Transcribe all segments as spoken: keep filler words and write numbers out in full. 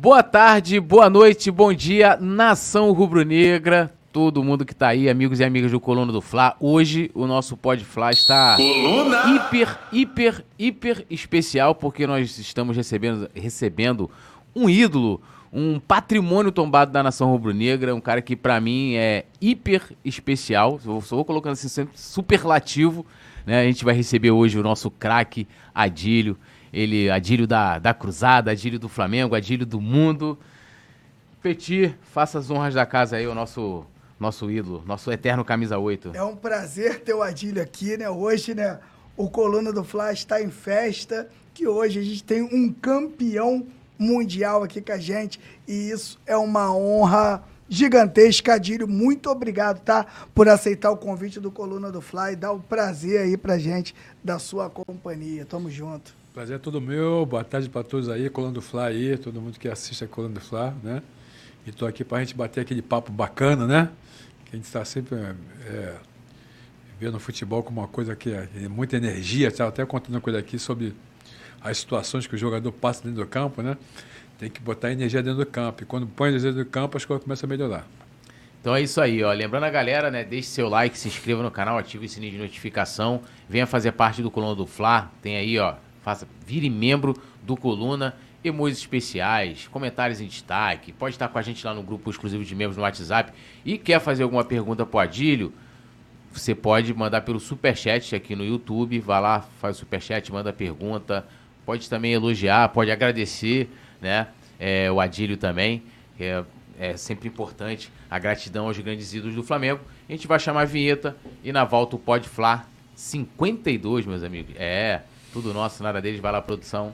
Boa tarde, boa noite, bom dia, nação rubro-negra, todo mundo que tá aí, amigos e amigas do Coluna do Fla. Hoje o nosso Pod Fla está Coluna! hiper, hiper, hiper especial, porque nós estamos recebendo, recebendo um ídolo, um patrimônio tombado da nação rubro-negra, um cara que pra mim é hiper especial, só vou colocando assim sempre superlativo, né? A gente vai receber hoje o nosso craque Adílio. Ele, Adílio da, da Cruzada, Adílio do Flamengo, Adílio do mundo. Petit, faça as honras da casa aí, o nosso, nosso ídolo, nosso eterno camisa oito. É um prazer ter o Adílio aqui, né? Hoje, né, o Coluna do Fla está em festa, que hoje a gente tem um campeão mundial aqui com a gente, e isso é uma honra gigantesca. Adílio, muito obrigado, tá? Por aceitar o convite do Coluna do Fla e dar o prazer aí pra gente da sua companhia. Tamo junto. Prazer é todo meu, boa tarde para todos aí, Coluna do Fla aí, todo mundo que assiste a Coluna do Fla, né? E tô aqui para a gente bater aquele papo bacana, né? Que a gente está sempre é, vendo o futebol como uma coisa que é, é muita energia. Estava até contando uma coisa aqui sobre as situações que o jogador passa dentro do campo, né? Tem que botar energia dentro do campo. E quando põe energia dentro do campo, as coisas começam a melhorar. Então é isso aí, ó. Lembrando a galera, né? Deixe seu like, se inscreva no canal, ative o sininho de notificação. Venha fazer parte do Coluna do Fla. Tem aí, ó. Faça, vire membro do Coluna, emojis especiais, comentários em destaque. Pode estar com a gente lá no grupo exclusivo de membros no WhatsApp. E quer fazer alguma pergunta pro Adílio? Você pode mandar pelo Superchat aqui no YouTube. Vai lá, faz o Superchat, manda a pergunta. Pode também elogiar, pode agradecer, né? É, o Adílio também, que é, é sempre importante. A gratidão aos grandes ídolos do Flamengo. A gente vai chamar a vinheta e na volta o Pod Fla cinquenta e dois, meus amigos. É... Tudo nosso, nada deles, vai lá, produção.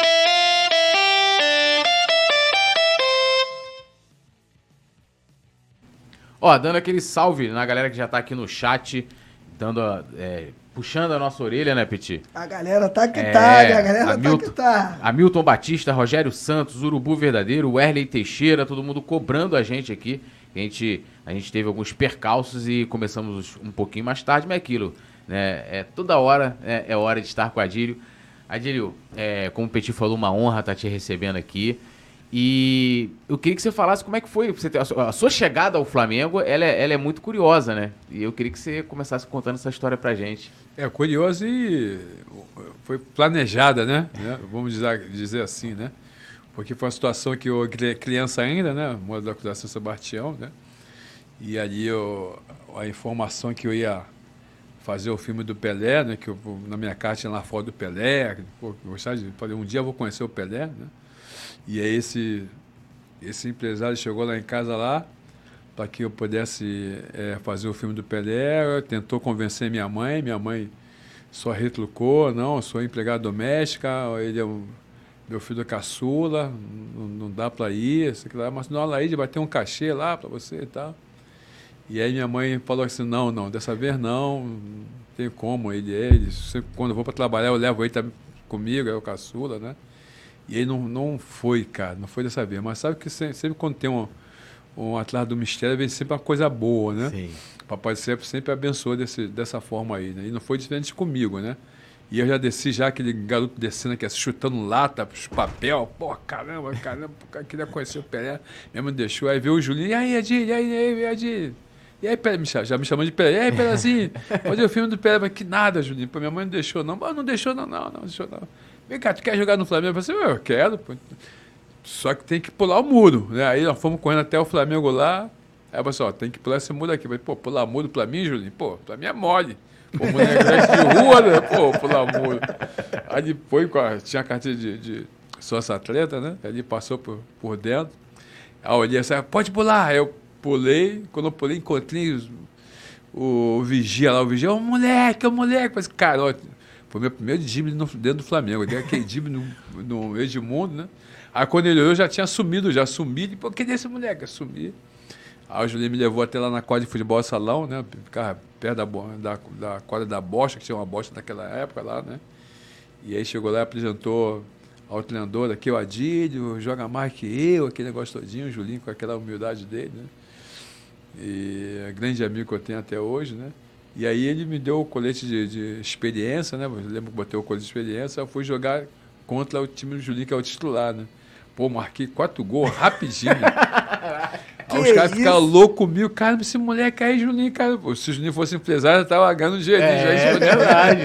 Ó, dando aquele salve na galera que já tá aqui no chat, dando a, é, puxando a nossa orelha, né, Petit? A galera tá que é, tá, né? A galera Hamilton, tá que tá. Hamilton Batista, Rogério Santos, Urubu Verdadeiro, Werley Teixeira, todo mundo cobrando a gente aqui. A gente, a gente teve alguns percalços e começamos um pouquinho mais tarde, mas é aquilo... Né? É, toda hora é, é hora de estar com o Adílio. Adílio, é, como o Petit falou, uma honra estar te recebendo aqui. E eu queria que você falasse como é que foi. Você, a sua chegada ao Flamengo, ela é, ela é muito curiosa, né? E eu queria que você começasse contando essa história pra gente. É curiosa e foi planejada, né? né? Vamos dizer, dizer assim, né? Porque foi uma situação que eu, criança ainda, né? Moro da Cruz São Sebastião, né? E ali eu, a informação que eu ia fazer o filme do Pelé, né, que eu, na minha casa tinha lá foto do Pelé, pô, gostava de, falei, um dia eu vou conhecer o Pelé, né? E aí esse, esse empresário chegou lá em casa lá para que eu pudesse é, fazer o filme do Pelé, tentou convencer minha mãe, minha mãe só retrucou, não, eu sou empregada doméstica, ele é um, meu filho caçula, não, não dá para ir, mas não, lá vai ter um cachê lá para você e tal. E aí minha mãe falou assim, não, não, dessa vez não, não tem como, ele, ele sempre, quando eu vou para trabalhar eu levo ele também comigo, é o caçula, né? E ele não, não foi, cara, não foi dessa vez, mas sabe que sempre, sempre quando tem um, um atrás do mistério, vem sempre uma coisa boa, né? Sim. O Papai sempre, sempre abençoou desse, dessa forma aí, né? E não foi diferente comigo, né? E eu já desci já, aquele garoto descendo aqui, chutando lata, papel, pô, caramba, caramba, queria conhecer o Pelé, mesmo me deixou, aí veio o Julinho, e aí, Adílio, e aí, e aí, Adílio? E aí, Pelé, já me chamando de Pelé. E aí, Pelézinho, fazer o filme do Pelé. Mas que nada, Julinho. Pô, minha mãe não deixou, não. Mas não deixou, não, não, não deixou, não. Vem cá, tu quer jogar no Flamengo? Eu falei assim, eu quero. Pô. Só que tem que pular o muro, né? Aí nós fomos correndo até o Flamengo lá. Aí eu falei assim, ó, tem que pular esse muro aqui. Eu falei, pô, pular muro pra mim, Julinho? Pô, pra mim é mole. Pô, mulher de rua, né? Pô, pular muro. Aí depois, tinha a carteira de, de sócio atleta, né? Aí passou por, por dentro. Aí eu olhei assim, pode pular. Aí eu pulei, quando eu pulei, encontrei os, o, o vigia lá, o vigia, ô moleque, ô moleque, mas, cara, ó, foi meu primeiro drible dentro do Flamengo, eu dei aquele drible no, no Edmundo, né? Aí quando ele olhou, eu já tinha sumido, já sumi, e, pô, cadê esse moleque? Eu sumi. Aí o Julinho me levou até lá na quadra de futebol salão, né? Ficava perto da, da, da quadra da bocha, que tinha uma bocha naquela época lá, né? E aí chegou lá e apresentou ao treinador aqui, o Adílio, joga mais que eu, aquele negócio todinho, o Julinho com aquela humildade dele, né? E é grande amigo que eu tenho até hoje, né? E aí ele me deu o colete de, de experiência, né? Eu lembro que botei o colete de experiência, eu fui jogar contra o time do Julinho, que é o titular, né? Pô, marquei quatro gols rapidinho. Aí os caras ficaram loucos comigo. Cara, esse moleque aí, Juninho, cara. Pô, se o Juninho fosse empresário, eu tava ganhando dinheiro. É, já é verdade.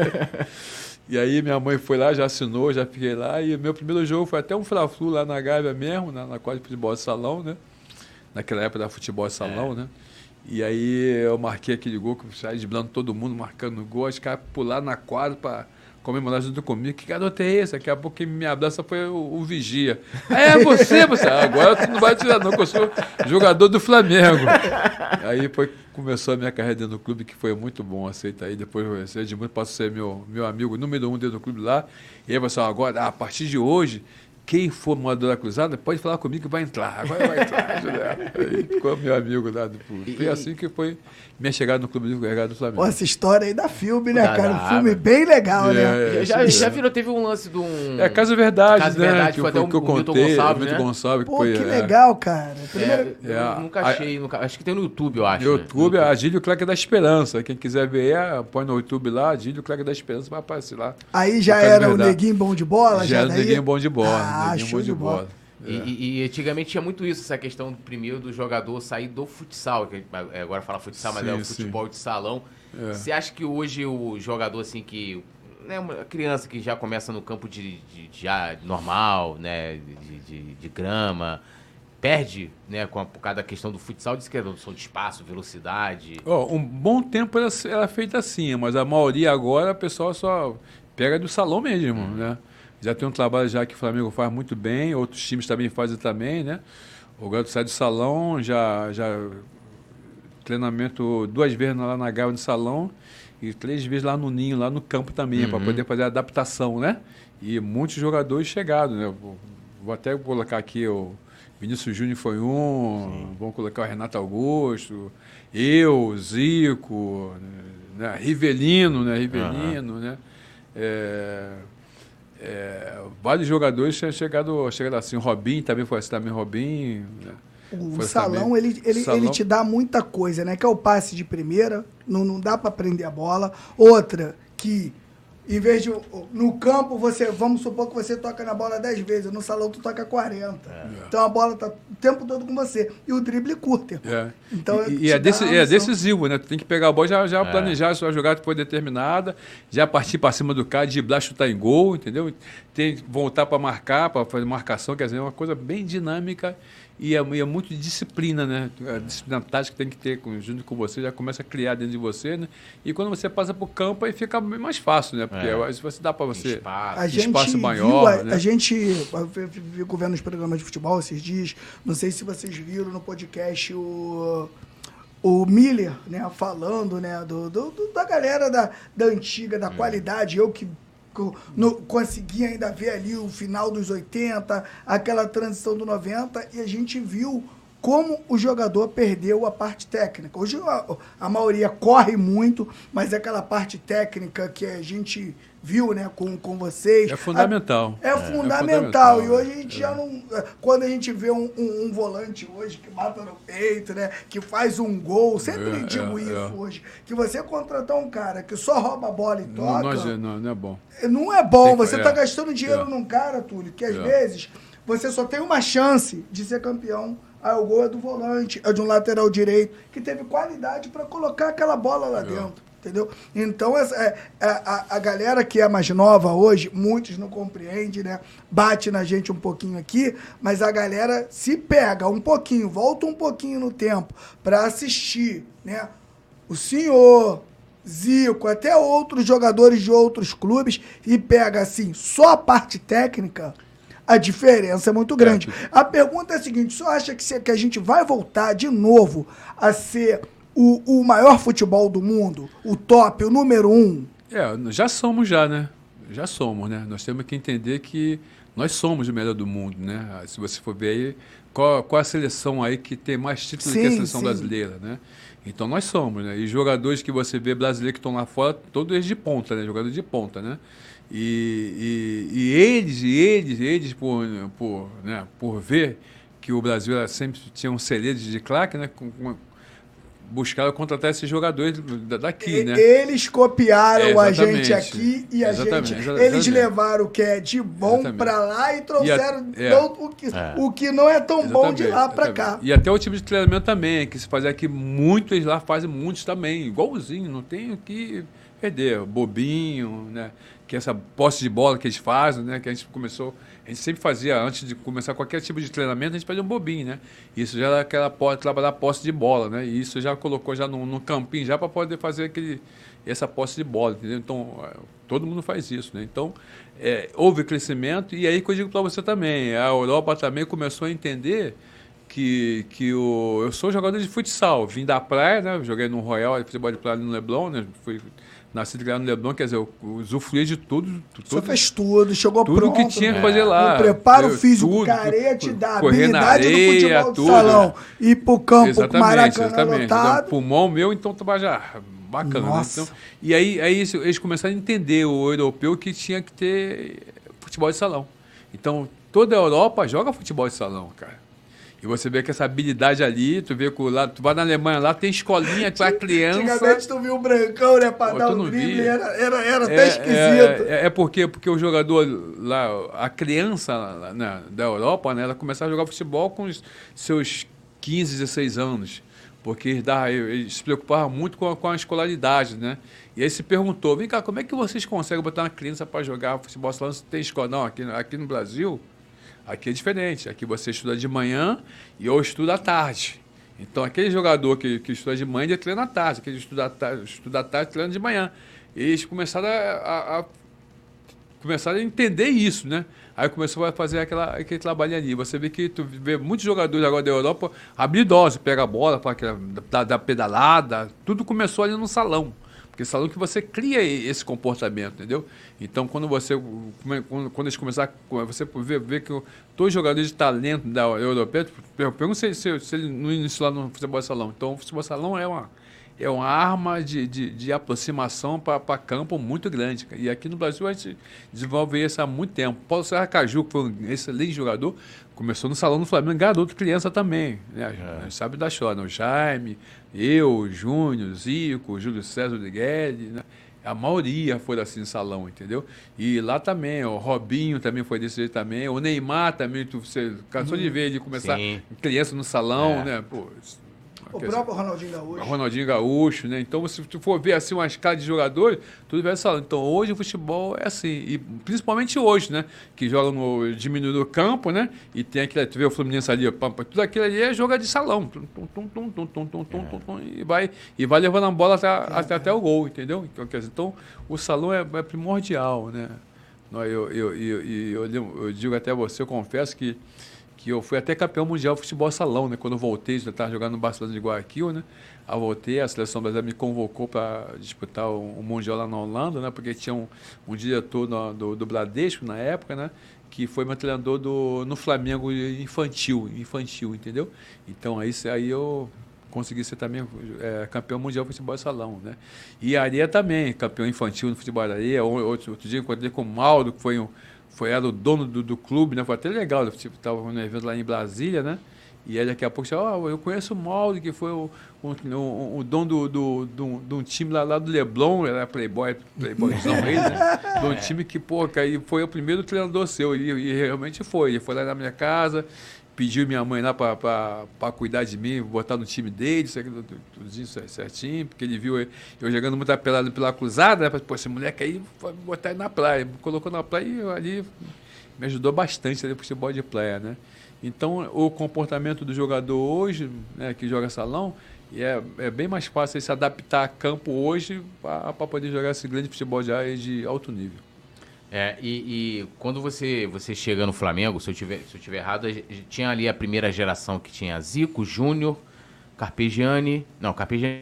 E aí minha mãe foi lá, já assinou, já fiquei lá. E meu primeiro jogo foi até um Fla-Flu lá na Gávea mesmo, na, na quadra de futebol de salão, né? Naquela época da futebol de salão, é. né? E aí eu marquei aquele gol, que saí driblando todo mundo, marcando gol. Os caras pularam na quadra para comemorar junto comigo. Que garoto é esse? Daqui a pouco quem me abraça foi o, o Vigia. É você, você. Agora tu não vai tirar não, que eu sou jogador do Flamengo. Aí foi, começou a minha carreira dentro do clube, que foi muito bom, aceita aí. Depois o Edmundo passou a ser meu, meu amigo número um dentro do clube lá. E aí, pessoal, agora, a partir de hoje, quem for morador da Cruzada, pode falar comigo que vai entrar. Agora vai entrar, Juliano. Aí ficou meu amigo lá do clube. Foi assim que foi minha chegada no Clube do Flamengo. Pô, essa história aí da filme, né, Dá, cara? dá, Um filme né? bem legal, É, né? é, Já, é. já virou, teve um lance de um... É Caso Verdade, Caso né? Verdade, que foi eu, até que eu o Milton contei, Gonçalves, o Milton né? Gonçalves. Que Pô, foi, que é, legal, cara. É, Primeiro... eu É, nunca a- achei, nunca, acho que tem no YouTube, eu acho. No né? YouTube, a Adílio Cleque da Esperança. Quem quiser ver, é, põe no YouTube lá, Adílio Cleque da Esperança, vai aparecer lá. Aí já O Caso era o Verdade. Neguinho Bom de Bola? Já era o daí? Neguinho Bom de Bola. Ah, Neguinho show Bom de de bola. Bola. E, e- e antigamente tinha muito isso, essa questão primeiro do jogador sair do futsal, que é, agora fala futsal, mas Sim, é o sim. futebol de salão. É. Você acha que hoje o jogador, assim, que... Né, uma criança que já começa no campo de, de, de- já normal, né, de, de- de grama, perde, né, com a, por causa da questão do futsal, diz que é redução de espaço, velocidade... Ó, um bom tempo era, era feita assim, mas a maioria agora, o pessoal só pega do salão mesmo, né? Já tem um trabalho já que o Flamengo faz muito bem, outros times também fazem também, né? O garoto sai do salão, já, já treinamento duas vezes lá na Gávea do salão e três vezes lá no Ninho, lá no campo também, Uhum. para poder fazer a adaptação, né? E muitos jogadores chegados, né? Vou, vou até colocar aqui o Vinícius Júnior foi um, Sim. Vamos colocar o Renato Augusto, eu, Zico, né? Rivelino, né? Rivelino, uhum. né? É, é, vários jogadores tinham chegado, chegado assim, o Robinho também foi assim, também Robinho, né? O Foi salão, também. ele, ele, Salão. ele te dá muita coisa, né? Que é o passe de primeira, não, não dá pra prender a bola. Outra, que em vez de... No campo, você, vamos supor que você toca na bola dez vezes, no salão tu toca quarenta. É. Então a bola tá o tempo todo com você. E o drible curto. É. Então, e e é, deci é decisivo, né? Tu tem que pegar a bola, já, já é. planejar a sua jogada que foi determinada, já partir para cima do cara, driblar, chutar em gol, entendeu? Tem que voltar para marcar, para fazer marcação, quer dizer, é uma coisa bem dinâmica. E é, e é muito disciplina, né? A disciplina tática que tem que ter com, junto com você, já começa a criar dentro de você, né? E quando você passa para o campo, aí fica bem mais fácil, né? Porque é. se você dá para você espaço, a gente espaço viu, maior, a, né? a gente fico vendo os programas de futebol esses dias, não sei se vocês viram no podcast o... O Miller, né, falando, né, do, do, do- da galera da, da antiga, da qualidade, eu que co- no- consegui ainda ver ali o final dos oitenta, aquela transição do noventa, e a gente viu como o jogador perdeu a parte técnica. Hoje a, a maioria corre muito, mas aquela parte técnica que a gente viu, né, com, com vocês... É fundamental. É, É, fundamental. é fundamental, E hoje a gente já não... Quando a gente vê um, um- um volante hoje que mata no peito, né? Que faz um gol, sempre É, digo é, isso é. hoje. Que você contratar um cara que só rouba a bola e Não, toca, não, não, é- não, não é bom. é bom. Tem que- Você é, tá gastando dinheiro é. num cara, Túlio, que às É. vezes você só tem uma chance de ser campeão. Ah, o gol é do volante, é de um lateral direito, que teve qualidade para colocar aquela bola lá É. dentro. Entendeu? Então, essa, é, a, a, a galera que é mais nova hoje, muitos não compreendem, né? Bate na gente um pouquinho aqui, mas a galera se pega um pouquinho, volta um pouquinho no tempo para assistir, né? O senhor, Zico, até outros jogadores de outros clubes, e pega, assim, só a parte técnica, a diferença é muito grande. A pergunta é a seguinte, o senhor acha que, se, que a gente vai voltar de novo a ser o, o maior futebol do mundo, o top, o número um? É, já somos já, né? Já somos, né? Nós temos que entender que nós somos o melhor do mundo, né? Se você for ver aí, qual, qual a seleção aí que tem mais títulos Sim, que a seleção sim. brasileira, né? Então nós somos, né? E jogadores que você vê brasileiros que estão lá fora, todos eles de ponta, né? Jogadores de ponta, né? E, e, e eles, e eles, eles por, por, né? por ver que o Brasil era sempre tinha um celeiro de claque, né? Com, com, buscaram contratar esses jogadores daqui, E- né? Eles copiaram É, a gente exatamente. aqui e a Exatamente, gente. exatamente. Eles levaram o que é de bom Exatamente. pra lá e trouxeram E a- é. não o, que, É. o que não é tão bom de lá pra exatamente. cá. E até o tipo de treinamento também, que se faz aqui, muitos lá fazem muitos também, igualzinho, não tem o que perder. Bobinho, né? Que essa posse de bola que eles fazem, né? Que a gente começou, a gente sempre fazia, antes de começar qualquer tipo de treinamento, a gente fazia um bobinho, né? Isso já era aquela posse, trabalhar posse de bola, né? E isso já colocou já no, no campinho já para poder fazer aquele, essa posse de bola, entendeu? Então, todo mundo faz isso, né? Então, é, houve crescimento, e aí que eu digo para você também, a Europa também começou a entender que, que o, eu sou jogador de futsal, vim da praia, né? Joguei no Royal, futebol de praia no Leblon, né? Fui nascido e criado no Leblon, quer dizer, eu usufruí de tudo. Você tudo fez tudo, chegou tudo pronto. que tinha que né? fazer lá. O preparo Eu- físico, tudo, carete, tudo, da correr na habilidade areia, do futebol de tudo. salão. Ir pro campo com o Exatamente, Maracanã exatamente. Então, lotado. pulmão meu, então tava já bacana. Né? Nossa. Então, e aí, aí isso- eles começaram a entender, o europeu, que tinha que ter futebol de salão. Então, toda a Europa joga futebol de salão, cara. E você vê que essa habilidade ali, tu vê que o lá, tu vai na Alemanha lá, tem escolinha pra criança. Antigamente tu viu o brancão, né? Pra Pô, dar tu um não drible, via. era, era, era É, até esquisito. É, é, é porque, porque o jogador lá, a criança lá, né, da Europa, né, ela começava a jogar futebol com os seus quinze, dezesseis anos. Porque eles, davam- eles se preocupavam muito com a, com a escolaridade, né? E aí se perguntou, vem cá, como é que vocês conseguem botar uma criança para jogar futebol se não tem escola? Não, aqui, aqui no Brasil, aqui é diferente. Aqui você estuda de manhã e eu estudo à tarde. Então, aquele jogador que, que estuda de manhã, ele treina à tarde. Aquele que estuda à tarde, estuda à tarde, treina de manhã. E eles começaram a, a, a começaram a entender isso, né? Aí começou a fazer aquela, aquele trabalho ali. Você vê que tu vê muitos jogadores agora da Europa habilidosos, pega a bola, para da, da pedalada, tudo começou ali no salão. Porque salão que você cria esse comportamento, entendeu? Então, quando você quando, quando eles começarem, você vê, vê que todos os jogadores de talento da europeia, pergunta se, se, se ele não iniciou lá no futebol de salão. Então, o futebol de salão é uma é uma arma de, de, de aproximação para campo muito grande. Cara. E aqui no Brasil a gente desenvolve isso há muito tempo. Paulo Serra Caju, que foi um excelente jogador, começou no salão do Flamengo, garoto, criança também. Né? A gente sabe da história, né? O Jaime, eu, o Júnior, o Zico, o Júlio César de Guedes, né? A maioria foi assim no salão, entendeu? E lá também, o Robinho também foi desse jeito também, o Neymar também, tu, você cansou hum, de ver ele começar sim. criança no salão, é. né? Pô, O próprio Ronaldinho Gaúcho. Ronaldinho Gaúcho, né? Então, se tu for ver assim uma escala de jogadores, tudo vai falando. Então, hoje o futebol é assim, e principalmente hoje, né? Que joga no diminuído campo, né? E tem aquele, tu vê o Fluminense ali, tudo aquilo ali é joga de salão. Tum, tum, tum, tum, tum, tum, tum, tum, tum, tum, e, vai, e vai levando a bola até, até, até o gol, entendeu? Então, quer dizer, então o salão é, é primordial, né? Eu, eu, eu, eu, eu, eu digo até a você, eu confesso que que eu fui até campeão mundial de futebol salão, né? Quando eu voltei, já estava jogando no Barcelona de Guayaquil, né? Eu voltei, a seleção brasileira me convocou para disputar o, o mundial lá na Holanda, né? Porque tinha um, um diretor no, do, do Bradesco na época, né? Que foi meu treinador do, no Flamengo infantil, infantil, entendeu? Então aí, aí eu consegui ser também é, campeão mundial de futebol salão, né? E a areia também, campeão infantil no futebol da areia. Outro, outro dia eu encontrei com o Mauro, que foi um Foi, era o dono do, do clube, né? Foi até legal. Eu estava no evento lá em Brasília, né? E aí daqui a pouco, oh, eu conheço o Mauro, que foi o, o, o, o dono do, do, do, do um time lá, lá do Leblon, era playboy, playboyzão ele, né? De um time que, pô, aí foi o primeiro treinador seu, e, e realmente foi. Ele foi lá na minha casa, pediu minha mãe lá para cuidar de mim, botar no time dele, isso aqui, tudo certinho, porque ele viu eu, eu jogando muito pelado pela cruzada, né? Pô, esse moleque aí, vai botar ele na praia. Me colocou na praia e ali me ajudou bastante ali pro futebol de praia, né? Então, o comportamento do jogador hoje, né, que joga salão, é, é bem mais fácil se adaptar a campo hoje para poder jogar esse grande futebol de área de alto nível. É, e, e quando você, você chega no Flamengo, se eu tiver, se eu tiver errado, tinha ali a primeira geração que tinha Zico, Júnior, Carpegiani. Não, Carpegiani.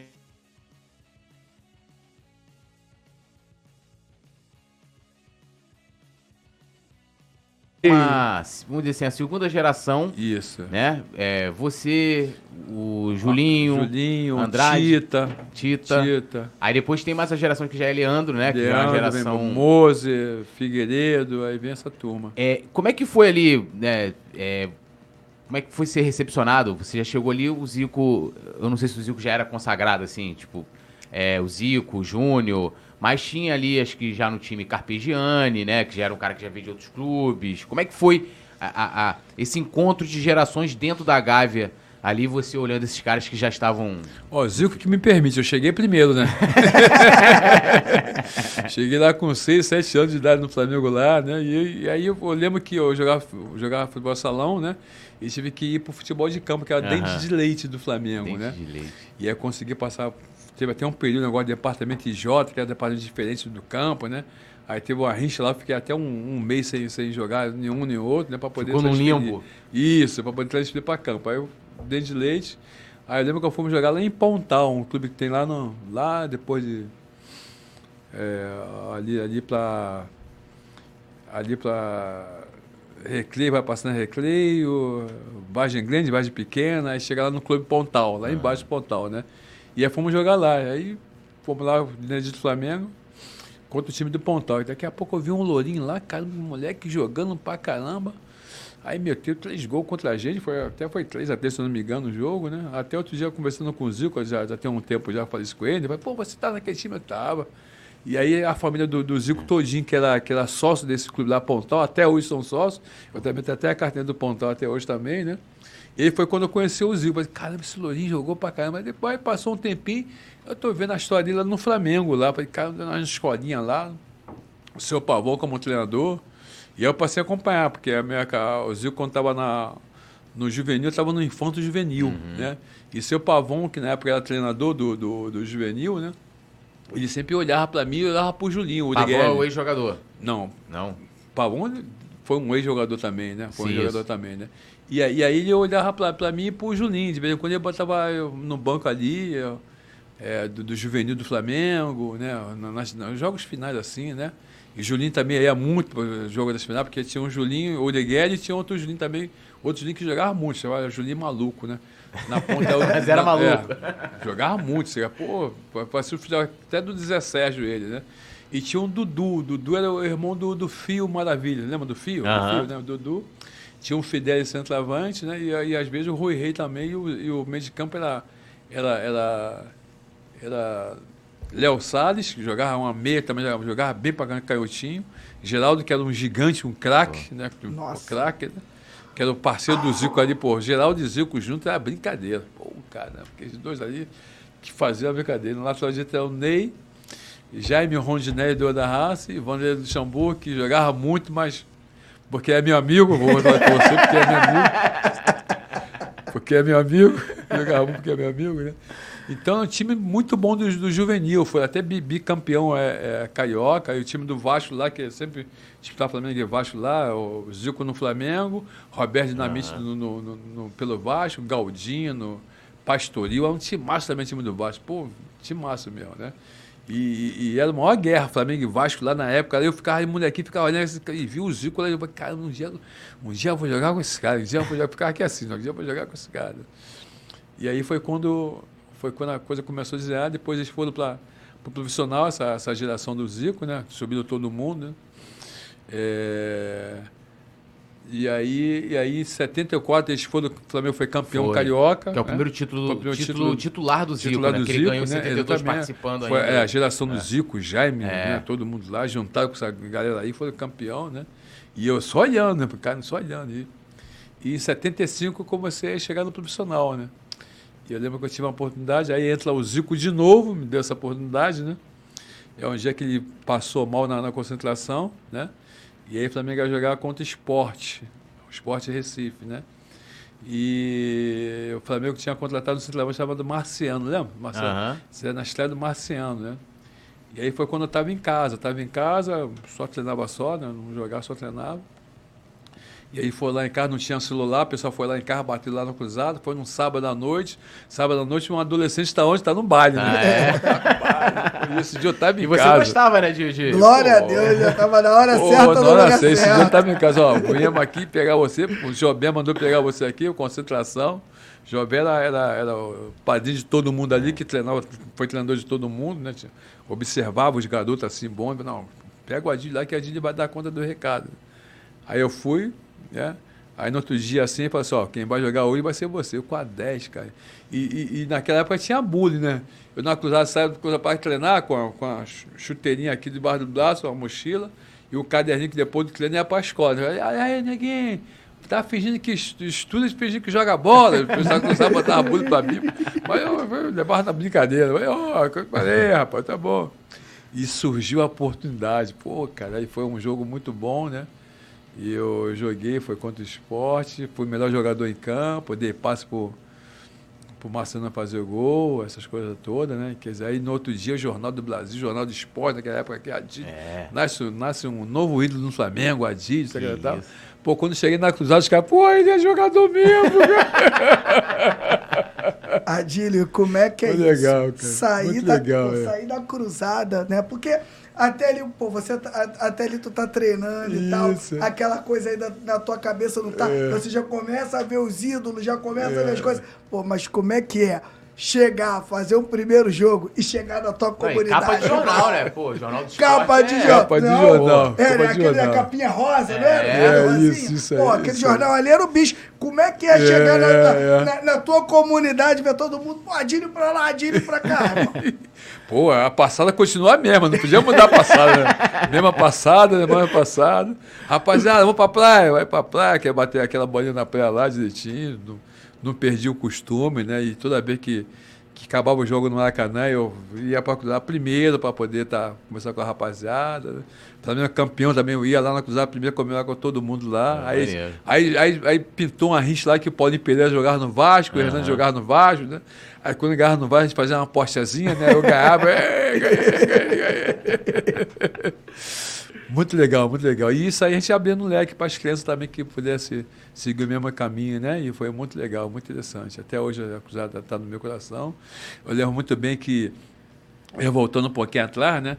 Uma, vamos dizer assim, a segunda geração. Isso. Né? É, você, o Julinho, Julinho, Andrade, Tita, Tita. Tita. Aí depois tem mais a geração que já é Leandro, né? Que Leandro, já é uma geração. Mose, Figueiredo, aí vem essa turma. É, como é que foi ali, né? É, como é que foi ser recepcionado? Você já chegou ali, o Zico, eu não sei se o Zico já era consagrado, assim, tipo, é, o Zico, o Júnior, mas tinha ali, acho que já no time Carpegiani, né, que já era um cara que já veio de outros clubes. Como é que foi a, a, a, esse encontro de gerações dentro da Gávea? Ali você olhando esses caras que já estavam... Ó, o Zico que me permite, eu cheguei primeiro, né? Cheguei lá com seis, sete anos de idade no Flamengo lá, né? E, e aí eu, eu lembro que eu jogava, jogava futebol salão, né? E tive que ir pro futebol de campo, que era Aham. dente de leite do Flamengo, Dente né? de leite. E aí eu consegui passar... Teve até um período agora de departamento I J, que era departamento diferente do campo, né? Aí teve uma rincha lá, fiquei até um, um mês sem, sem jogar nenhum nem outro, né? Pra poder Ficou num transferir. limbo. Isso, pra poder transferir pra campo. Aí eu, dente de leite... Aí eu lembro que eu fomos jogar lá em Pontal, um clube que tem lá, no, lá depois de... É, ali ali para... Ali para... Recreio, vai passando Recreio, Vargem Grande, Vargem Pequena, aí chega lá no clube Pontal, lá embaixo de Pontal, né? E aí fomos jogar lá, aí fomos lá dentro do Flamengo, contra o time do Pontal. E daqui a pouco eu vi um lourinho lá, cara, um moleque jogando pra caramba. Aí meteu três gols contra a gente, foi, até foi três a três, se eu não me engano, no jogo, né? Até outro dia, conversando com o Zico, já, já tem um tempo já, falei isso com ele, ele falou, pô, você tá naquele time? Eu tava. E aí a família do, do Zico todinho, que era, que era sócio desse clube lá, Pontal, até hoje são sócios, eu também tenho até a carteira do Pontal até hoje também, né? E aí foi quando eu conheci o Zico, falei, caramba, esse lourinho jogou pra caramba. Mas depois passou um tempinho, eu tô vendo a história dele lá no Flamengo, lá, falei, cara, na escolinha lá, o seu Pavão como treinador. E aí eu passei a acompanhar, porque a minha, o Zico, quando estava na, no juvenil, estava no infanto juvenil, uhum. né? E seu Pavão, que na época era treinador do, do, do juvenil, né? Ele sempre olhava para mim e olhava para o Julinho. O Pavão é o ex-jogador? Não. Não. Pavão foi um ex-jogador também, né? Foi Sim, um jogador isso. também, né? E, e aí ele olhava para mim e para o Julinho. De vez em quando ele botava eu no banco ali, eu, é, do, do juvenil do Flamengo, né? Nas, nos jogos finais assim, né? E o Julinho também ia muito para o jogo das finais, porque tinha um Julinho, o Odeguer, e tinha outro Julinho também, outro Julinho que jogava muito, chamava Julinho maluco, né? Na ponta, Mas era na, maluco. É, jogava muito, você, pô, parecia o filho até do Zé Sérgio ele, né? E tinha um Dudu, Dudu era o irmão do, do Fio Maravilha, lembra do Fio? Uhum. Do Fio, né? O Dudu. Tinha um Fidelis centroavante, né? E, e às vezes o Rui Rei também, e o, e o meio de campo era... era, era, era Léo Salles, que jogava uma meia, também jogava bem para canhotinho. Geraldo, que era um gigante, um craque, né? Um craque, né? Que era o parceiro do Zico ali, pô. Geraldo e Zico junto era brincadeira. Pô, cara, porque esses dois ali que faziam a brincadeira. No lateral direito era o Ney, Jaime Rondinelli do da Raça e Vanderlei do Xambu, que jogava muito, mas porque é meu amigo, vou falar com você, porque é meu amigo. Porque é meu amigo, jogava muito porque é meu amigo, né? Então, é um time muito bom do, do juvenil, foi até bicampeão é, é, carioca, e o time do Vasco lá, que é sempre disputar Flamengo e Vasco lá, o Zico no Flamengo, Roberto Dinamite uhum. no, no, no, no, pelo Vasco, Galdino, Pastoril, é um time massa também, time do Vasco, pô, time massa mesmo, né? E, e era a maior guerra, Flamengo e Vasco lá na época, aí eu ficava de molequinho, ficava olhando e vi o Zico lá, e eu falei, cara, um dia, um dia eu vou jogar com esse cara, um dia eu vou jogar, ficava aqui assim, um dia eu vou jogar com esse cara. E aí foi quando... Foi quando a coisa começou a desenhar, depois eles foram para o pro profissional, essa, essa geração do Zico, né? Subindo todo mundo, né? É... E aí, e aí, em setenta e quatro, eles foram, o Flamengo foi campeão foi. carioca. Que é o né? primeiro título, o primeiro título, título titular do Zico, titular né? do Que Zico, ele ganhou em né? setenta e dois Exatamente. participando foi, ainda. É, a geração do é. Zico, Jaime, é. né? Todo mundo lá, juntaram com essa galera aí, foram campeão, né? E eu só olhando, né? Cara, só olhando. E, e em setenta e cinco eu comecei a chegar no profissional, né? E eu lembro que eu tive uma oportunidade, aí entra o Zico de novo, me deu essa oportunidade, né? É um dia que ele passou mal na, na concentração, né? E aí o Flamengo ia jogar contra o Sport, o Sport Recife, né? E o Flamengo tinha contratado um centroavante chamado Marciano, lembra? Marciano. Uhum. Isso era na estreia do Marciano, né? E aí foi quando eu estava em casa, eu estava em casa, só treinava só, né? Não jogava, só treinava. E aí foi lá em casa, não tinha celular, o pessoal foi lá em casa, bateu lá no cruzado, foi num sábado à noite. Sábado à noite, um adolescente está onde? Está no baile, ah, né? É? E esse dia eu estava em e você casa. gostava, né, de... de... Glória Pô. a Deus, já estava na hora Pô, certa, na no hora lugar certa. Esse certo. dia eu estava em casa, ó, viemos aqui pegar você, o Jobé mandou pegar você aqui, concentração. O Jobé era, era, era o padrinho de todo mundo ali, que treinava, foi treinador de todo mundo, né? Observava os garotos assim, bom, não, pega o Adílio lá que a Adílio vai dar conta do recado. Aí eu fui, né? Aí no outro dia assim, ele falou assim, ó, quem vai jogar hoje vai ser você, eu com a dez, cara. E, e, e naquela época tinha bullying, né? Eu na cruzada saía do cruzada para treinar com a, com a chuteirinha aqui debaixo do braço, uma mochila, e o caderninho que depois do treino ia para a escola. Aí, aí, neguinho, tá fingindo que estuda e fingindo que joga bola. O pessoal cruzava, botava bullying para mim. Mas eu, eu levava na brincadeira. Mas, ó, oh, que eu falei, rapaz, tá bom. E surgiu a oportunidade. Pô, cara, aí foi um jogo muito bom, né? E eu joguei, foi contra o Sport, fui o melhor jogador em campo, dei passe pro, pro Marcelo fazer gol, essas coisas todas, né? Quer dizer, aí no outro dia, o Jornal do Brasil, Jornal do Esporte, naquela época que a Adílio, é. nasce, nasce um novo ídolo no Flamengo, a Adílio, sabe, tal. Pô, quando cheguei na cruzada, os caras, pô, ele é jogador mesmo, cara. Adílio, como é que é Muito isso? legal, cara. Sair, Muito da, legal, pô, é. sair da cruzada, né? Porque até ali, pô, você tá, até ali tu tá treinando Isso. e tal, aquela coisa aí da, na tua cabeça não tá. É. Você já começa a ver os ídolos, já começa é. a ver as coisas. Pô, mas como é que é? Chegar, fazer um primeiro jogo e chegar na tua comunidade. Não, capa de jornal, né? Pô, jornal do Capa de, é. jornal. Capa de jornal. É, capa né? de Aquele jornal. da capinha rosa, é. não era? É, assim? isso, isso aí. Pô, aquele isso jornal aí. ali era o bicho. Como é que é, É, chegar na, é. na, na tua comunidade, ver todo mundo, pô, Adílio pra lá, Adílio pra cá, irmão. Pô, a passada continua a mesma, não podia mudar a passada, né? Mesma passada, mesma passada. Rapaziada, vamos pra praia, vai pra praia, quer bater aquela bolinha na praia lá direitinho, não, não perdi o costume, né? E toda vez que, que acabava o jogo no Maracanã, eu ia pra cruzar primeiro para poder tá, conversar com a rapaziada. Né? Também campeão também, eu ia lá na cruzada primeiro, comer com todo mundo lá. É, aí, aí, aí, aí pintou uma rixa lá que o Paulinho Pereira jogava no Vasco, uhum. o Hernando jogava no Vasco, né? Aí quando ganhava no Vasco, a gente fazia uma apostazinha, né? Eu ganhava, ganhei, ganhei, ganhei. Muito legal, muito legal. E isso aí a gente abrindo um leque para as crianças também que pudessem seguir o mesmo caminho, né? E foi muito legal, muito interessante. Até hoje a cruzada está no meu coração. Eu lembro muito bem que, eu voltando um pouquinho atrás, né?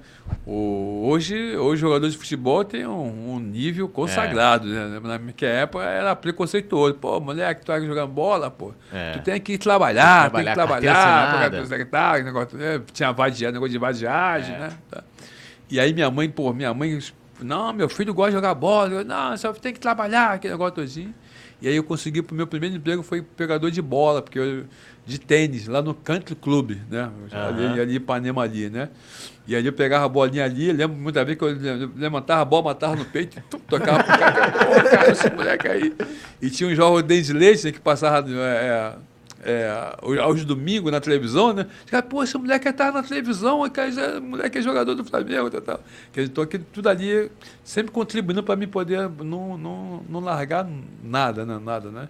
O, hoje, hoje o jogador de futebol tem um, um nível consagrado, é. né? Na minha época era preconceituoso. Pô, moleque, tu vai jogar bola, pô. É. Tu tem que ir trabalhar, tem que trabalhar. Tem que trabalhar, negócio, né? Tinha vadiagem, negócio de vadiagem, é. né? Tá. E aí minha mãe, pô, minha mãe, não, meu filho gosta de jogar bola. Eu, não, só tem que trabalhar, aquele negócio todinho. E aí eu consegui, o meu primeiro emprego foi pegador de bola, porque eu, de tênis, lá no Country Club, né? Uhum. Ali, ali em Ipanema ali, né? E aí eu pegava a bolinha ali, lembro muitas vezes que eu levantava a bola, matava no peito, tum, tocava pro cara, pô, cara, esse moleque aí. E tinha um jogo de dente de leite, né, que passava... É, É, aos domingos na televisão, né? Cara, pô, esse moleque tá na televisão, esse moleque é jogador do Flamengo, tal, tal. Então, aqui, tudo ali sempre contribuindo para mim poder não, não, não largar nada, né? Nada, né?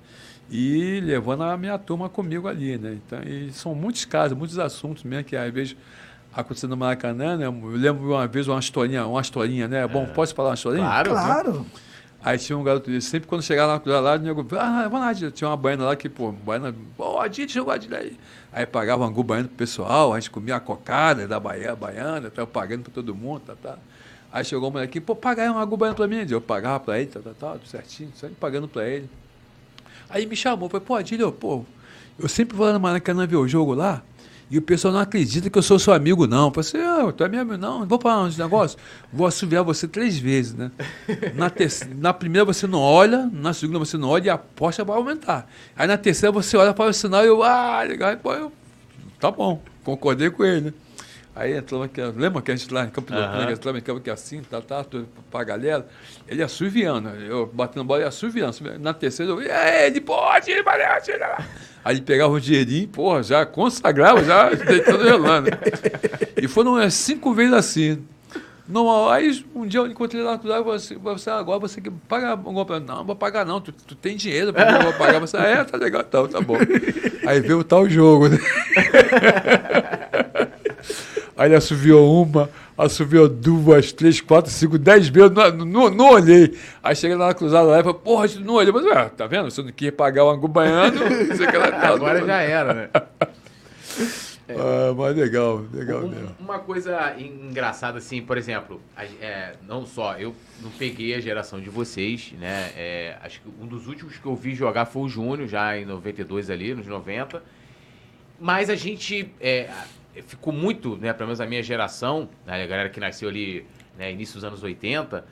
E levando a minha turma comigo ali, né? Então, e são muitos casos, muitos assuntos mesmo que às vezes acontecendo no Maracanã, né? Eu lembro uma vez uma historinha, uma historinha, né? Bom, é. Posso falar uma historinha? Claro, claro. Né? Aí tinha um garoto desse, sempre quando chegava lá, lá o nego, ah, vamos lá, Adílio. Tinha uma baiana lá que, pô, baiana, pô, Adílio, chegou Adílio aí. Aí pagava um angu baiano pro pessoal, a gente comia a cocada da Bahia, baiana, tava pagando pra todo mundo, tá, tá. Aí chegou o moleque, pô, paga aí um angu baiano pra mim, eu pagava pra ele, tá, tá, tá, tudo certinho, sempre pagando pra ele. Aí me chamou, falei, pô, Adílio, pô, eu sempre vou lá no Maracanã ver o jogo lá, e o pessoal não acredita que eu sou seu amigo, não. Eu falei assim, ah, tu é meu amigo, não, não vou falar uns negócios. Vou assoviar você três vezes, né? Na, terceira, na primeira você não olha, na segunda você não olha e a aposta vai aumentar. Aí na terceira você olha para o sinal e eu, ah, legal, pô, eu, tá bom, concordei com ele, né? Aí entrou aqui, lembra que a gente lá em Campo do Rio, uhum. entrava em campo que assim, tá, tá, pra galera, ele assoviando, eu batendo bola e assoviando. Na terceira eu, é, ele pode, ele vai lá, tira lá. Aí ele pegava o dinheirinho, porra, já consagrava, já deitando relando. E foram umas cinco vezes assim. Não, aí um dia eu encontrei lá, você, você agora você que paga alguma coisa. Não, não vou pagar não, tu, tu tem dinheiro para eu pagar. Você, é, tá legal, tá, tá bom. Aí veio o tal jogo, né? Aí ele assoviou uma, assoviou duas, três, quatro, cinco, dez vezes, não, não, não olhei. Aí cheguei lá na cruzada lá e falei, porra, não olhei. Mas, ué, tá vendo? Você não queria pagar o angu baiano, você que ela tá, agora já era, né? É. Ah, mas legal, legal um, mesmo. Uma coisa engraçada, assim, por exemplo, é, não só, eu não peguei a geração de vocês, né? É, acho que um dos últimos que eu vi jogar foi o Júnior, já em noventa e dois ali, nos noventa. Mas a gente... É, ficou muito, né, pelo menos a minha geração, né, a galera que nasceu ali, né, início dos anos oitenta,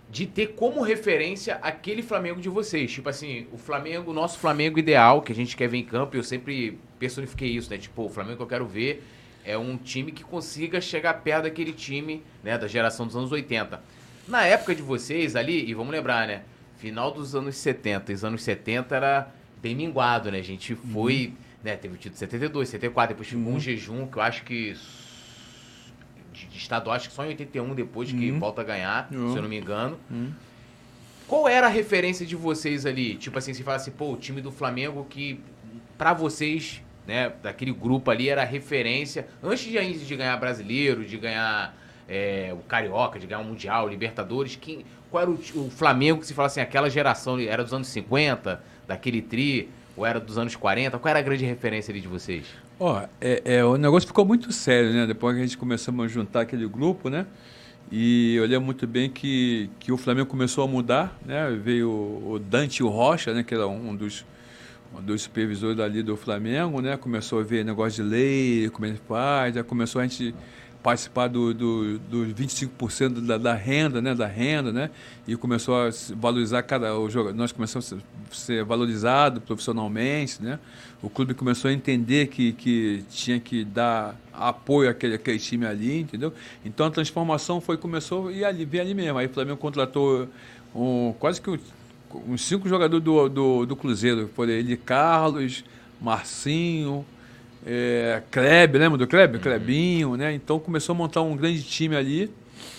de ter como referência aquele Flamengo de vocês. Tipo assim, o Flamengo, o nosso Flamengo ideal, que a gente quer ver em campo, eu sempre personifiquei isso, né? Tipo, o Flamengo que eu quero ver é um time que consiga chegar perto daquele time, né, da geração dos anos oitenta. Na época de vocês ali, e vamos lembrar, né? Final dos anos setenta, e os anos setenta era bem minguado, né? A gente foi, uhum. né? Teve o título de setenta e dois, setenta e quatro, depois ficou uhum. um jejum, que eu acho que de, de estadual, acho que só em oitenta e um depois que uhum. volta a ganhar, uhum. se eu não me engano. Uhum. Qual era a referência de vocês ali? Tipo assim, se fala assim, pô, o time do Flamengo que, pra vocês, né, daquele grupo ali, era a referência, antes de, de ganhar brasileiro, de ganhar é, o Carioca, de ganhar o Mundial, Libertadores, quem, qual era o, o Flamengo que se fala assim, aquela geração, era dos anos cinquenta, daquele tri, ou era dos anos quarenta? Qual era a grande referência ali de vocês? Ó, é, é, o negócio ficou muito sério, né? Depois que a gente começamos a juntar aquele grupo, né? E eu lembro muito bem que, que o Flamengo começou a mudar, né? Veio o, o Dante o Rocha, né? Que era um dos, um dos supervisores ali do Flamengo, né? Começou a ver negócio de lei, como ele faz, já começou a gente participar do, do, dos vinte e cinco por cento da, da renda, né? Da renda, né? E começou a valorizar cada o jogador. Nós começamos a ser valorizado profissionalmente, né? O clube começou a entender que, que tinha que dar apoio àquele, àquele time ali, entendeu? Então a transformação foi começou e ali veio ali mesmo. Aí o Flamengo contratou um, quase que um, uns cinco jogadores do, do, do Cruzeiro, por ele, Carlos, Marcinho, É, Kleber, lembra do Kleber? Uhum. Klebinho, né? Então começou a montar um grande time ali.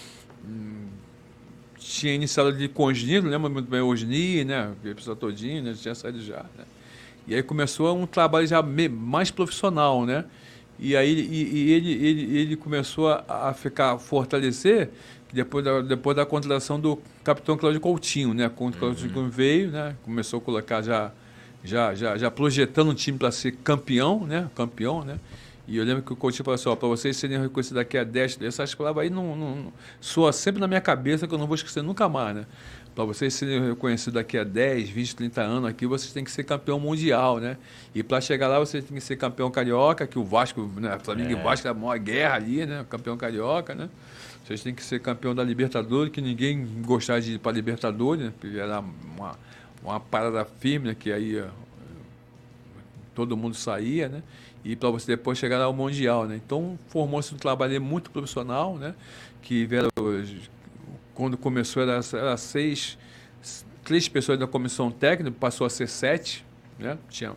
Tinha iniciado ali com o Osni, lembra muito bem o Osni, né? O pessoal todinho, né? Tinha saído já, né? E aí começou um trabalho já mais profissional, né? E aí e, e ele, ele, ele começou a, a ficar, a fortalecer depois da, depois da contratação do capitão Cláudio Coutinho, né? Quando o Cláudio Coutinho veio, né? Começou a colocar já Já, já, já projetando um time para ser campeão, né? Campeão, né? E eu lembro que o Coutinho falou assim, ó, para vocês serem reconhecidos daqui a dez, essas palavras aí não, não, não soa sempre na minha cabeça que eu não vou esquecer nunca mais, né? Para vocês serem reconhecidos daqui a dez, vinte, trinta anos aqui, vocês têm que ser campeão mundial, né? E para chegar lá, vocês têm que ser campeão carioca, que o Vasco, né? Flamengo é. e Vasco é a maior guerra ali, né? Campeão carioca, né? Vocês têm que ser campeão da Libertadores, que ninguém gostava de ir para a Libertadores, né? Porque era uma, uma parada firme, né? Que aí todo mundo saía, né? E para você depois chegar ao Mundial, né? Então formou-se um trabalho muito profissional, né? Que era, quando começou era, era seis, três pessoas da comissão técnica, passou a ser sete, né? Tinha,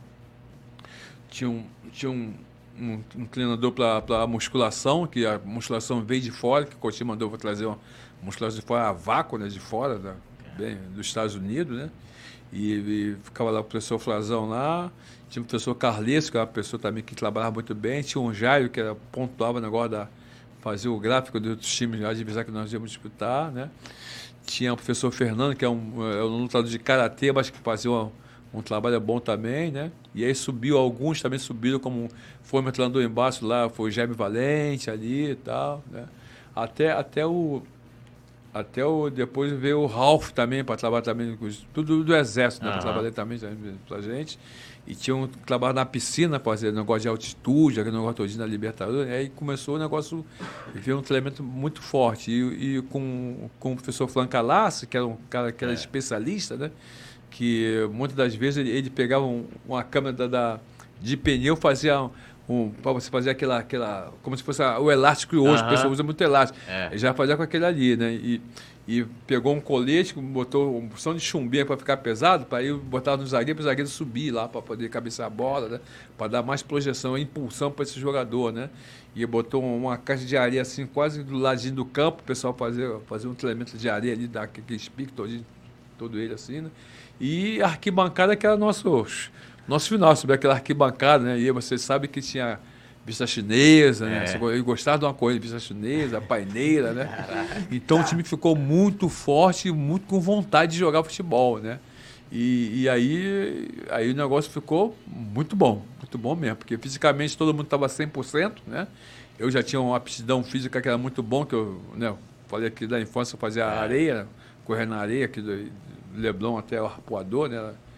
tinha um, tinha um, um, um treinador para musculação, que a musculação veio de fora, que o Coutinho mandou para trazer uma musculação de fora, a vácuo, né? De fora, da, bem, dos Estados Unidos, né? E, e ficava lá o professor Frazão lá, tinha o professor Carles, que era uma pessoa também que trabalhava muito bem, tinha um Jairo, que era, pontuava o negócio da fazer o gráfico dos outros times adversários que nós íamos disputar, né? Tinha o professor Fernando, que é um, é um lutador de karatê, mas que fazia um, um trabalho bom também, né? E aí subiu, alguns também subiram, como foi meu treinador embaixo lá, foi o Jaime Valente ali e tal, né? Até, até o... Até o, depois veio o Ralph também, para trabalhar também, tudo do Exército, né, uhum. para trabalhar também para a gente. E tinha um trabalho na piscina, para fazer negócio de altitude, aquele negócio todinho na Libertadores. E aí começou o negócio, veio um treinamento muito forte. E, e com, com o professor Flancalassi, que era um cara que era é. especialista, né, que muitas das vezes ele, ele pegava um, uma câmera da, da, de pneu, fazia... Um, para você fazer aquela, aquela, como se fosse o elástico hoje, uhum. a pessoa usa muito elástico. É. Ele já fazia com aquele ali, né? E, e pegou um colete, botou uma porção de chumbinha para ficar pesado, para ir botar no zagueiro, para o zagueiro subir lá, para poder cabeçar a bola, né? Para dar mais projeção, impulsão para esse jogador, né? E botou uma caixa de areia assim, quase do ladinho do campo, o pessoal fazer, fazer um treinamento de areia ali, dar aquele pique todo, todo ele assim, né? E a arquibancada que era nosso... Nosso final, sobre aquela arquibancada, né? E você sabe que tinha vista chinesa, né? É. Eu gostava de uma coisa, vista chinesa, paineira, né? Caraca. Então o time ficou muito forte e muito com vontade de jogar futebol, né? E, e aí, aí o negócio ficou muito bom, muito bom mesmo, porque fisicamente todo mundo estava cem por cento, né? Eu já tinha uma aptidão física que era muito bom, que eu, né, falei aqui da infância, eu fazia é. areia, correr na areia, aqui do Leblon até o Arpoador, né?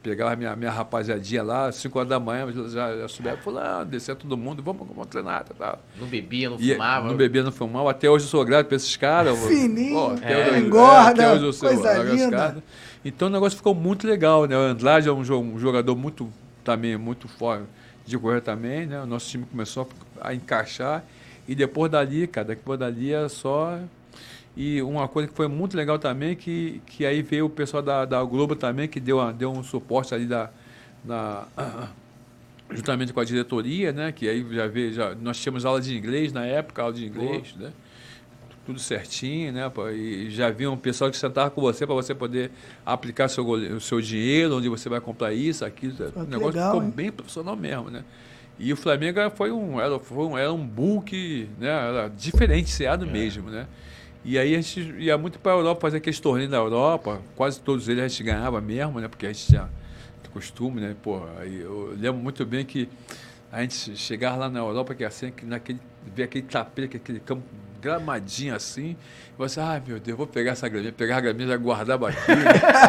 pegava a minha, minha rapaziadinha lá, cinco horas da manhã, já, já subia, fulano, descia todo mundo, vamos, vamos treinar, tá. Não bebia, não E, fumava. Não bebia, não fumava. Até hoje eu sou grato pra esses caras. Fininho, Pô, até é, hoje- engorda, até hoje eu sou coisa grato a esses linda. caras. Então o negócio ficou muito legal, né? O Andrade é um, jo- um jogador muito, também, muito forte de correr também, né? O nosso time começou a, a encaixar. E depois dali, cara, depois dali é só... E uma coisa que foi muito legal também, que, que aí veio o pessoal da, da Globo também, que deu, uma, deu um suporte ali da, na, juntamente com a diretoria, né? Que aí já veio, já, nós tínhamos aula de inglês na época, aula de inglês, né? Tudo certinho, né? pô, E já havia um pessoal que sentava com você para você poder aplicar seu, gole- o seu dinheiro, onde você vai comprar isso, aquilo. Pô, O que negócio legal, ficou hein? bem profissional mesmo, né? E o Flamengo era- foi um, era, foi um, era um book, né? Era diferenciado mesmo, né? E aí a gente ia muito para a Europa fazer aqueles torneios na Europa, quase todos eles a gente ganhava mesmo, né? Porque a gente tinha costume, né? Pô, aí eu lembro muito bem que a gente chegava lá na Europa, que é assim, que naquele, ver aquele tapete, aquele campo gramadinho assim, e você, ai meu Deus, vou pegar essa graminha, pegar a graminha, já guardava aqui. Né?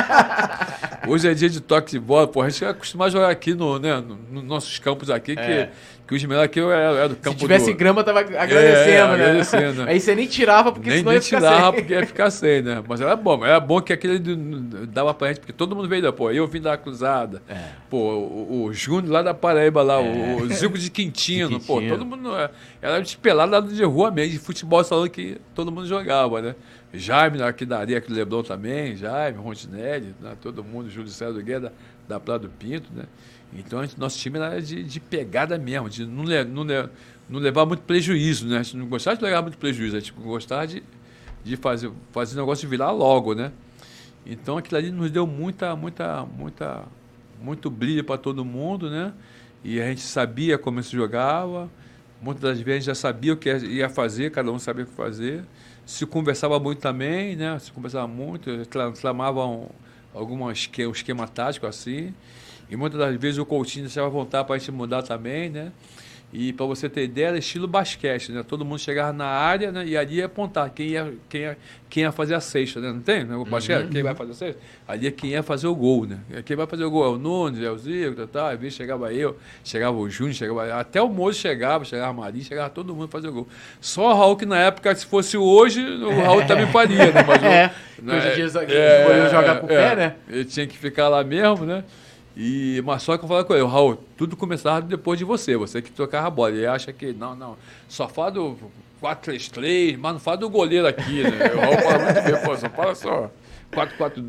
Hoje é dia de toque de bola, pô, a gente vai acostumar a jogar aqui no, né, no, nos nossos campos aqui, que, É. que os melhores aqui era, era do campo Se tivesse do... grama, tava agradecendo, É, né? agradecendo. Aí você nem tirava, porque nem, senão nem ia ficar tirava sem. porque ia ficar sem, né? Mas era bom, era bom que aquele do- dava pra gente, porque todo mundo veio da, pô, eu vim da Cruzada, É. pô, o, o Júnior lá da Paraíba, lá, o, o Zico de Quintino, De pô, Quintino. todo mundo, é, era de pelado lá de rua mesmo, de futebol salão que todo mundo jogava, né? Jaime aqui da areia, aqui do Leblon também, Jaime, Rontinelli, né? Todo mundo, Júlio César Guerra da Praia do Pinto, né? Então, a gente- nosso time era de, de pegada mesmo, de não, le- não, le- não levar muito prejuízo, né? A gente não gostava de levar muito prejuízo, a gente gostava de, de fazer, fazer o negócio virar logo, né? Então, aquilo ali nos deu muita, muita, muita, muito brilho para todo mundo, né? E a gente sabia como se jogava, muitas das vezes a gente já sabia o que ia fazer, cada um sabia o que fazer. Se conversava muito também, né? Se conversava muito, clamavam algum esquema, um esquema tático assim. E muitas das vezes o Coutinho deixava vontade para a gente mudar também, né? E para você ter ideia, era estilo basquete, né? Todo mundo chegava na área, né? E ali ia apontar quem ia, quem ia, quem ia fazer a cesta, né? Não tem? Né? O basquete, quem vai fazer a cesta? Ali é quem ia fazer o gol, né? Quem vai fazer o gol é o Nunes, é o Zico, tal, tal. Às vezes chegava eu, chegava o Júnior, chegava... Até o Moço chegava, chegava a Maria, chegava todo mundo fazer o gol. Só o Raul que na época, se fosse hoje, o Raul também faria, né? Mas, o- É, né? hoje em dia só que É, escolheu jogar pro é, pé, né? Ele tinha que ficar lá mesmo, né? E, mas só que eu falava com ele, Raul, tudo começava depois de você, você que tocava a bola. Ele acha que, não, não, só fala do quatro três três, mas não fala do goleiro aqui, né? O Raul fala muito bem, pô, só fala só quatro quatro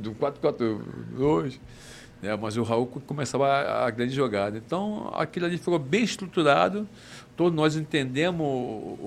dois. Né? Mas o Raul começava a, a grande jogada. Então, aquilo ali ficou bem estruturado. Todos nós entendemos o,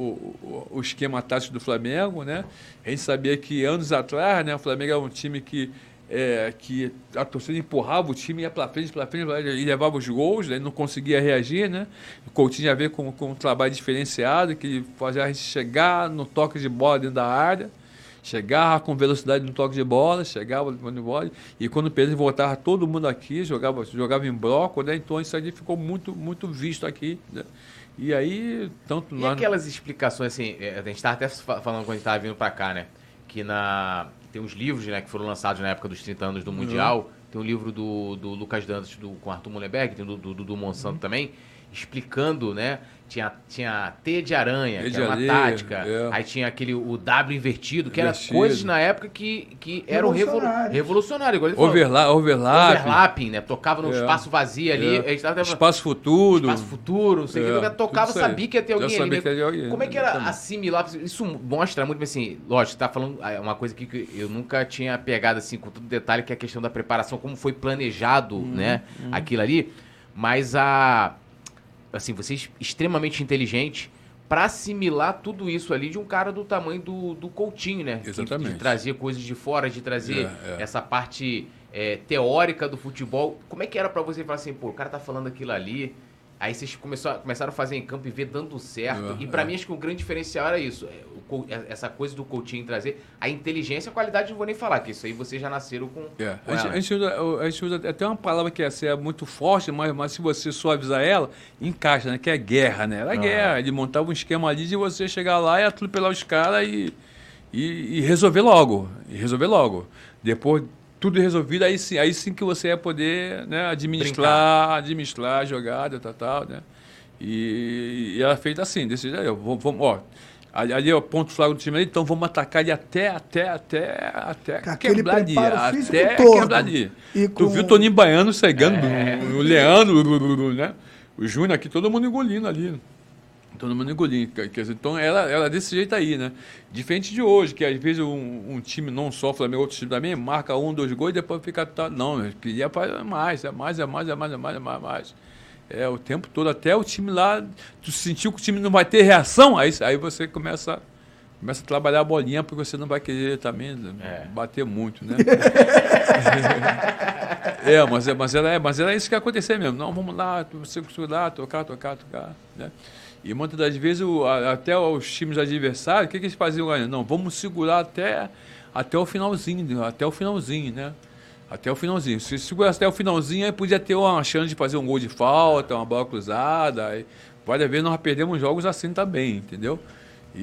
o, o esquema tático do Flamengo, né? A gente sabia que anos atrás, né, o Flamengo era um time que É, que a torcida empurrava o time, ia para frente, para frente, e levava os gols, né? Não conseguia reagir, né? O Coutinho ia ver com, com um trabalho diferenciado, que fazia a gente chegar no toque de bola dentro da área, chegava com velocidade no toque de bola, chegava no toque de bola, e quando o Pedro voltava todo mundo aqui, jogava, jogava em bloco, né? Então isso ali ficou muito, muito visto aqui, né? E aí, tanto E lá... aquelas explicações, assim, é, a gente estava até fa- falando quando a gente estava vindo para cá, né? Que na... tem uns livros, né, que foram lançados na época dos trinta anos do Mundial. Uhum. Tem um livro do, do Lucas Dantas do, com Arthur Mullenberg, tem do, do, do Monsanto uhum. também, explicando, né? Tinha, tinha teia de aranha, Teia que era uma areia, tática. é. Aí tinha aquele, o W invertido, que Invertido. eram coisas na época que, que eram Revolucionários. revolucionários. Igual ele falou. Overla overlap. Overlapping, né? Tocava no É. espaço vazio ali. É. A gente tava Espaço futuro. Espaço futuro, não sei o É, que. Eu tocava, tudo isso aí. sabia que ia ter Já alguém ali. sabia né? que ia ter alguém, Como é que era exatamente. assimilar? Isso mostra muito, assim, lógico, você tá falando é, uma coisa aqui que eu nunca tinha pegado assim com todo detalhe, que é a questão da preparação, como foi planejado, Uhum, né, aquilo ali. Mas a, assim, vocês extremamente inteligentes para assimilar tudo isso ali de um cara do tamanho do, do Coutinho, né? Que- Exatamente. De trazer coisas de fora, de trazer É, é. essa parte é, teórica do futebol. Como é que era para você falar assim, pô, o cara tá falando aquilo ali, aí vocês começou, a- começaram a fazer em campo e ver dando certo. É, e para é. mim, acho que o grande diferencial era isso. é, o Cou- é- essa coisa do Coutinho trazer a inteligência, a qualidade, não vou nem falar, que isso aí vocês já nasceram com, É, com a, gente, ela. a, gente usa, a gente usa até uma palavra que essa é muito forte, mas, mas se você suavizar ela, encaixa, né? Que é guerra, né? Era Ah. guerra. Ele montava um esquema ali de você chegar lá e atropelar os caras e, e, e resolver logo. E resolver logo. Depois tudo resolvido, aí sim, aí sim que você ia poder, né, administrar, Brincar. administrar a jogada, tal, tal, né? E, e era feito assim, desse jeito, vamos, vamos, ó, ali, ali é o ponto fraco do time ali, então vamos atacar ali até, até, até, até quebrar ali, até todo. quebrar ali. E tu com... viu o Toninho Baiano cegando, é. o Leandro, né? O Júnior aqui, todo mundo engolindo ali. Todo mundo engolindo. Então, ela, ela desse jeito aí, né? Diferente de hoje, que às vezes um, um time, não só o Flamengo, outro time também, marca um, dois gols e depois fica... Tá, não, eu queria mais, é mais, é mais, é mais, é mais, é mais, é mais. É, o tempo todo, até o time lá, tu sentiu que o time não vai ter reação, aí, aí você começa, começa a trabalhar a bolinha, porque você não vai querer também é. bater muito, né? é, mas, é, mas, era, é, mas era isso que ia acontecer mesmo. Não, vamos lá, você lá, tocar, tocar, tocar, né? E muitas das vezes, o, até os times adversários, o que, que eles faziam lá? Não, vamos segurar até, até o finalzinho, até o finalzinho, né? Até o finalzinho. Se segurasse até o finalzinho, aí podia ter uma chance de fazer um gol de falta, uma bola cruzada. Aí, várias vezes nós perdemos jogos assim também, entendeu? E,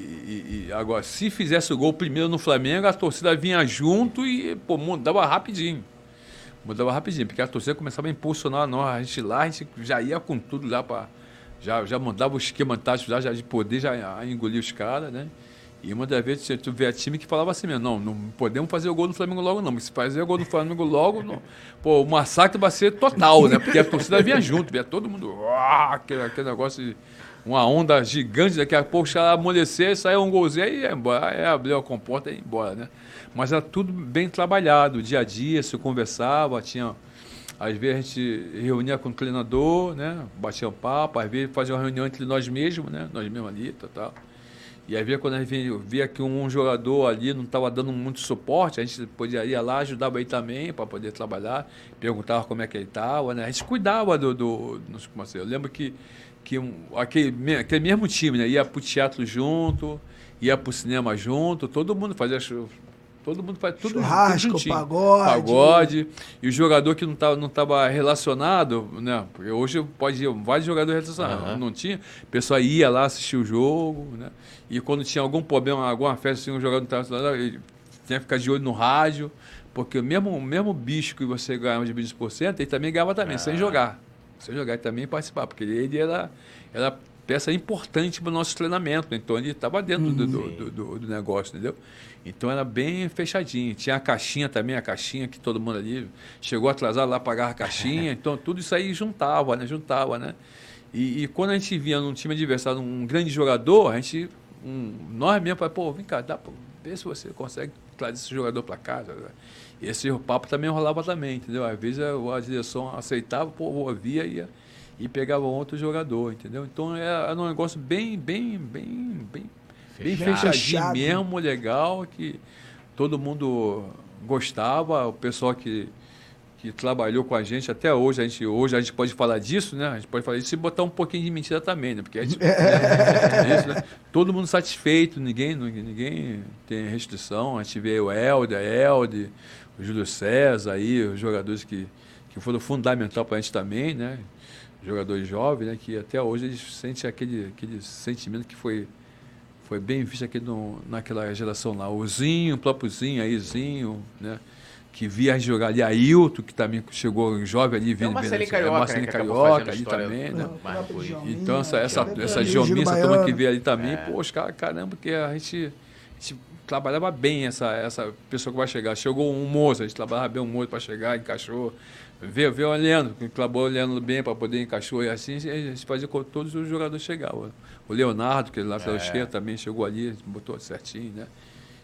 e, e agora, se fizesse o gol primeiro no Flamengo, a torcida vinha junto e pô, mudava rapidinho. Mudava rapidinho, porque a torcida começava a impulsionar nós, a gente lá, a gente já ia com tudo lá para... Já, já mandava o esquema tático já, já de poder já engolir os caras, né? E uma das vezes tu vê a time que falava assim mesmo, não, não podemos fazer o gol no Flamengo logo não, mas se fazer o gol no Flamengo logo, não, pô, o massacre vai ser total, né? Porque a torcida vinha junto, vinha todo mundo, uá, aquele, aquele negócio de uma onda gigante, daqui a pouco já amolecer, saia um golzinho e ia embora, aí abriu a comporta e ia embora, né? Mas era tudo bem trabalhado, dia a dia, se conversava, tinha... Às vezes a gente reunia com o treinador, né? Batia um papo, às vezes fazia uma reunião entre nós mesmos, né? Nós mesmos ali, tal, tal. E às vezes quando a gente via que um um ali não estava dando muito suporte, a gente podia ir lá, ajudava ele também para poder trabalhar, perguntava como é que ele estava, né? A gente cuidava do... do, do assim, eu lembro que, que um, aquele, aquele mesmo time, né? Ia para o teatro junto, ia para o cinema junto, todo mundo fazia... Todo mundo faz tudo, Churrasco, tudo juntinho. pagode. Pagode. E o jogador que não estava não tava relacionado, né? Porque hoje pode ir vários jogadores relacionados. Uhum. Não tinha. O pessoal ia lá assistir o jogo, né? E quando tinha algum problema, alguma festa, assim, um jogador não estava relacionado, ele tinha que ficar de olho no rádio, porque o mesmo, o mesmo bicho que você ganhava de vinte por cento, ele também ganhava também, ah. sem jogar. Sem jogar, ele também participava, porque ele era, era peça importante para o nosso treinamento. Então ele estava dentro uhum. do, do, do, do negócio, entendeu? Então era bem fechadinho. Tinha a caixinha também, a caixinha que todo mundo ali chegou atrasado lá, pagava a caixinha. Então tudo isso aí juntava, né? Juntava, né? E, e quando a gente via num time adversário um grande jogador, a gente, um, nós mesmos, falava, pô, vem cá, dá pra ver se você consegue trazer esse jogador para casa. Né? E esse papo também rolava também, entendeu? Às vezes a, a direção aceitava, pô, ouvia e ia, e pegava outro jogador, entendeu? Então era, era um negócio bem, bem, bem, bem... Bem fechadinho Fechado. mesmo, legal, que todo mundo gostava, o pessoal que, que trabalhou com a gente, até hoje a, gente, hoje a gente pode falar disso, né? A gente pode falar disso e botar um pouquinho de mentira também, né? Porque a gente, né? Isso, né? Todo mundo satisfeito, ninguém, ninguém tem restrição, a gente vê o Helder, a Elde, o Júlio César aí, os jogadores que, que foram fundamental para a gente também, né? Jogadores jovens, né? Que até hoje eles sentem aquele, aquele sentimento que foi... Foi bem visto aqui no, naquela geração lá. O Zinho, o próprio Zinho, aí Zinho, né? Que via jogar ali, Ailton, que também chegou jovem ali. Tem o Marcelinho Carioca, Marcelinho né, Carioca ali também, né? Então, essa, essa, essa Diominha, essa turma que veio ali também, é. pô, os caras, caramba, porque a gente, a gente trabalhava bem essa, essa pessoa que vai chegar. Chegou um moço, a gente trabalhava bem um moço para chegar, encaixou. Veio, veio o Leandro, que trabalhou o Leandro bem para poder encaixou, e assim a gente fazia com todos os jogadores chegavam. O Leonardo, que é lá pela é. esquerda, também chegou ali, botou certinho, né?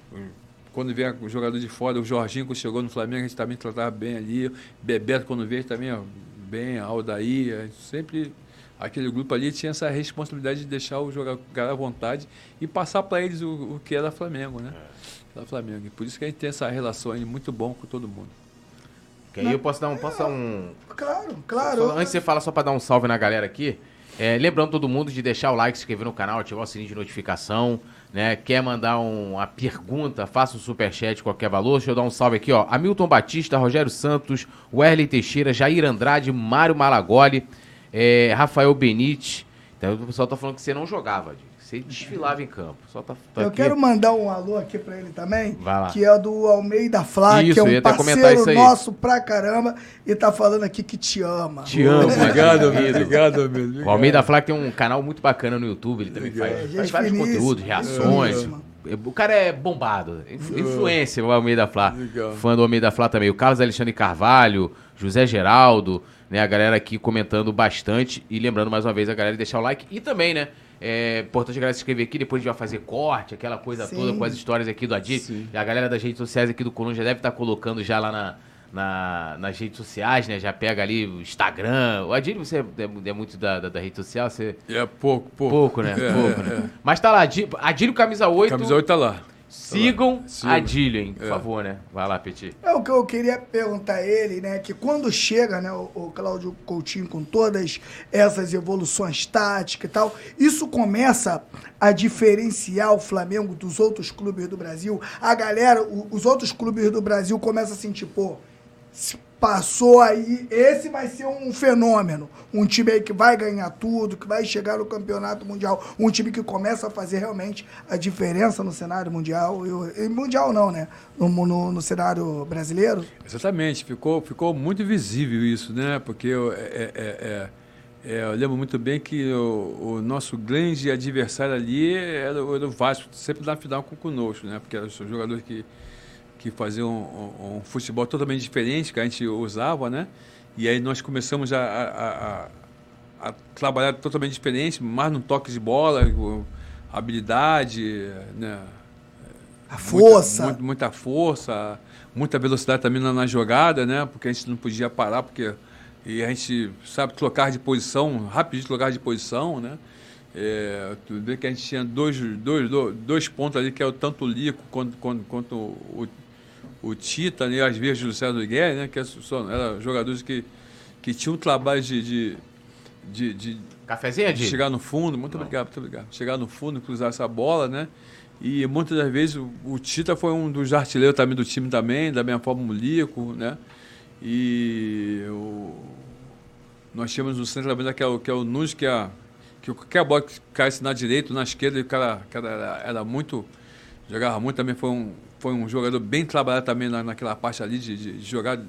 Quando veio o jogador de fora, o Jorginho, que chegou no Flamengo, a gente também tratava bem ali. Bebeto, quando veio, também ó, bem, a Aldair, sempre aquele grupo ali tinha essa responsabilidade de deixar o jogador à vontade e passar para eles o, o que era Flamengo, né? Era Flamengo. E por isso que a gente tem essa relação aí muito bom com todo mundo. Que aí eu posso dar um... Posso dar um... Claro, claro. Só, antes de você falar, só para dar um salve na galera aqui, é, lembrando todo mundo de deixar o like, se inscrever no canal, ativar o sininho de notificação, né? Quer mandar um, uma pergunta, faça um superchat, qualquer valor. Deixa eu dar um salve aqui, ó. Hamilton Batista, Rogério Santos, Werley Teixeira, Jair Andrade, Mário Malagoli, é, Rafael Benite. Então o pessoal tá falando que você não jogava, Dick. Você desfilava em campo. Só tá, tá eu aqui. quero mandar um alô aqui pra ele também, Vai lá. que é do Almeida Flá, Isso, que é eu ia um até comentar parceiro isso aí. nosso pra caramba, e tá falando aqui que te ama. Te amo. Obrigado, querido. obrigado, amigo. O Almeida Flá tem um canal muito bacana no YouTube, ele também Obrigado. faz, É, faz gente vários finíssima, conteúdos, gente reações. finíssima. O cara é bombado, influ- influência, o Almeida Flá. Legal. Fã do Almeida Flá também. O Carlos Alexandre Carvalho, José Geraldo, né? A galera aqui comentando bastante. E lembrando mais uma vez a galera de deixar o like. E também, né? É importante a galera se inscrever aqui, depois a gente vai fazer corte, aquela coisa Sim. toda com as histórias aqui do Adil. Sim. E a galera das redes sociais aqui do Coluna já deve estar colocando já lá na, na- nas redes sociais, né? Já pega ali o Instagram. O Adil, você é, é muito da, da, da rede social? Você... É pouco, pouco. Pouco, né? É, Pouco, é, né? Mas tá lá, Adílio, Adílio Camisa oito. Camisa oito tá lá. Sigam Sigam. Adílio, hein? Por É. favor, né? Vai lá, Petit. É o que eu queria perguntar a ele, né? Que quando chega, né, o, o Cláudio Coutinho com todas essas evoluções táticas e tal, isso começa a diferenciar o Flamengo dos outros clubes do Brasil. A galera, o- os outros clubes do Brasil começam a sentir, pô, se passou aí, esse vai ser um fenômeno. Um time aí que vai ganhar tudo, que vai chegar no campeonato mundial. Um time que começa a fazer realmente a diferença no cenário mundial. Eu- e mundial não, né? No, no, no cenário brasileiro. Exatamente, ficou, ficou muito visível isso, né? Porque eu, é, é, é, é, eu lembro muito bem que o, o nosso grande adversário ali era, o- era o Vasco, sempre na final com conosco, né? Porque eram os jogadores que, que faziam um, um, um futebol totalmente diferente que a gente usava, né? E aí nós começamos a, a, a, a trabalhar totalmente diferente, mais no toque de bola, com habilidade, né? A força. Muita, mu- muita força, muita velocidade também na, na jogada, né? Porque a gente não podia parar, porque e a gente sabe trocar de posição, rapidinho trocar de posição, né? É, tu vê que a gente tinha dois, dois, dois, dois pontos ali, que é o tanto o Lico quanto, quanto, quanto o, o Tita, né? E às vezes o César Guerra, né? Que são, eram jogadores que, que tinham um trabalho de, de, de, de Cafezinho, de Adílio? chegar no fundo, muito obrigado, muito obrigado. Chegar no fundo, cruzar essa bola, né? E muitas das vezes o, o Tita foi um dos artilheiros também do time também, da mesma forma o Lico, né? E o, nós tínhamos o centroavante que é o, que é o Nunes, que, é, que qualquer bola que caísse na direita ou na esquerda, o cara, o cara era, era muito, jogava muito também, foi um, foi um jogador bem trabalhado também na, naquela parte ali de, de, de jogar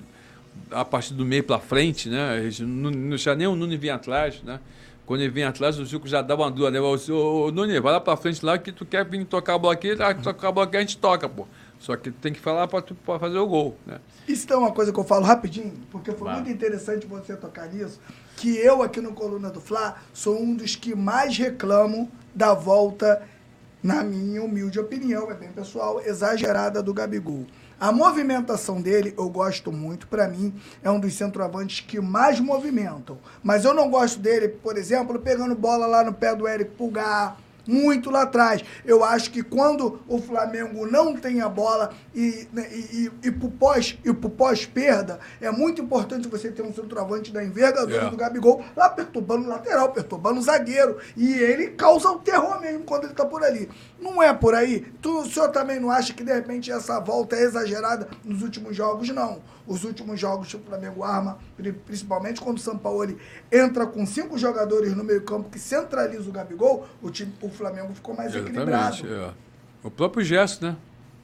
a partir do meio para frente, né? A gente não, não tinha nem o Nunes vinha atrás, né? Quando ele vinha atrás, o Zico já dava uma dura, né? Ô, ô, ô, Nunes, vai lá para frente lá que tu quer vir tocar a bola aqui, ah, tocar a bola aqui a gente toca, pô. Só que tem que falar para tu pra fazer o gol, né? Isso é uma coisa que eu falo rapidinho, porque foi Vai. muito interessante você tocar nisso, que eu aqui no Coluna do Fla sou um dos que mais reclamo da volta, na minha humilde opinião, é bem pessoal, exagerada do Gabigol. A movimentação dele eu gosto muito, pra mim é um dos centroavantes que mais movimentam. Mas eu não gosto dele, por exemplo, pegando bola lá no pé do Eric Pulgar, muito lá atrás. Eu acho que quando o Flamengo não tem a bola e, né, e, e, e pro pós, e pro pós-perda, é muito importante você ter um centroavante da envergadura É. do Gabigol lá perturbando o lateral, perturbando o zagueiro. E ele causa o terror mesmo quando ele tá por ali. Não é por aí? Tu, o senhor também não acha que, de repente, essa volta é exagerada nos últimos jogos? Não. Os últimos jogos que o Flamengo arma, pri- principalmente quando o Sampaoli entra com cinco jogadores no meio campo que centraliza o Gabigol, o, time, o Flamengo ficou mais equilibrado. Exatamente. É. O próprio gesto, né?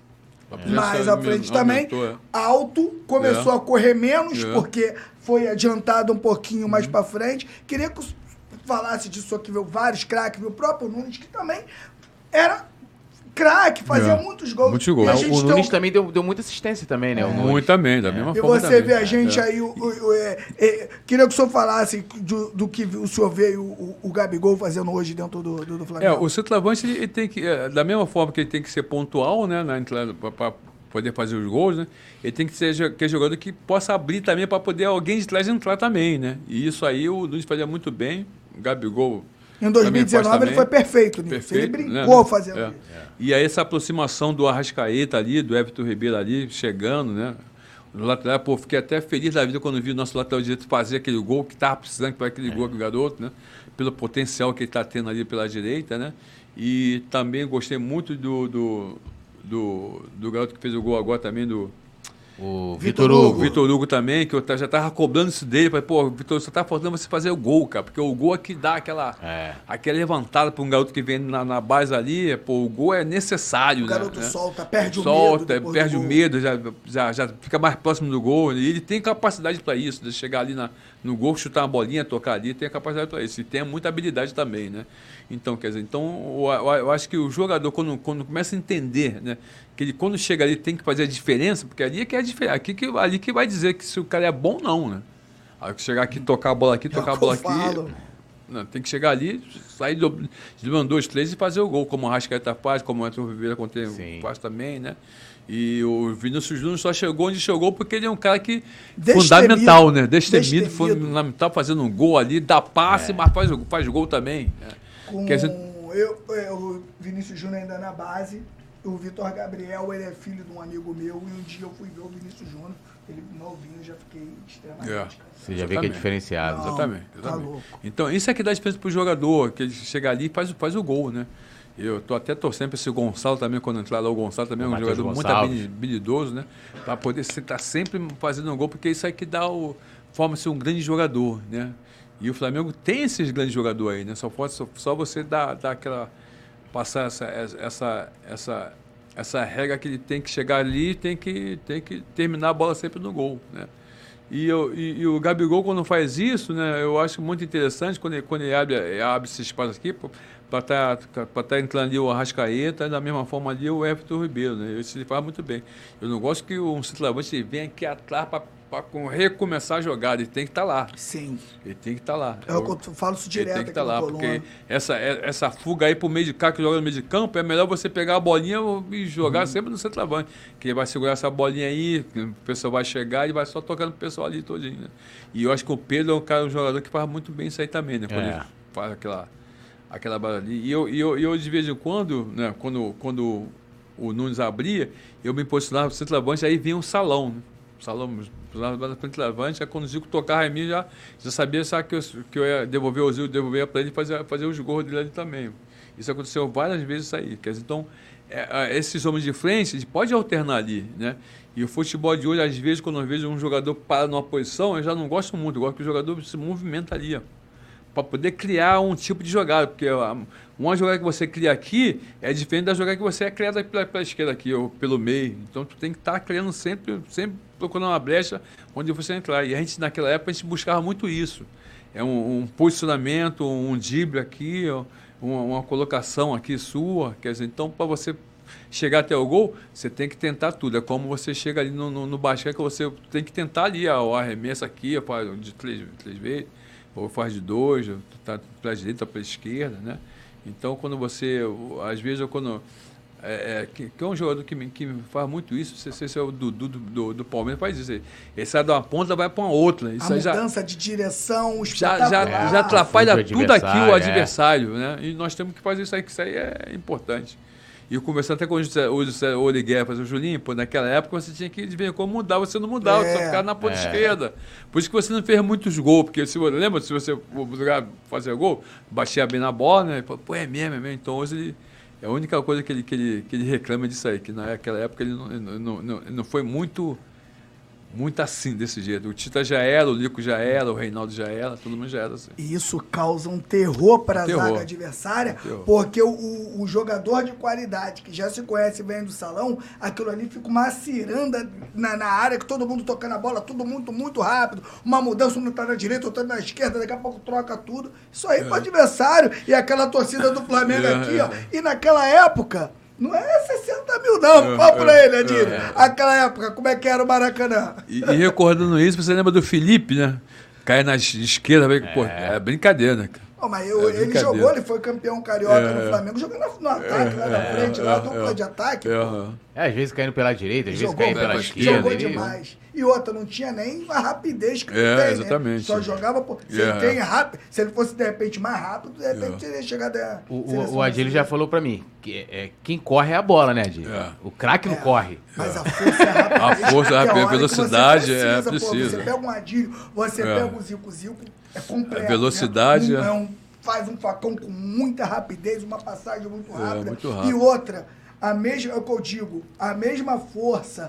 O próprio gesto Mais à frente também, aumentou, é. alto, começou É. a correr menos, É. porque foi adiantado um pouquinho mais pra frente. Queria que você falasse disso aqui, viu vários craques, viu o próprio Nunes, que também era craque, fazia É. muitos gols. Muitos gols. E a O, gente o tem Nunes um- também deu, deu muita assistência também, né? O Nunes. Muito também, da mesma E forma você também. vê a gente É. aí, o, o- o- é, é, queria que o senhor falasse do, do que o senhor vê o, o, o Gabigol fazendo hoje dentro do, do, do É, Flamengo. o centroavante, ele, ele tem que, é, da mesma forma que ele tem que ser pontual, né, na entrada para poder fazer os gols, né, ele tem que ser jo- que é jogador que possa abrir também para poder alguém de trás entrar também, né, e isso aí o Nunes fazia muito bem, o Gabigol Em dois mil e dezenove também ele foi perfeito nisso. perfeito, Ele brincou né? fazendo É. isso. E aí essa aproximação do Arrascaeta ali, do Everton Ribeiro ali, chegando, né, no lateral, pô, fiquei até feliz da vida quando vi o nosso lateral direito fazer aquele gol que estava precisando para aquele gol do garoto, né? Pelo potencial que ele está tendo ali pela direita, né? E também gostei muito do, do, do, do garoto que fez o gol agora também, do, O Vitor Vitor Hugo. Hugo. O Vitor Hugo também, que eu já tava cobrando isso dele. Falei, pô, Vitor, só tá faltando você fazer o gol, cara. Porque o gol é que dá aquela, É. aquela levantada para um garoto que vem na, na base ali. Pô, o gol é necessário, O né? garoto né? solta, perde solta, o medo. depois perde do o gol. medo, já, já, já fica mais próximo do gol. E ele tem capacidade para isso, de chegar ali na, no gol, chutar uma bolinha, tocar ali, tem a capacidade para isso. E tem muita habilidade também, né? Então, quer dizer, então, eu, eu acho que o jogador, quando, quando começa a entender, né? Que ele, quando chega ali, tem que fazer a diferença, porque ali é que é a diferença. Aqui que, ali que vai dizer que se o cara é bom ou não, né? A hora que chegar aqui, tocar a bola aqui, tocar a bola aqui. Falo. Não, tem que chegar ali, sair de um, dois, três e fazer o gol, como o Arrascaeta faz, como o Everton Ribeiro faz também, né? E o Vinícius Júnior só chegou onde chegou porque ele é um cara que Destemido. fundamental, né? Destemido, Destemido. fundamental, fazendo um gol ali, dá passe, É. mas faz, faz gol também. né? Com Quer dizer, eu, eu, o Vinícius Júnior ainda na base, o Vitor Gabriel, ele é filho de um amigo meu, e um dia eu fui ver o Vinícius Júnior, ele novinho, já fiquei extremamente... É. cara. Você já vê que é Exatamente. diferenciado. Não. Exatamente. tá exatamente. louco. Então, isso é que dá diferença pro jogador, que ele chega ali e faz, faz o gol, né? Eu tô até torcendo para esse Gonçalo também, quando entrar lá, o Gonçalo também é O um Matheus jogador Gonçalves. muito habilidoso, né? Para poder estar sempre fazendo um gol, porque isso aí que dá o. Forma-se um grande jogador, né? E o Flamengo tem esses grandes jogadores aí, né? Só, pode, só, só você dar, dar aquela. Passar essa, essa, essa, essa regra que ele tem que chegar ali e tem que, tem que terminar a bola sempre no gol, né? E, eu, e, e o Gabigol, quando faz isso, né, eu acho muito interessante quando ele, quando ele abre, abre esse espaço aqui para estar tá, tá entrando ali o Arrascaeta, da mesma forma ali o Everton Ribeiro. Né, isso ele faz muito bem. Eu não gosto que um centroavante venha aqui atrás para recomeçar a jogada. Ele tem que estar tá lá. Sim. Ele tem que estar tá lá. É o que eu falo isso direto ele tem que estar aqui tá no lá, Coluna. porque essa, essa fuga aí pro meio de campo, que joga no meio de campo, é melhor você pegar a bolinha e jogar Uhum. sempre no centroavante. Que ele vai segurar essa bolinha aí, o pessoal vai chegar e vai só tocando o pessoal ali todinho. Né? E eu acho que o Pedro é um cara, um jogador que faz muito bem isso aí também, né? Quando É. ele faz aquela, aquela bola ali. E eu, e eu, e eu, de vez em quando, né, quando, quando o Nunes abria, eu me posicionava no centroavante, aí vinha um salão, né? Salão, lá na frente da avante, aí quando o Zico tocava em mim, já, já sabia sabe, que, eu, que eu ia devolver o Zico, devolver para ele e fazer, fazer os gols dele ali também. Isso aconteceu várias vezes isso aí. Quer dizer, então, é, é, esses homens de frente, a gente pode alternar ali, né? E o futebol de hoje, às vezes, quando eu vejo um jogador parar numa posição, eu já não gosto muito, eu gosto que o jogador se movimenta ali, ó, para poder criar um tipo de jogada, porque ó, uma jogada que você cria aqui é diferente da jogada que você é criada pela, pela esquerda aqui, ou pelo meio. Então, tu tem que estar tá criando sempre, sempre procurando uma brecha onde você entrar. E a gente, naquela época, a gente buscava muito isso. É um, um posicionamento, um drible aqui, ó, uma, uma colocação aqui sua. Quer dizer, então, para você chegar até o gol, você tem que tentar tudo. É como você chega ali no, no, no basquete, que você tem que tentar ali, ó, o arremesso aqui, ó, de três, três vezes, ou faz de dois, tá para a direita, para a esquerda, né? Então, quando você, às vezes, eu, quando é, é, que, que é um jogador que me, que me faz muito isso, se você é o Dudu do, do, do Palmeiras, faz isso aí. Ele sai de uma ponta, vai para uma outra. Isso A aí já, mudança de direção, já, já, espetacular. já atrapalha Fuga o tudo aqui o adversário, adversário, né? E nós temos que fazer isso aí, que isso aí é importante. E eu conversando até com o José, o José Origueira, fazer o Julinho, pô, naquela época você tinha que ver como mudar, você não mudava, É, você só ficava na ponta é. esquerda. Por isso que você não fez muitos gols, porque se, lembra, se você fazer gol, baixia bem na bola, né? Pô, é mesmo, é mesmo. Então hoje ele, é a única coisa que ele, que ele, que ele reclama disso aí, que naquela época ele não, não, não, não foi muito, muito assim, desse jeito. O Tita já era, o Lico já era, o Reinaldo já era, todo mundo já era assim. E isso causa um terror para a Terror. zaga adversária, Terror. porque o, o, o jogador de qualidade, que já se conhece bem do salão, aquilo ali fica uma ciranda na, na área, que todo mundo tocando a bola, tudo muito, muito rápido, uma mudança, um tá na direita, outro tá na esquerda, daqui a pouco troca tudo. Isso aí é. Pro adversário, e aquela torcida do Flamengo É, aqui, é. ó, e naquela época... Não é sessenta mil, não. É, Fala pra é, ele, Adílio. é. Aquela época, como é que era o Maracanã? E, e recordando isso, você lembra do Felipe, né? Cai na es- esquerda, é. Pô, é brincadeira, né, cara? Oh, mas eu, É ele brincadeira. jogou, ele foi campeão carioca É, no Flamengo, jogando no, no ataque, lá na é, frente, é, lá, é, dupla é. de ataque. É, pô. aham. É, às vezes caindo pela direita, às vezes Jogou, caindo pela pela esquerda. jogou ele- demais. E outra, não tinha nem a rapidez que É, ele tem, exatamente. né? Só jogava por... Se É. ele tem rápido, se ele fosse de repente mais rápido, de repente teria chegado a... O, o, seleção o Adílio já brasileira. falou pra mim, que é, é, quem corre é a bola, né, Adílio? É. O craque não corre. Mas a força é rápida. A força, a que é hora que velocidade, você é, pô, precisa. Você pega um Adílio, você É. pega o Zico, o Zico é completo. A velocidade, né? Um- é. é um- faz um facão com muita rapidez, uma passagem muito rápida. muito rápido. E outra, a mesma, é o que eu digo, a mesma força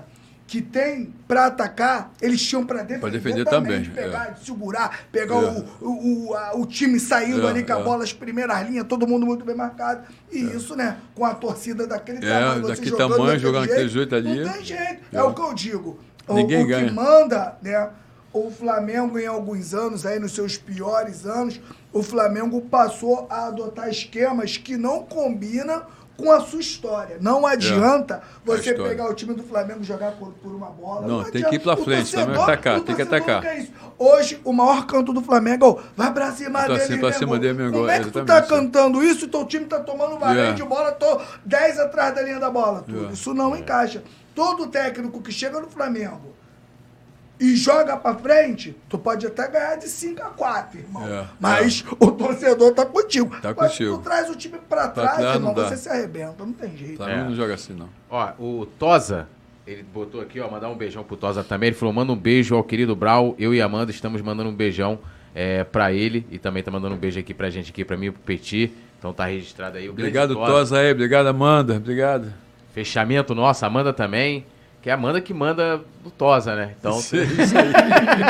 que tem pra atacar, eles tinham pra defender, pra defender também. também. De pegar, É. de segurar, pegar É. o, o, o, a, o time saindo É, ali com a é. bola, as primeiras linhas, todo mundo muito bem marcado. E É. isso, né, com a torcida daquele É, tamanho, você daquele jogando tamanho, daquele jogando jeito, daquele jeito ali. não tem jeito. É, É. o que eu digo. O, Ninguém o ganha. que manda, né, o Flamengo em alguns anos, aí nos seus piores anos, o Flamengo passou a adotar esquemas que não combinam com a sua história. Não adianta você história. pegar o time do Flamengo e jogar por, por uma bola. Não, tem adianta. que ir pra O frente, torcedor- também atacar, o tem que torcedor atacar. quer isso. Hoje, o maior canto do Flamengo é o vai pra cima Pra dele, cima- pra cima Mengão. dele, Mengão, Como é que tu tá exatamente. cantando isso e teu time tá tomando vareio Yeah. de bola, tô dez atrás da linha da bola? Tudo. Yeah. Isso não encaixa. Todo técnico que chega no Flamengo e joga pra frente, tu pode até ganhar de cinco a quatro, irmão. É, Mas o torcedor tá contigo. Tá Mas contigo. tu traz o time pra trás, trás irmão, não dá. você se arrebenta. Não tem O jeito. Flamengo É. não joga assim, não. Ó, o Tosa, ele botou aqui, ó, mandar um beijão pro Tosa também. Ele falou, manda um beijo ao querido Brau. Eu e a Amanda estamos mandando um beijão é, pra ele. E também tá mandando um beijo aqui pra gente, aqui pra mim e pro Petit. Então tá registrado aí. O grande Obrigado, Tosa aí. Obrigado, Amanda. Obrigado. Fechamento nosso, Amanda também. Que é a Amanda que manda do Tosa, né? Então. Isso aí, isso aí.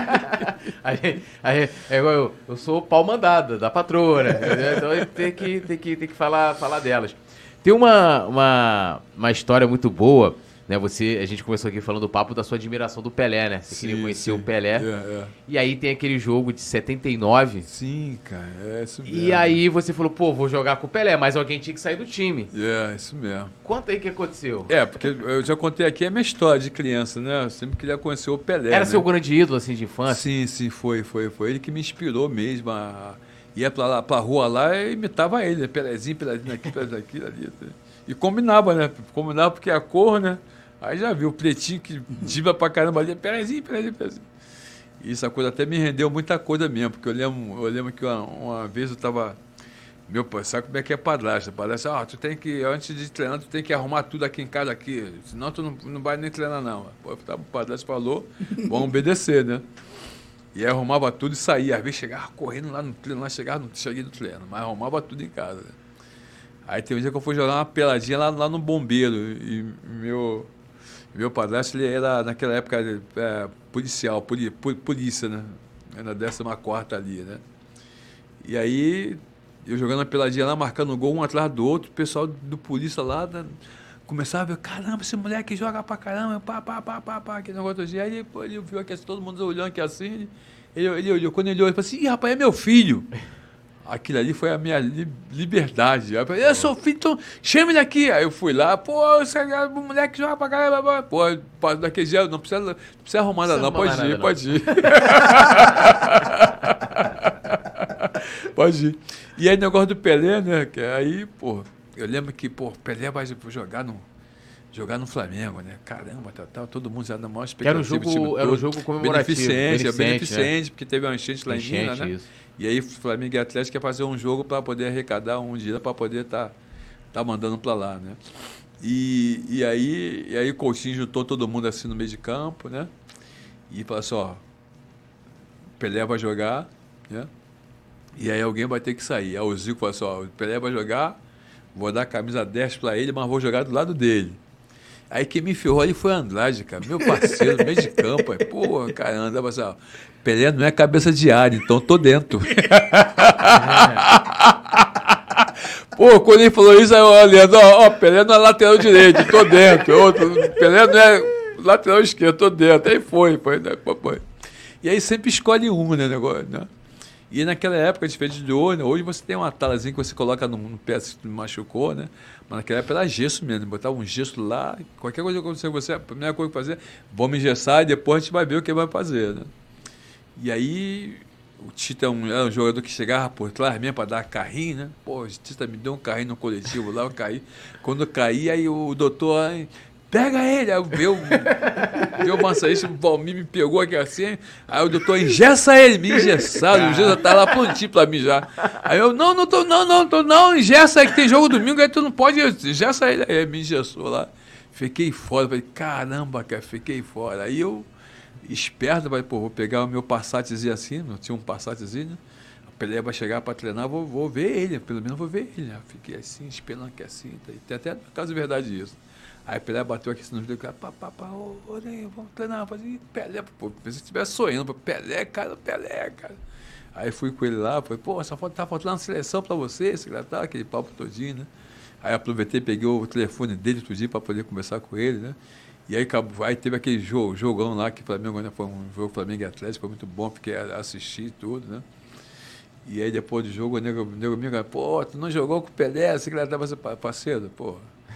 a gente, a gente, é igual eu, eu sou o pau mandado da patroa, né? Então tem que, tem que, tem que falar, falar delas. Tem uma, uma, uma história muito boa, né? Você, a gente começou aqui falando do papo da sua admiração do Pelé, né? Você Sim, queria conhecer sim. o Pelé. É, é. E aí tem aquele jogo de setenta e nove. Sim, cara, é isso mesmo. E aí você falou, pô, vou jogar com o Pelé, mas alguém tinha que sair do time. É, isso mesmo. Conta aí o que aconteceu. É, porque eu já contei aqui a minha história de criança, né? Eu sempre queria conhecer o Pelé. Era né? seu grande ídolo, assim, de infância? Sim, sim, foi, foi. Foi ele que me inspirou mesmo. A... Ia pra, lá, pra rua lá e imitava ele, né? Pelézinho, Pelézinho aqui, Pelézinho aqui, ali. E combinava, né? Combinava porque a cor, né? Aí já viu o pretinho que diva pra caramba ali, Pelézinho, Pelézinho, Pelézinho. E essa coisa até me rendeu muita coisa mesmo, porque eu lembro, eu lembro que uma, uma vez eu tava... Meu pai, sabe como é que é padrasto? Padrasto, ah, tu tem que, antes de treinar, tu tem que arrumar tudo aqui em casa, aqui, senão tu não, não vai nem treinar, não. Pô, o padrasto falou, vamos obedecer, né? E aí arrumava tudo e saía. Às vezes chegava correndo lá no treino, lá chegava no, cheguei no treino, mas arrumava tudo em casa. Né? Aí tem um dia que eu fui jogar uma peladinha lá, lá no Bombeiro, e meu, meu padrasto, ele era, naquela época, é, policial, poli, polícia, né? Era na décima quarta ali, né? E aí... Eu jogando a peladinha lá, marcando gol um atrás do outro, o pessoal do polícia lá da, começava a ver, caramba, esse moleque joga pra caramba, pá, pá, pá, pá, pá, aquele negócio assim. Aí ele, pô, ele viu aqui, todo mundo olhando aqui assim, ele, ele olhou, quando ele olhou, ele falou assim, ih, rapaz, é meu filho. Aquilo ali foi a minha li, liberdade. Aí eu falei, eu sou filho, então chama ele aqui. Aí eu fui lá, pô, esse moleque joga pra caramba, pô, daquele jeito, não precisa, não precisa arrumar nada, não, pode ir, pode ir. Pode ir. E aí, negócio do Pelé, né? Que aí, pô, eu lembro que, pô, Pelé vai jogar no, jogar no Flamengo, né? Caramba, tá, tá, todo mundo já na maior expectativa. Era um jogo, era um jogo comemorativo. Beneficente, beneficente, beneficente né? porque teve uma enchente lá enchente, em Minas, né? Isso. E aí, Flamengo e Atlético quer fazer um jogo para poder arrecadar um dinheiro para poder estar tá, tá mandando para lá, né? E, e aí, e aí o Coutinho juntou todo mundo assim no meio de campo, né? E falou assim, ó, Pelé vai jogar, né? E aí alguém vai ter que sair. Aí o Zico falou assim, ó, o Pelé vai jogar, vou dar a camisa dez para ele, mas vou jogar do lado dele. Aí quem me ferrou ali foi Andrade, cara, meu parceiro, meio de campo. Aí, pô, cara, andava assim, ó, Pelé não é cabeça de área, então tô dentro. Pô, quando ele falou isso, aí o Leandro, ó, ó, Pelé não é lateral direito, tô dentro. Outro, Pelé não é lateral esquerdo, tô dentro. Aí foi, foi, né, foi. E aí sempre escolhe um, né, negócio, né? E naquela época, diferente de hoje, né? Hoje você tem uma talazinha que você coloca no, no pé se tu machucou, né? Mas naquela época era gesso mesmo, botava um gesso lá, qualquer coisa que acontecer com você, a primeira coisa que fazer, vamos engessar e depois a gente vai ver o que vai fazer, né? E aí, o Tita era um, era um jogador que chegava por trás mesmo para dar carrinho, né? Pô, o Tita me deu um carrinho no coletivo lá, eu caí. Quando eu caí, aí o doutor... Aí, pega ele! Aí meu, meu massagista, o Valmir me pegou aqui assim, aí o doutor, engessa ele, me engessado, o gesso tá lá prontinho pra mijar. Aí eu, não, não tô, não, não, tô, não, engessa aí que tem jogo domingo, aí tu não pode, engessa ele. Aí ele me engessou lá, fiquei fora, falei, caramba, cara, fiquei fora. Aí eu, esperto, falei, pô, vou pegar o meu Passatzinho assim, eu tinha um Passatzinho, né? A Pelé vai chegar pra treinar, vou, vou ver ele, pelo menos vou ver ele. Eu fiquei assim, esperando que assim, tem até no caso de verdade isso. Aí Pelé bateu aqui nos dedos, pá, pá, pá, ô, ô, Ney, vamos treinar, fazer Pelé, pô, se estivesse sonhando, Pelé, cara, Pelé, cara. Aí fui com ele lá, falei, pô, essa foto tá faltando uma seleção pra você, secretário, aquele papo todinho, né? Aí aproveitei, peguei o telefone dele tudinho pra poder conversar com ele, né? E aí, aí teve aquele jogo, jogão lá, que o Flamengo ainda foi um jogo Flamengo e Atlético, foi muito bom, fiquei a assistir tudo, né? E aí depois do jogo, o nego, o nego me pô, tu não jogou com o Pelé, secretário, você parceiro, pô.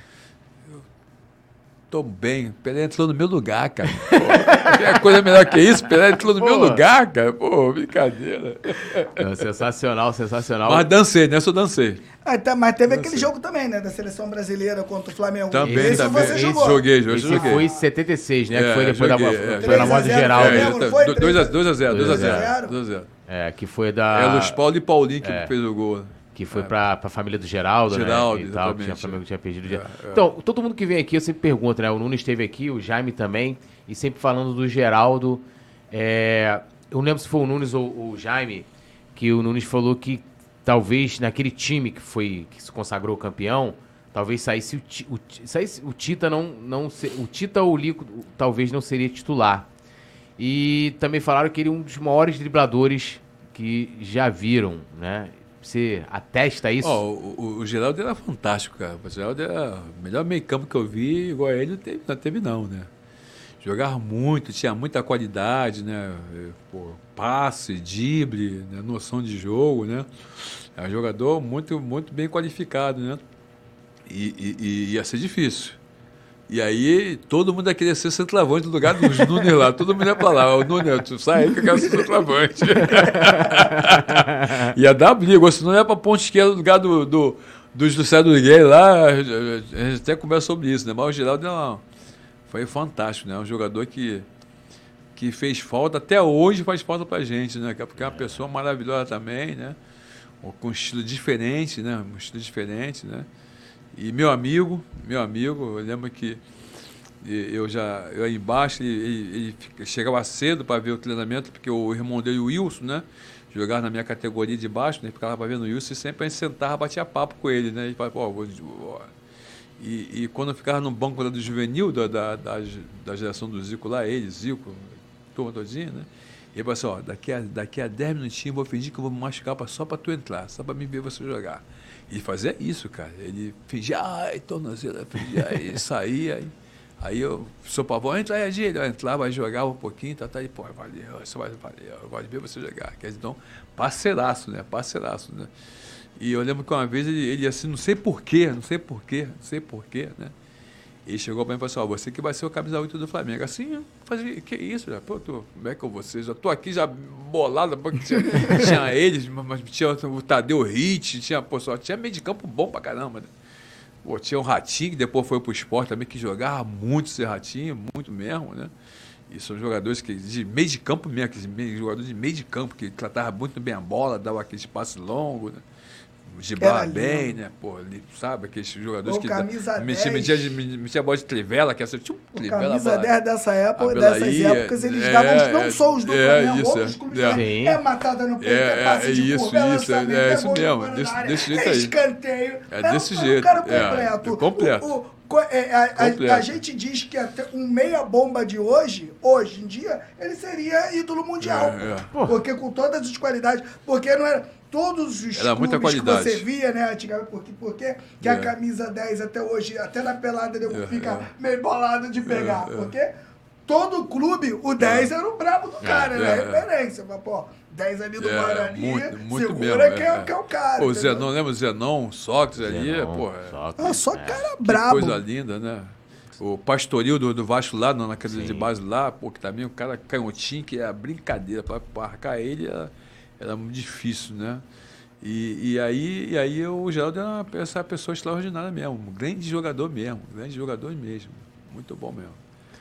Tô bem. Pelé entrou no meu lugar, cara. Tem coisa melhor que isso? Pelé entrou no Pô. meu lugar, cara. Pô, brincadeira. Não, sensacional, sensacional. Mas dancei, né? Eu só dancei. Ah, tá, mas teve dancei. aquele jogo também, né? Da seleção brasileira contra o Flamengo. Também, esse também. Você jogou. Joguei, joguei. Esse joguei. foi em setenta e seis, né? É, que foi depois joguei, da é. foi na moda geral. É, né? dois a zero. dois a zero. dois a zero. É, que foi da... É, Luiz Paulo e Paulinho que é. fez o gol. Que foi é. pra, pra família do Geraldo, Geraldo, né? E tal, que tinha, exatamente. que tinha perdido o É, Geraldo. é. Então, todo mundo que vem aqui, eu sempre pergunto, né? O Nunes esteve aqui, o Jaime também, e sempre falando do Geraldo. É, eu não lembro se foi o Nunes ou o Jaime, que o Nunes falou que talvez naquele time que foi que se consagrou campeão, talvez saísse o, o, saísse, o Tita não, não o Tita ou o Lico talvez não seria titular. E também falaram que ele é um dos maiores dribladores que já viram, né? Você atesta isso? Oh, o, o, o Geraldo era fantástico, cara. O Geraldo era o melhor meio campo que eu vi, igual a ele, não teve não, teve não, né? Jogava muito, tinha muita qualidade, né? Pô, passe, drible, né? Noção de jogo, né? É um jogador muito, muito bem qualificado, né? E, e, e ia ser difícil. E aí, todo mundo ia querer ser centroavante no lugar dos Nunes lá. Todo mundo ia pra lá. O Nunes, tu sai aí que eu quero ser centroavante. Ia dar briga. Se não ia pra ponta esquerda no lugar do, do, do José do Miguel lá, a gente até conversa sobre isso, né? Mas o Geraldo não, foi fantástico, né? Um jogador que, que fez falta, até hoje faz falta pra gente, né? Porque é uma pessoa maravilhosa também, né? Com um estilo diferente, né? Um estilo diferente, né? E meu amigo, meu amigo, eu lembro que eu já, eu aí embaixo, ele, ele chegava cedo para ver o treinamento, porque o irmão dele, o Wilson, né, jogava na minha categoria de baixo, né, ficava vendo o Wilson e sempre a gente sentava, batia papo com ele, né, e falava, pô, vou, vou. E, e quando eu ficava no banco do juvenil, da, da, da, da geração do Zico lá, ele, Zico, turma todinha, né, e ele falou assim, ó, daqui a, daqui a dez minutinhos eu vou fingir que eu vou me machucar pra, só para tu entrar, só para me ver você jogar. Ele fazia isso, cara. Ele fingia, ai, tornozelo, fingia, aí saía. Aí, aí eu sou pavão, entra aí, Agílio. Eu entrava, aí jogava um pouquinho, tá, tá aí, pô, valeu, você vai, valeu, eu gosto de ver você jogar. Quer dizer, então, parceiraço, né? Parceiraço, né? E eu lembro que uma vez ele, ele assim, não sei porquê, não sei porquê, não sei porquê, né? Ele chegou para mim e falou assim, ó, você que vai ser o camisa oito do Flamengo. Assim, eu falei, que isso, já? Pô, tô, como é que eu vou ser? Já tô aqui já bolado, porque tinha, tinha eles, mas tinha o Tadeu Hit, tinha, pô, só tinha meio de campo bom pra caramba, né? Pô, tinha o Ratinho, que depois foi pro esporte também, que jogava muito esse Ratinho, muito mesmo, né? E são jogadores que, de meio de campo mesmo, aqueles jogadores de meio de campo, que tratavam muito bem a bola, dava aquele espaço longo, né? Gibala bem, né? Pô, ali, sabe? Aqueles jogadores Pô, que camisa metia, metia, metia a bola de trivela, que é assim, tchum, trivela. Camisa dez dessa época, Belaí, dessas épocas, eles é, davam não é, só os do é, Flamengo, isso, outros clubes, é. né? É matada no peito, é, É, passe é de isso, curva, é isso, é, lançamento, é é isso gol de mesmo, Guaraná, desse- área, desse jeito é aí. escanteio. É desse um jeito, cara é, completo. completo. O- o- co- é, a, a- Completo. a gente diz que até um meia-bomba de hoje, hoje em dia, ele seria ídolo mundial. É, é. pô. Porque com todas as qualidades, porque não era... Todos os Era muita clubes que qualidade. você via, né, antigamente, porque, porque que É. a camisa dez até hoje, até na pelada, nego É, fica é. meio bolado de pegar. É, é. Porque todo clube, o dez era o brabo do cara, é, né? é. Referência. Mas, pô, dez ali do É, Guarani, muito, muito segura mesmo, que, é, é, que é o cara. Pô, o entendeu? Zenon, lembra o Zenon, Sócrates ali, Zenon, pô, é, Sócrates, Ah, só é. cara que brabo. coisa linda, né? O Pastoril do, do Vasco lá, na casa Sim. de base lá, pô, que também o cara canhotinho, que é brincadeira, para marcar ele era, era muito difícil, né? E, e aí, e aí o Geraldo era uma, essa pessoa extraordinária mesmo, um grande jogador mesmo, um grande jogador mesmo, muito bom mesmo.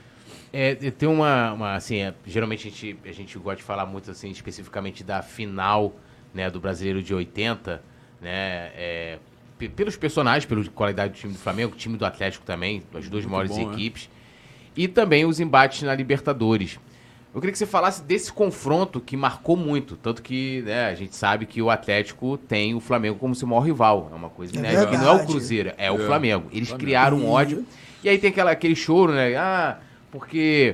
É, tem uma, uma assim, é, geralmente a gente, a gente gosta de falar muito, assim, especificamente da final, né, do Brasileiro de oitenta, né, é, p- pelos personagens, pela qualidade do time do Flamengo, time do Atlético também, as duas Muito maiores bom, né? equipes, e também os embates na Libertadores. Eu queria que você falasse desse confronto que marcou muito, tanto que, né, a gente sabe que o Atlético tem o Flamengo como seu maior rival, é uma coisa É inédita, que não é o verdade. Cruzeiro, é, o É, Flamengo. Eles Flamengo. criaram um ódio. E aí tem aquela, aquele choro, né? Ah, porque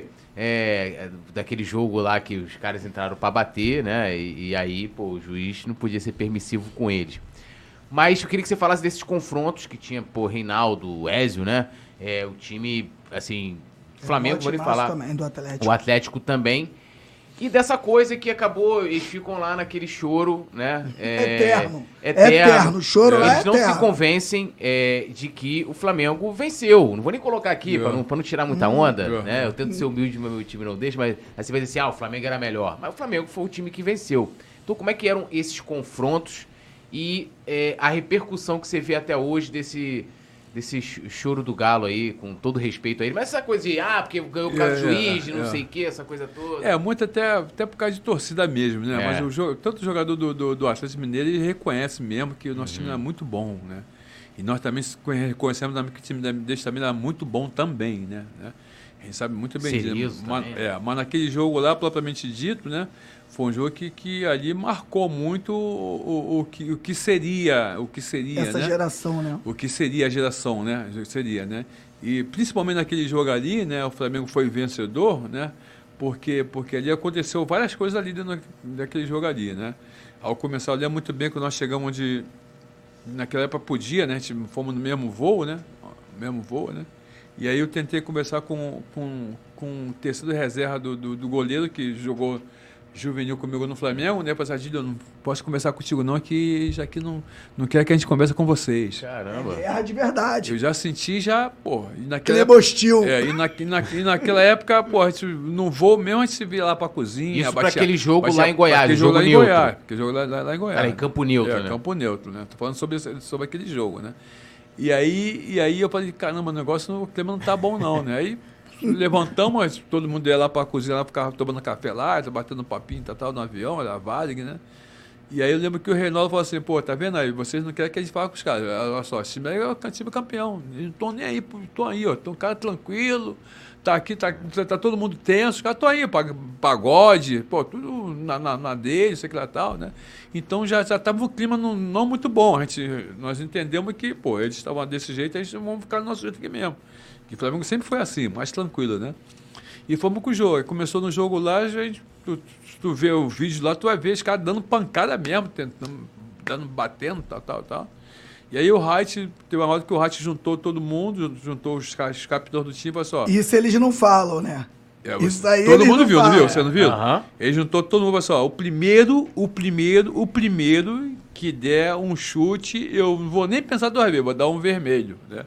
é, daquele jogo lá que os caras entraram pra bater, né? E, e aí, pô, o juiz não podia ser permissivo com eles. Mas eu queria que você falasse desses confrontos que tinha, pô, Reinaldo, Ézio, né? É, o time, assim, Flamengo, vou lhe falar. Também, do Atlético. O Atlético também. E dessa coisa que acabou, eles ficam lá naquele choro, né? É, eterno. Eterno. Eterno. O choro lá é Eles não eterno. se convencem é, de que o Flamengo venceu. Não vou nem colocar aqui, pra não, pra não tirar muita onda, Hum. né? Eu tento ser humilde, mas meu time não deixa, mas aí você vai dizer assim, ah, o Flamengo era melhor. Mas o Flamengo foi o time que venceu. Então como é que eram esses confrontos e é, a repercussão que você vê até hoje desse... desse choro do Galo aí, com todo respeito a ele. Mas essa coisa de, ah, porque ganhou por causa do juiz, É, não é. sei o que, essa coisa toda. É, muito até, até por causa de torcida mesmo, né? É. Mas o jogo, tanto o jogador do, do, do Atlético Mineiro, ele reconhece mesmo que o nosso Uhum. time é muito bom, né? E nós também reconhecemos que o time deles também era muito bom também, né? A gente sabe muito bem Cerezo disso. Mas, também, né? é, mas naquele jogo lá, propriamente dito, né? Foi um jogo que, que ali marcou muito o, o, o, que, o que seria, o que seria, Essa né? geração, né? O que seria a geração, né? Seria, né? E principalmente naquele jogo ali, né? O Flamengo foi vencedor, né? Porque, porque ali aconteceu várias coisas ali dentro daquele jogo ali, né? Ao começar, eu lembro muito bem que nós chegamos de... Naquela época podia, né? Fomos no mesmo voo, né? Mesmo voo, né? E aí eu tentei conversar com, com, com o terceiro reserva do, do, do goleiro que jogou juvenil comigo no Flamengo, né? Passar eu não posso conversar contigo não, que já que não, não quer que a gente converse com vocês. Caramba. Guerra de verdade. Eu já senti, já, pô, e naquela Clima época, hostil. é, e, na, e, na, e naquela época, pô, a gente não vou mesmo, a gente se via lá pra cozinha. Isso pra batia- aquele jogo batia- lá em Goiás, aquele o jogo jogo lá em neutro. Goiás, aquele jogo lá, lá, lá em Goiás. Era em Campo Neutro, é, né? Campo Neutro, né? Tô falando sobre, sobre aquele jogo, né? E aí, e aí eu falei, caramba, o negócio, o clima não tá bom não, né? Aí levantamos, todo mundo ia lá pra cozinha, lá ficava tomando café lá, batendo papinho, tal, tal, no avião, era a Varig, né? E aí eu lembro que o Reinaldo falou assim, pô, tá vendo aí, vocês não querem que a gente fale com os caras. Olha só, esse time é o time campeão, eles não estão nem aí, estão aí, ó, estão um cara tranquilo, tá aqui, tá, tá todo mundo tenso, os caras estão aí, pagode, pô, tudo na, na, na dele, sei que lá tal, né? Então já já estava um clima não, não muito bom, a gente, nós entendemos que, pô, eles estavam desse jeito, a gente vamos ficar do nosso jeito aqui mesmo. Que o Flamengo sempre foi assim, mais tranquilo, né? E fomos com o jogo. Aí começou no jogo lá, a gente, tu, tu vê o vídeo lá, tu vai ver os caras dando pancada mesmo, tentando, dando, batendo, tal, tal, tal. E aí o Wright, teve uma hora que o Wright juntou todo mundo, juntou os, os capitães do time e falou assim, ó... Isso eles não falam, né? É, Isso aí todo eles mundo não viu, não falam. viu? Você não viu? Aham. Ele juntou todo mundo e falou assim, ó, o primeiro, o primeiro, o primeiro que der um chute, eu não vou nem pensar duas vezes, vou dar um vermelho, né?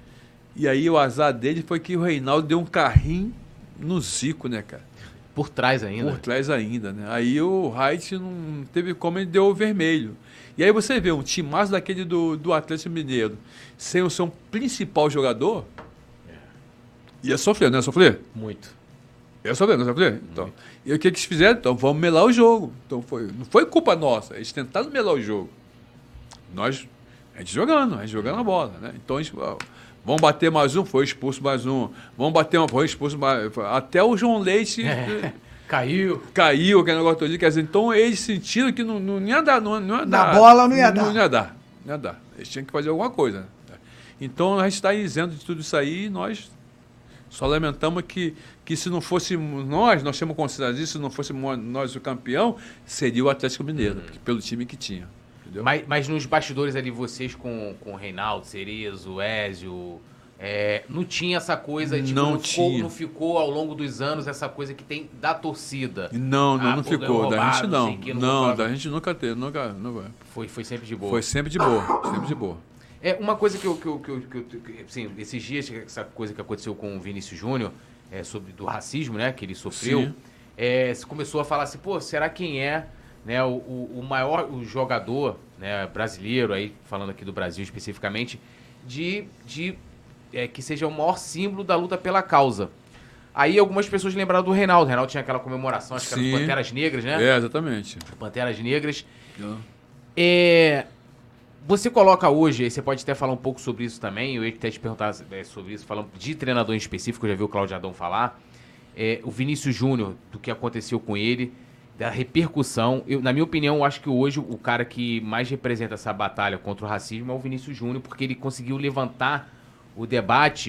E aí o azar dele foi que o Reinaldo deu um carrinho no Zico, né, cara? Por trás ainda. Por trás ainda, né? Aí o Wright não teve como, ele deu o vermelho. E aí você vê um timaço daquele do, do Atlético Mineiro, sem o seu principal jogador, ia sofrer, não ia sofrer? Muito. Ia sofrer, não ia sofrer? Então, e o que, que eles fizeram? Então, vamos melar o jogo. Então, foi, não foi culpa nossa, eles tentaram melar o jogo. Nós, a gente jogando, a gente jogando a bola, né? Então, a gente... Vamos bater mais um, foi expulso mais um. Vamos bater uma, foi expulso mais... Até o João Leite É, caiu. caiu, aquele negócio todo. Quer dizer, então eles sentiram que não, não ia dar. Não, não ia Na dar, bola não ia dar. Não ia dar. Não ia dar. Eles tinham que fazer alguma coisa. Né? Então a gente está isento de tudo isso aí e nós só lamentamos que, que se não fôssemos nós, nós temos considerado isso, se não fôssemos nós o campeão, seria o Atlético Mineiro, Uhum. pelo time que tinha. Entendeu? Mas, mas nos bastidores ali, vocês com, com o Reinaldo, Cerezo, Ézio, é, não tinha essa coisa, tipo, Não não, ficou, tinha. não ficou ao longo dos anos essa coisa que tem da torcida. Não, não, Ah, não pô, ficou. ganhou Da roubado, gente não não. sei o quê, não Não, comprava. da gente nunca teve. Nunca, nunca. Foi, foi sempre de boa. Foi sempre de boa. Sempre de boa. É, uma coisa que eu, que eu, que eu, que eu- que, assim, esses dias, essa coisa que aconteceu com o Vinícius Júnior, é, sobre do racismo, né, que ele sofreu, Sim. é, se começou a falar assim, pô, será quem é, né, o, o, o maior o jogador, né, brasileiro, aí falando aqui do Brasil especificamente, de, de é, que seja o maior símbolo da luta pela causa. Aí algumas pessoas lembraram do Reinaldo. O Reinaldo tinha aquela comemoração, acho que era Sim. do Panteras Negras, né? É, exatamente. Panteras Negras. Não. É, você coloca hoje, você pode até falar um pouco sobre isso também, eu ia até te perguntar é, sobre isso, falando de treinador em específico, eu já vi o Cláudio Adão falar, é, o Vinícius Júnior, do que aconteceu com ele, da repercussão. Eu, na minha opinião, eu acho que hoje o cara que mais representa essa batalha contra o racismo é o Vinícius Júnior, porque ele conseguiu levantar o debate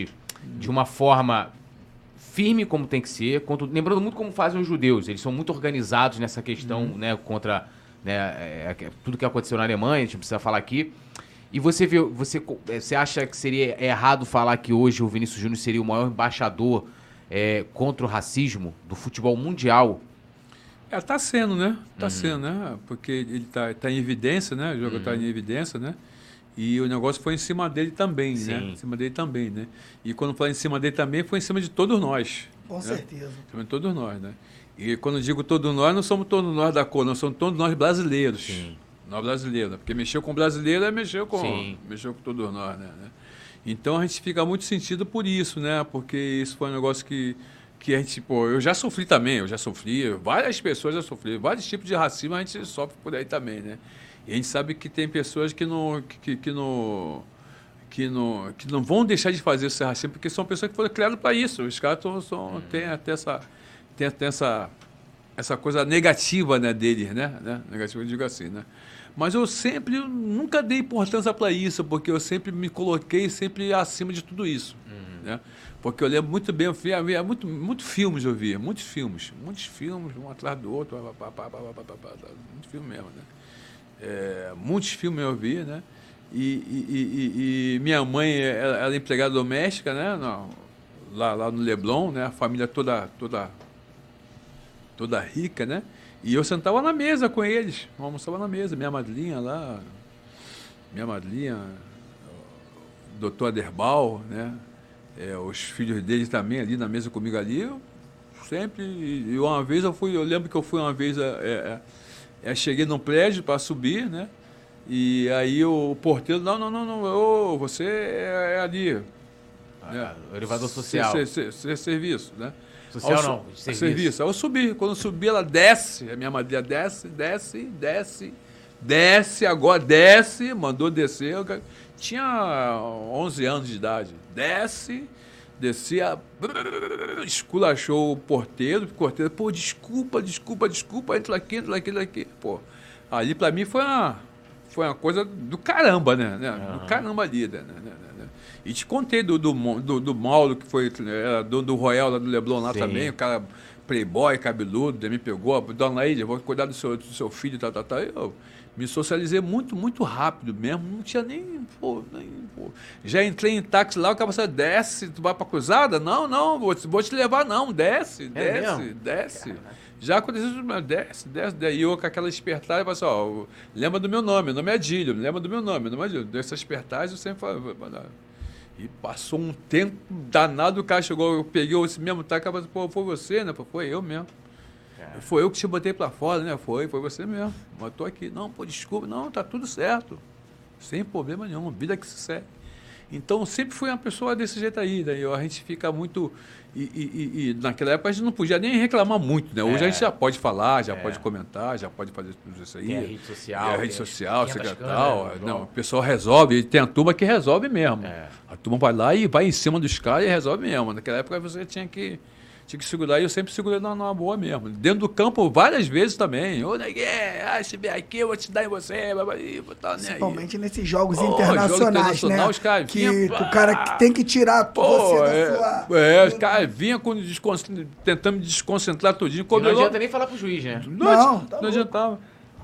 de uma forma firme como tem que ser, contra, lembrando muito como fazem os judeus. Eles são muito organizados nessa questão, uhum. né, contra né, é, é, tudo que aconteceu na Alemanha, a gente não precisa falar aqui. E você, vê, você, você acha que seria errado falar que hoje o Vinícius Júnior seria o maior embaixador é, contra o racismo do futebol mundial? É, tá sendo, né? Tá uhum. sendo, né? Porque ele tá, tá em evidência, né? O jogo uhum. tá em evidência, né? E o negócio foi em cima dele também, Sim. né? Em cima dele também, né? E quando fala em cima dele também, foi em cima de todos nós. Com né? certeza. Em cima de todos nós, né? E quando digo todos nós, não somos todos nós da cor, nós somos todos nós brasileiros. Sim. Nós brasileiros, né? Porque mexeu com brasileiro é mexeu com, Sim. mexeu com todos nós, né? Então a gente fica muito sentido por isso, né? Porque isso foi um negócio que, que a gente, pô, eu já sofri também, eu já sofri, várias pessoas já sofreram, vários tipos de racismo a gente sofre por aí também, né? E a gente sabe que tem pessoas que não, que, que, não, que, não, que não vão deixar de fazer esse racismo, porque são pessoas que foram criadas para isso. Os caras tão, são, têm até, essa, têm até essa, essa coisa negativa, né, deles, né? né? Negativa, eu digo assim, né? Mas eu sempre, eu nunca dei importância para isso, porque eu sempre me coloquei sempre acima de tudo isso. Uhum. Né? Porque eu lembro muito bem, eu via muito, muito filmes, eu via, muitos filmes, muitos filmes, um atrás do outro, pá, pá, pá, pá, pá, pá, muito filme mesmo, né? É, muitos filmes eu vi, né? E, e, e, e minha mãe, ela, ela é empregada doméstica, né? No, lá, lá no Leblon, né? A família toda, toda, toda rica, né? E eu sentava na mesa com eles, eu almoçava na mesa, minha madrinha lá, minha madrinha, o doutor Aderbal, né? É, os filhos deles também ali na mesa comigo ali, eu sempre, e uma vez eu fui, eu lembro que eu fui uma vez, é, é, é, cheguei num prédio para subir, né? E aí o porteiro, não, não, não, não, ô, você é, é ali. Ah, né? O elevador social. Ser, ser, ser, serviço, né? Social Ao, não, serviço. serviço. Aí eu subi, quando eu subi ela desce, a minha madrinha desce, desce, desce, desce, agora desce, mandou descer, eu tinha onze anos de idade, desce, descia, esculachou o porteiro, o porteiro, pô, desculpa, desculpa, desculpa, entra aqui, entra aqui, entra aqui, pô. Ali pra mim foi uma, foi uma coisa do caramba, né, né? Uhum. Do caramba ali, né, né, né? E te contei do, do, do, do Mauro, que foi era do, do Royal lá do Leblon lá Sim. também, o cara playboy, cabeludo, me pegou, dona Ilha, vou cuidar do seu, do seu filho, tá, tá, tá. Eu me socializei muito, muito rápido mesmo, não tinha nem, pô, nem pô. Já entrei em táxi lá, o cara falou, desce, tu vai pra cruzada? Não, não, vou, vou te levar não, desce, é desce, mesmo? desce. Caramba. Já aconteceu, desce, desce, daí eu com aquela espertada, eu falei assim, ó, lembra do meu nome, meu nome é Adílio, lembra do meu nome, meu nome é Adílio. Dessa espertagem eu sempre falo, e passou um tempo danado, o cara chegou, eu peguei esse mesmo táxi, falei, pô, foi você, né? Pô, foi eu mesmo. É. Foi eu que te botei pra fora, né? Foi, foi você mesmo. Mas tô aqui. Não, pô, desculpa. Não, tá tudo certo. Sem problema nenhum. Vida que se segue. Então, sempre fui uma pessoa desse jeito aí. Daí a gente fica muito... E, e, e, e naquela época a gente não podia nem reclamar muito, né? Hoje é. a gente já pode falar, já é. pode comentar, já pode fazer tudo isso aí. Tem a rede social. É a rede social, secretal. Não, o pessoal resolve. Tem a turma que resolve mesmo. É. A turma vai lá e vai em cima dos caras e resolve mesmo. Naquela época você tinha que... Tinha que segurar, e eu sempre segurei numa boa mesmo. Dentro do campo, várias vezes também. Ô, Neguê, ah, se vier aqui, eu vou te dar em você. Tá, Principalmente nesses jogos oh, internacionais, jogo internacional, né? Os caras que vinham, o cara tem que tirar pô, você da é, sua... É, os caras vinham com descon... tentando me desconcentrar tudinho. Não adianta nem falar pro juiz, né? Não, não, tá não adiantava.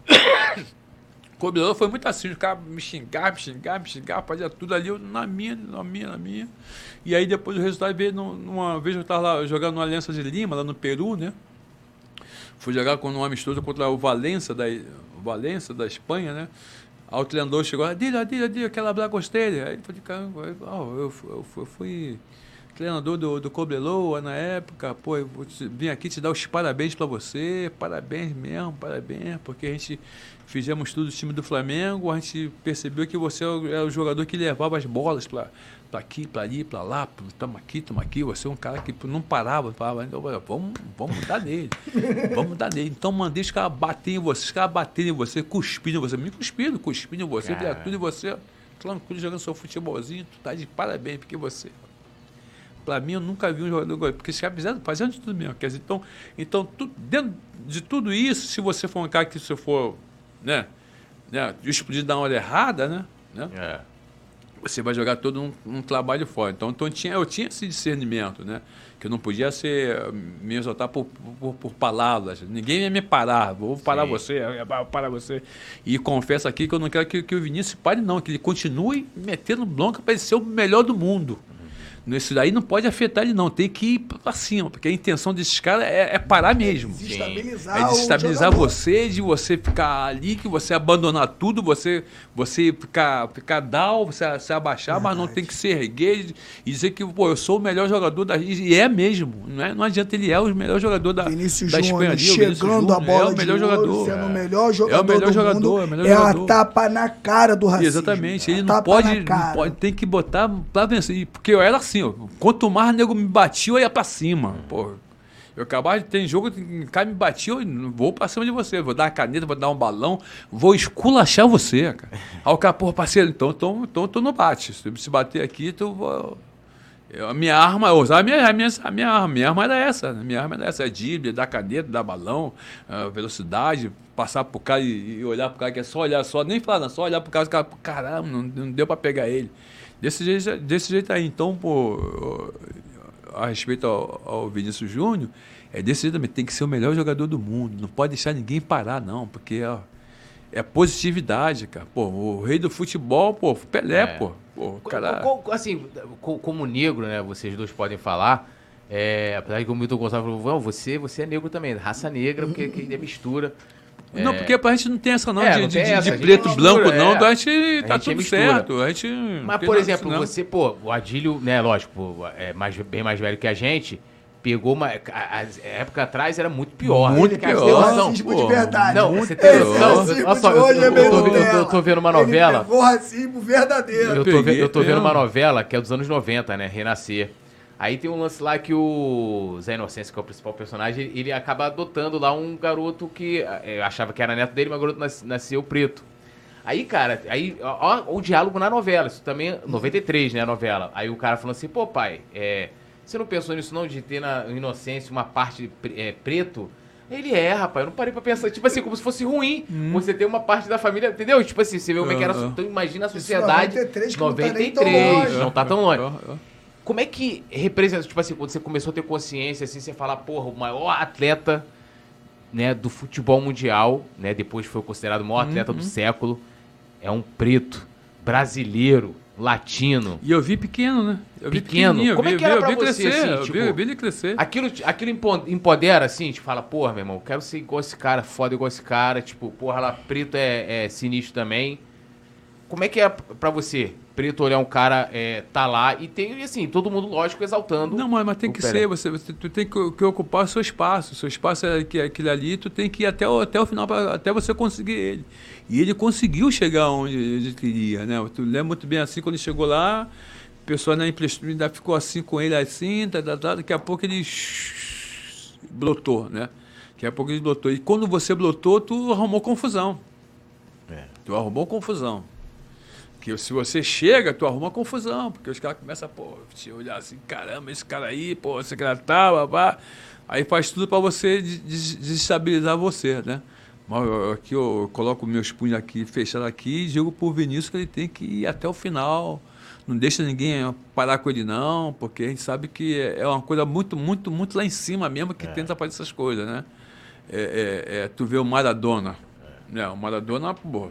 Cobrador foi muito assim, os caras me xingavam, me xingavam, me xingavam, fazia tudo ali, eu, na minha, na minha, na minha. E aí depois o resultado veio, numa vez eu estava lá jogando no Aliança de Lima, lá no Peru, né? Fui jogar com um amistoso contra o Valência da, o Valência, da Espanha, né? Aí o treinador chegou, Adílio, Adílio, Adílio, aquela blá gostei. Aí eu falei, caramba, eu, eu, eu, eu fui treinador do, do Cobreloa na época, pô, eu vim aqui te dar os parabéns para você, parabéns mesmo, parabéns, porque a gente... Fizemos tudo o time do Flamengo, a gente percebeu que você era o jogador que levava as bolas para aqui, para ali, para lá, estamos aqui, estamos aqui, você é um cara que não parava, falava, então, vamos, vamos mudar nele, vamos mudar nele. Então mandei os caras baterem em você, os caras baterem em você, cuspindo em você, me cuspindo, cuspindo em você, cara. Tudo em você, tranquilo, jogando seu futebolzinho, tu tá de parabéns, porque você... Para mim, eu nunca vi um jogador, porque os caras fizeram, fazendo de tudo mesmo. Quer dizer, então, então tu, dentro de tudo isso, se você for um cara que se for... Né? né? Isso podia dar uma hora errada, né? né? É. você vai jogar todo um, um trabalho fora. Então, então eu, tinha, eu tinha esse discernimento, né? Que eu não podia ser, me exaltar por, por, por palavras. Ninguém ia me parar. Vou parar Sim. você, vou parar você. E confesso aqui que eu não quero que, que o Vinícius pare, não. Que ele continue metendo bronca para ele ser o melhor do mundo. Isso daí não pode afetar ele, não. Tem que ir para cima, porque a intenção desses caras é, é parar mesmo. É desestabilizar, é desestabilizar você, de você ficar ali, que você abandonar tudo, você, você ficar, ficar down, você se abaixar, Verdade. Mas não tem que se erguer e dizer que pô, eu sou o melhor jogador da. E é mesmo. Não, é, não adianta, ele é o melhor jogador da, Vinícius da Espanha. Chegando Júnior, a bola é o melhor jogador. Sendo o melhor jogador. É o melhor do jogador. Mundo, é o melhor é jogador. a tapa na cara do racismo. Exatamente. Ele não pode, não pode. Tem que botar pra vencer. Porque eu era assim, ó. Quanto mais nego me batia, eu ia pra cima. Pô, eu acabava de ter jogo, o cara me batia, eu vou pra cima de você. Vou dar uma caneta, vou dar um balão, vou esculachar você, cara. Aí o cara, pô, parceiro, então, então, então tu não bate. Se se bater aqui, tu vou... Eu, a minha arma, eu usava a minha, a minha, a minha arma. Minha arma era essa. A minha arma era essa. É drible, dar caneta, dar balão, uh, velocidade, passar pro cara e, e olhar pro cara, que é só olhar, só, nem falar, não, só olhar pro cara, o cara, caramba, não, não deu pra pegar ele. Desse jeito, desse jeito aí, então, pô, a respeito ao, ao Vinícius Júnior, é desse jeito também, tem que ser o melhor jogador do mundo, não pode deixar ninguém parar, não, porque ó, é positividade, cara. Pô, o rei do futebol, pô, Pelé, é. pô. pô cara... Assim, como negro, né, vocês dois podem falar, é, apesar que o Milton Gonçalves falou, você, você é negro também, raça negra, porque que é mistura. Não, é... porque a gente não tem essa não, é, de, não de, essa, de preto, mistura, branco, é. não. Então a gente tá a gente tudo é certo. A gente Mas, por exemplo, disso, você, pô, o Adílio, né, lógico, é mais, bem mais velho que a gente, pegou uma... A, a época atrás era muito pior. Muito né? pior. Racismo de verdade. Não, muito você tem pior. noção. Esse Olha só, de hoje eu, é eu, bem tô, Nutella. eu, tô, eu tô vendo uma novela... Ele pegou racismo verdadeiro. Eu tô, peguei, eu tô vendo mesmo. uma novela que é dos anos noventa, né, Renascer. Aí tem um lance lá que o Zé Inocêncio, que é o principal personagem, ele acaba adotando lá um garoto que é, achava que era neto dele, mas o garoto nas, nasceu preto. Aí, cara, aí, ó, ó, o diálogo na novela, isso também é noventa e três, né, a novela. Aí o cara falou assim, pô, pai, é, você não pensou nisso não, de ter na Inocência uma parte é, preto? Ele é, rapaz, eu não parei pra pensar. Tipo assim, como se fosse ruim hum. você ter uma parte da família, entendeu? Tipo assim, você vê como é que era. Então imagina a sociedade. noventa e três, noventa e três, não tá tão longe. Não tá tão longe. Como é que representa, tipo assim, quando você começou a ter consciência, assim, você fala, porra, o maior atleta, né, do futebol mundial, né, depois foi considerado o maior atleta uhum. do século, é um preto, brasileiro, latino. E eu vi pequeno, né? Eu pequeno. Vi Como vi, é que era vi, pra vi você, crescer, assim, eu tipo... vi, eu vi ele crescer. Aquilo, aquilo empodera, assim, tipo, fala, porra, meu irmão, eu quero ser igual esse cara, foda igual esse cara, tipo, porra, lá, preto é, é sinistro também. Como é que é pra você, preto, olhar um cara, é, tá lá e tem, assim, todo mundo, lógico, exaltando. Não, mas, mas tem que Pelé. ser, você, você tu tem que, que ocupar o seu espaço. O seu espaço é aquele ali, tu tem que ir até o, até o final, pra, até você conseguir ele. E ele conseguiu chegar onde ele queria, né? Tu lembra muito bem assim, quando ele chegou lá, o pessoal na infraestrutura ainda ficou assim com ele, assim, tá, tá, tá, daqui a pouco ele blotou, né? Daqui a pouco ele blotou. E quando você blotou, tu arrumou confusão. É. Tu arrumou confusão. Que se você chega, tu arruma confusão, porque os caras começam a, pô, te olhar assim, caramba, esse cara aí, pô, esse cara tá, babá. Aí faz tudo para você desestabilizar você, né? Mas eu, aqui eu coloco meus punhos aqui, fechado aqui, e digo pro Vinícius que ele tem que ir até o final. Não deixa ninguém parar com ele, não, porque a gente sabe que é uma coisa muito, muito, muito lá em cima mesmo que é. tenta fazer essas coisas, né? É, é, é, tu vê o Maradona, é. né? O Maradona, pô,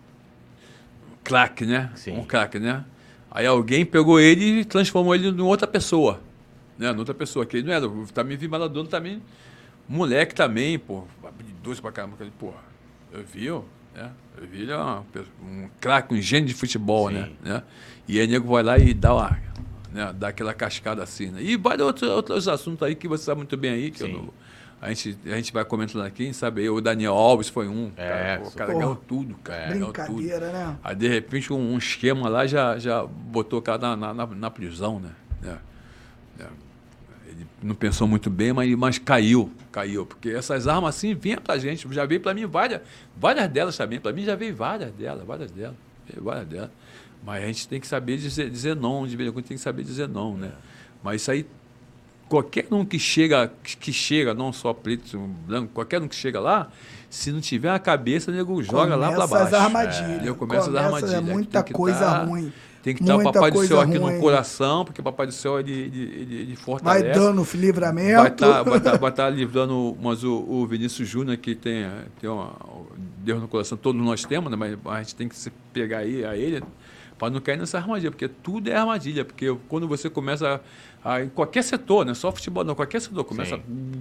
craque, né? Sim. Um craque, né? Aí alguém pegou ele e transformou ele em outra pessoa, né? Em outra pessoa, que ele não era. Eu também vi Maradona também, moleque também, pô, habilidoso pra caramba. Pô, eu vi, né? Eu vi ele é uma, um craque, um gênio de futebol, né? né? E aí o nego vai lá e dá uma, né? Dá aquela cascada assim, né? E vários outros, outros assuntos aí que você sabe muito bem aí, que eu não, a gente, a gente vai comentando aqui, sabe? O Daniel Alves foi um. É, cara, pô, o cara ganhou tudo, cara. Brincadeira, tudo. né? Aí, de repente, um, um esquema lá já, já botou o cara na, na, na prisão, né? É, é. Ele não pensou muito bem, mas, mas caiu, caiu. Porque essas armas assim vinham pra gente. Já veio pra mim várias, várias delas também. Pra mim já veio várias delas, várias delas. Veio várias delas. Mas a gente tem que saber dizer, dizer não, de vez em quando tem que saber dizer não, né? Mas isso aí qualquer um que chega, que chega, não só preto, branco, qualquer um que chega lá, se não tiver a cabeça, o nego joga lá para baixo. Começa as armadilhas. É, começa as armadilhas. É muita coisa tá, ruim. Tem que estar o Papai do Céu aqui ruim. no coração, porque o Papai do Céu ele, ele, ele, ele fortalece. Vai dando livramento. Vai estar tá, tá, tá livrando, mas o, o Vinícius Júnior, que tem, tem uma, Deus no coração, todos nós temos, né? Mas a gente tem que se pegar aí a ele para não cair nessa armadilha, porque tudo é armadilha. Porque quando você começa, a, a, em qualquer setor, não é só futebol, não, qualquer setor, começa,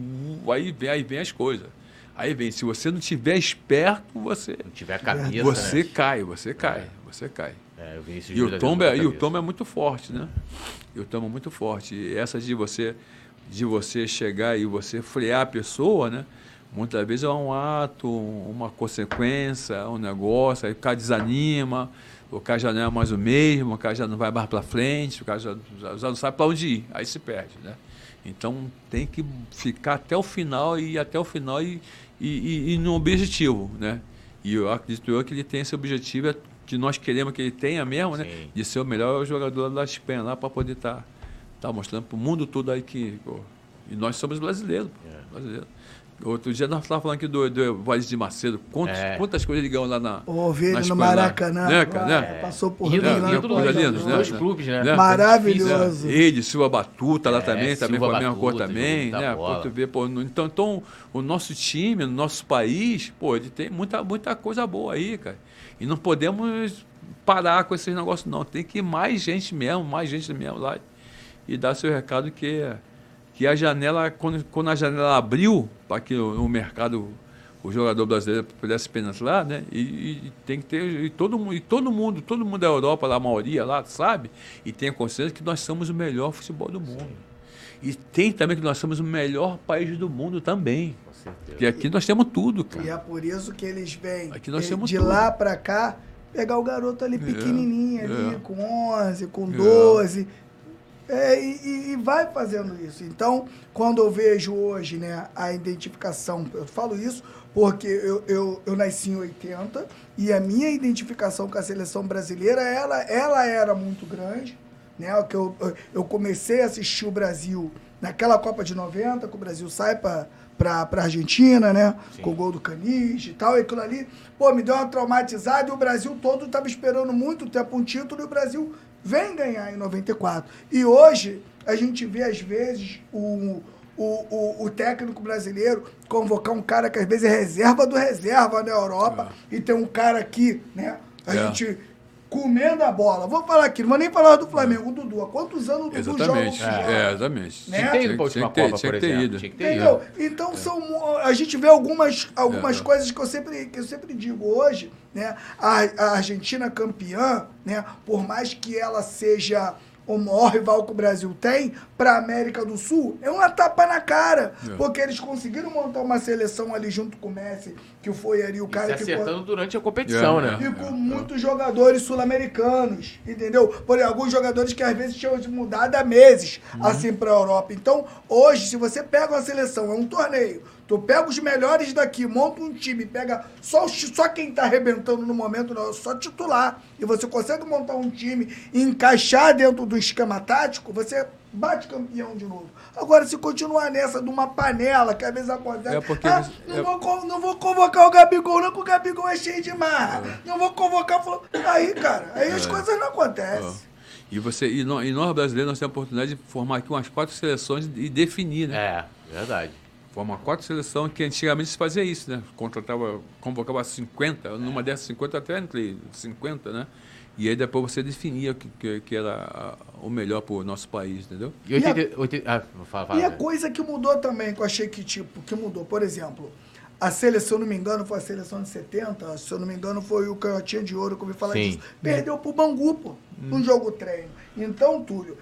aí vem, aí vem as coisas. Aí vem, se você não tiver esperto, você. Não tiver cabeça. Você né? cai, você cai, é. você cai. É, eu vi esse e o tombo é, e o tombo é muito forte, né? E o tombo é muito forte. E essa de você, de você chegar e você frear a pessoa, né? Muitas vezes é um ato, uma consequência, um negócio, aí o cara desanima, o cara já não é mais o mesmo, o cara já não vai mais para frente, o cara já, já, já não sabe para onde ir, aí se perde, né? Então tem que ficar até o final e ir até o final e, e, e, e no objetivo, né? E eu acredito eu que ele tem esse objetivo, que nós queremos que ele tenha mesmo, né? Sim. De ser o melhor jogador da Espanha lá para poder estar tá, tá mostrando para o mundo todo aí que... Pô, e nós somos brasileiros, pô, é. brasileiros. Outro dia nós estávamos falando aqui do, do Vale de Macedo. Quantos, é. Quantas coisas ele ganhou lá na. Ouvi ele no Maracanã. Né, cara, né? É. Passou por e lá. Né? Dois, dois clubes, né? né? Maravilhoso. É. Ele, Silva Batuta lá é, também, também foi a mesma cor Batuta, também. Né? Pô, tu vê, pô, então, então, o nosso time, o nosso país, pô, ele tem muita, muita coisa boa aí, cara. E não podemos parar com esses negócios, não. Tem que ir mais gente mesmo, mais gente mesmo lá e dar seu recado que. Que a janela, quando, quando a janela abriu para que o, o mercado, o jogador brasileiro pudesse penetrar, né? E, e tem que ter, e todo mundo, e todo mundo, todo mundo da Europa, lá, a maioria lá, sabe? E tem a consciência que nós somos o melhor futebol do mundo. Sim. E tem também que nós somos o melhor país do mundo também. Com certeza. Porque aqui nós temos tudo, cara. E é por isso que eles vêm aqui nós temos de tudo. Lá para cá, pegar o garoto ali pequenininho, é, ali, é. com onze, com doze... É. É, e, e vai fazendo isso. Então, quando eu vejo hoje, né, a identificação, eu falo isso porque eu, eu, eu nasci em oitenta e a minha identificação com a seleção brasileira, ela, ela era muito grande, né? Que eu, eu comecei a assistir o Brasil naquela Copa de noventa, que o Brasil sai para para a Argentina, né? Sim. Com o gol do Caniche e tal, e aquilo ali, pô, me deu uma traumatizada e o Brasil todo estava esperando muito tempo um título e o Brasil vem ganhar em noventa e quatro. E hoje a gente vê, às vezes, o, o, o, o técnico brasileiro convocar um cara que às vezes é reserva do reserva na Europa é. E tem um cara aqui, né? A é. gente... comendo a bola. Vou falar aqui, não vou nem falar do Flamengo, o Dudu. Há quantos anos o Dudu exatamente. joga? É, é, exatamente. Né? Tinha que ter ido para a última Copa, por exemplo. Tinha que ter ido. Então, é. são, a gente vê algumas, algumas é. coisas que eu, sempre, que eu sempre digo hoje, né? A, a Argentina campeã, né? Por mais que ela seja o maior rival que o Brasil tem para a América do Sul, é uma tapa na cara, é. porque eles conseguiram montar uma seleção ali junto com o Messi, que foi ali o cara e se que... acertando durante a competição, é, né? E com é, muitos é. jogadores sul-americanos, entendeu? Por exemplo, alguns jogadores que às vezes tinham mudado há meses, uhum. assim, para a Europa. Então, hoje, se você pega uma seleção, é um torneio, tu pega os melhores daqui, monta um time, pega só, só quem tá arrebentando no momento, não, só titular, e você consegue montar um time e encaixar dentro do esquema tático, você bate campeão de novo. Agora, se continuar nessa de uma panela, que às vezes acontece, é porque ah, não, é... vou, não vou convocar o Gabigol, não, porque o Gabigol é cheio de marra. É. Não vou convocar... Aí, cara, aí é. as coisas não acontecem. É. E, você, e, nós, e nós brasileiros, nós temos a oportunidade de formar aqui umas quatro seleções e definir, né? É, verdade. Formar quatro seleções, que antigamente se fazia isso, né? Contratava, convocava cinquenta, é. numa dessas cinquenta até entre cinquenta, né? E aí depois você definia que, que, que era o melhor para o nosso país, entendeu? E, oitenta, oitenta, ah, fala, fala, e a coisa que mudou também, que eu achei que, tipo, que mudou, por exemplo, a seleção, se eu não me engano, foi a seleção de setenta, se eu não me engano, foi o Canhotinha de Ouro que eu ouvi falar Sim. disso. Perdeu pro Bangu, pô, no hum. jogo treino. Então, Túlio,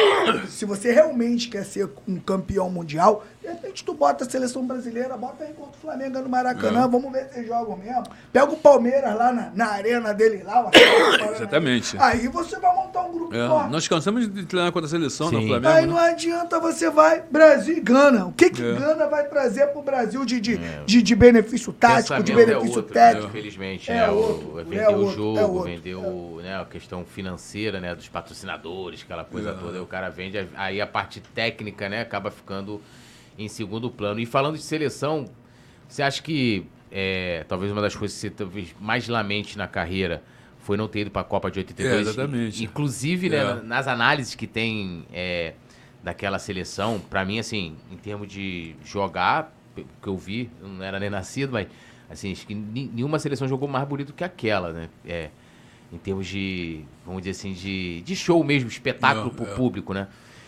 se você realmente quer ser um campeão mundial, de repente tu bota a seleção brasileira, bota aí contra o Flamengo no Maracanã, é. vamos ver se eles jogam mesmo. Pega o Palmeiras lá na, na arena dele lá. Exatamente. Aí você vai montar montar um grupo É, forte. nós cansamos de treinar contra a seleção Sim. no Flamengo. Aí né? não adianta você vai Brasil e Gana. O que que É. Gana vai trazer pro Brasil de, de, de, de benefício tático, de Pensamento benefício é outro, técnico? né? Infelizmente, É né? O- outro, vendeu é o outro, jogo, é outro, vendeu né, a questão financeira, né? Dos patrocinadores, aquela coisa É. toda. Aí o cara vende, aí a parte técnica, né? Acaba ficando em segundo plano. E falando de seleção, você acha que é, talvez uma das coisas que você talvez mais lamente na carreira foi não ter ido para a Copa de oitenta e dois? É, exatamente. Inclusive, É. né, nas análises que tem é, daquela seleção, para mim, assim, em termos de jogar, o que eu vi, eu não era nem nascido, mas assim, acho que ni- nenhuma seleção jogou mais bonito que aquela, né? É, em termos de, vamos dizer assim, de, de show mesmo, espetáculo Não, pro é. público, né?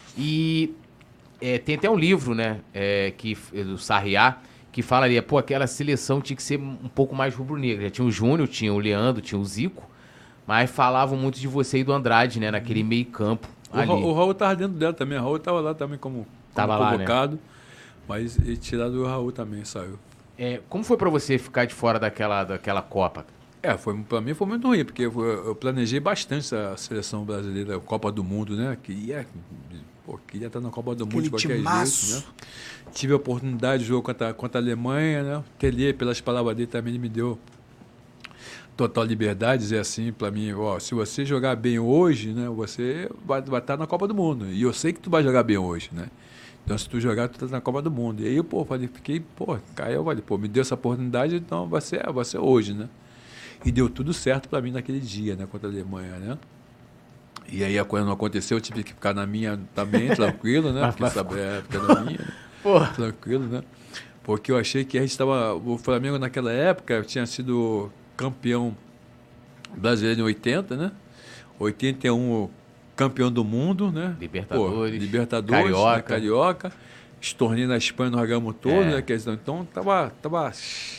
E é, tem até um livro, né, é, que, do Sarriá, que fala ali, pô, aquela seleção tinha que ser um pouco mais rubro-negra. Já tinha o Júnior, tinha o Leandro, tinha o Zico, mas falavam muito de você e do Andrade, né, naquele meio campo O, ali. Ra- o Raul tava dentro dela também. O Raul tava lá também como, como Tava lá, né? convocado. Mas e tirado o Raul também saiu. É, como foi pra você ficar de fora daquela, daquela Copa? É, foi, pra mim foi muito ruim, porque eu, eu planejei bastante a seleção brasileira, a Copa do Mundo, né? Queria, pô, queria estar na Copa do Mundo Aquele de qualquer timaço. jeito, né? Tive a oportunidade de jogo contra, contra a Alemanha, né? O Telê, pelas palavras dele, também ele me deu total liberdade, dizer assim pra mim, ó, se você jogar bem hoje, né? Você vai, vai estar na Copa do Mundo. E eu sei que tu vai jogar bem hoje, né? Então, se tu jogar, tu tá na Copa do Mundo. E aí, pô, falei, fiquei, pô, caiu, falei, pô, me deu essa oportunidade, então vai ser, vai ser hoje, né? E deu tudo certo para mim naquele dia, né, contra a Alemanha, né? E aí a coisa não aconteceu, eu tive que ficar na minha também, tranquilo, né? Porque sabe, é, ficar na minha, né? Porra. Tranquilo, né? Porque eu achei que a gente estava. O Flamengo naquela época tinha sido campeão brasileiro em oitenta, né? oitenta e um campeão do mundo, né? Libertadores, Pô, Libertadores, Carioca. né? Carioca. Esse torneio na Espanha nós ganhamos todo, É. né? Quer dizer, então tava, tava,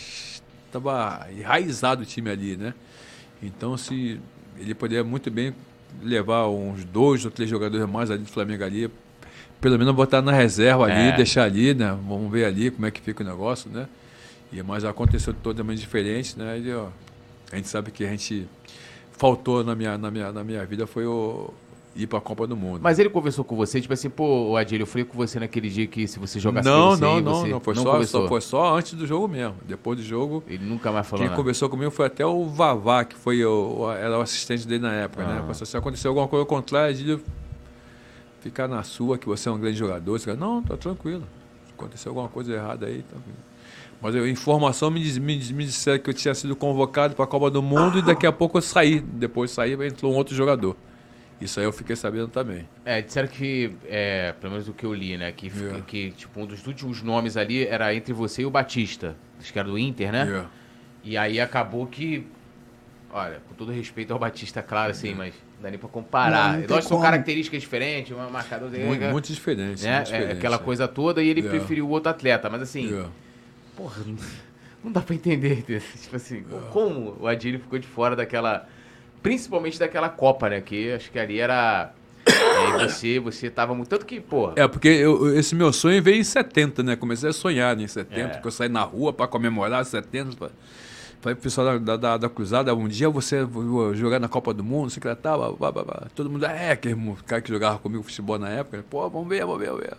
tava enraizado o time ali, né? Então se ele poderia muito bem levar uns dois ou três jogadores a mais ali do Flamengo ali, pelo menos botar na reserva ali, É. deixar ali, né? Vamos ver ali como é que fica o negócio, né? E, mas aconteceu totalmente diferente, né? E, ó, a gente sabe que a gente faltou na minha, na minha, na minha vida foi o ir para a Copa do Mundo. Mas ele conversou com você, tipo assim, pô, Adílio, eu falei com você naquele dia que se você jogasse não, você não, aí, não, você não, foi não só, conversou. só, foi só antes do jogo mesmo. Depois do jogo, Ele nunca mais falou quem nada. conversou comigo foi até o Vavá, que foi o, o- era o assistente dele na época, né? Ah. Se acontecer alguma coisa contrária, Adílio, ficar na sua, que você é um grande jogador. Você fala, não, tá tranquilo. Se acontecer alguma coisa errada aí, tá tranquilo. Mas a informação me, diz- me, diz- me disseram que eu tinha sido convocado para a Copa do Mundo e daqui a pouco eu saí. Depois de sair, entrou um outro jogador. Isso aí eu fiquei sabendo também. É, disseram que, é, pelo menos do que eu li, né, que, Yeah. que tipo, um dos últimos nomes ali era entre você e o Batista, acho que era do Inter, né? Yeah. E aí acabou que, olha, com todo respeito ao Batista, claro, assim, mas não dá nem pra comparar. Não, não tem Lógico que são como. características diferentes, um marcador... Muito, muito diferente. né? muito É, diferente, aquela é. coisa toda e ele Yeah. preferiu o outro atleta, mas assim... Yeah. Porra, não- não dá pra entender. Tipo assim, como o Adílio ficou de fora daquela... Principalmente daquela Copa, né? Que acho que ali era... É, você, você tava muito... Tanto que, pô... É, porque eu- esse meu sonho veio em setenta, né? Comecei a sonhar em setenta, É. que eu saí na rua para comemorar setenta. pra- Falei pro pessoal da, da, da, da Cruzada, um dia você vai jogar na Copa do Mundo, sei que lá tava, blá, blá, blá. Todo mundo, é, que o cara que jogava comigo futebol na época, pô, vamos ver, vamos ver, vamos ver.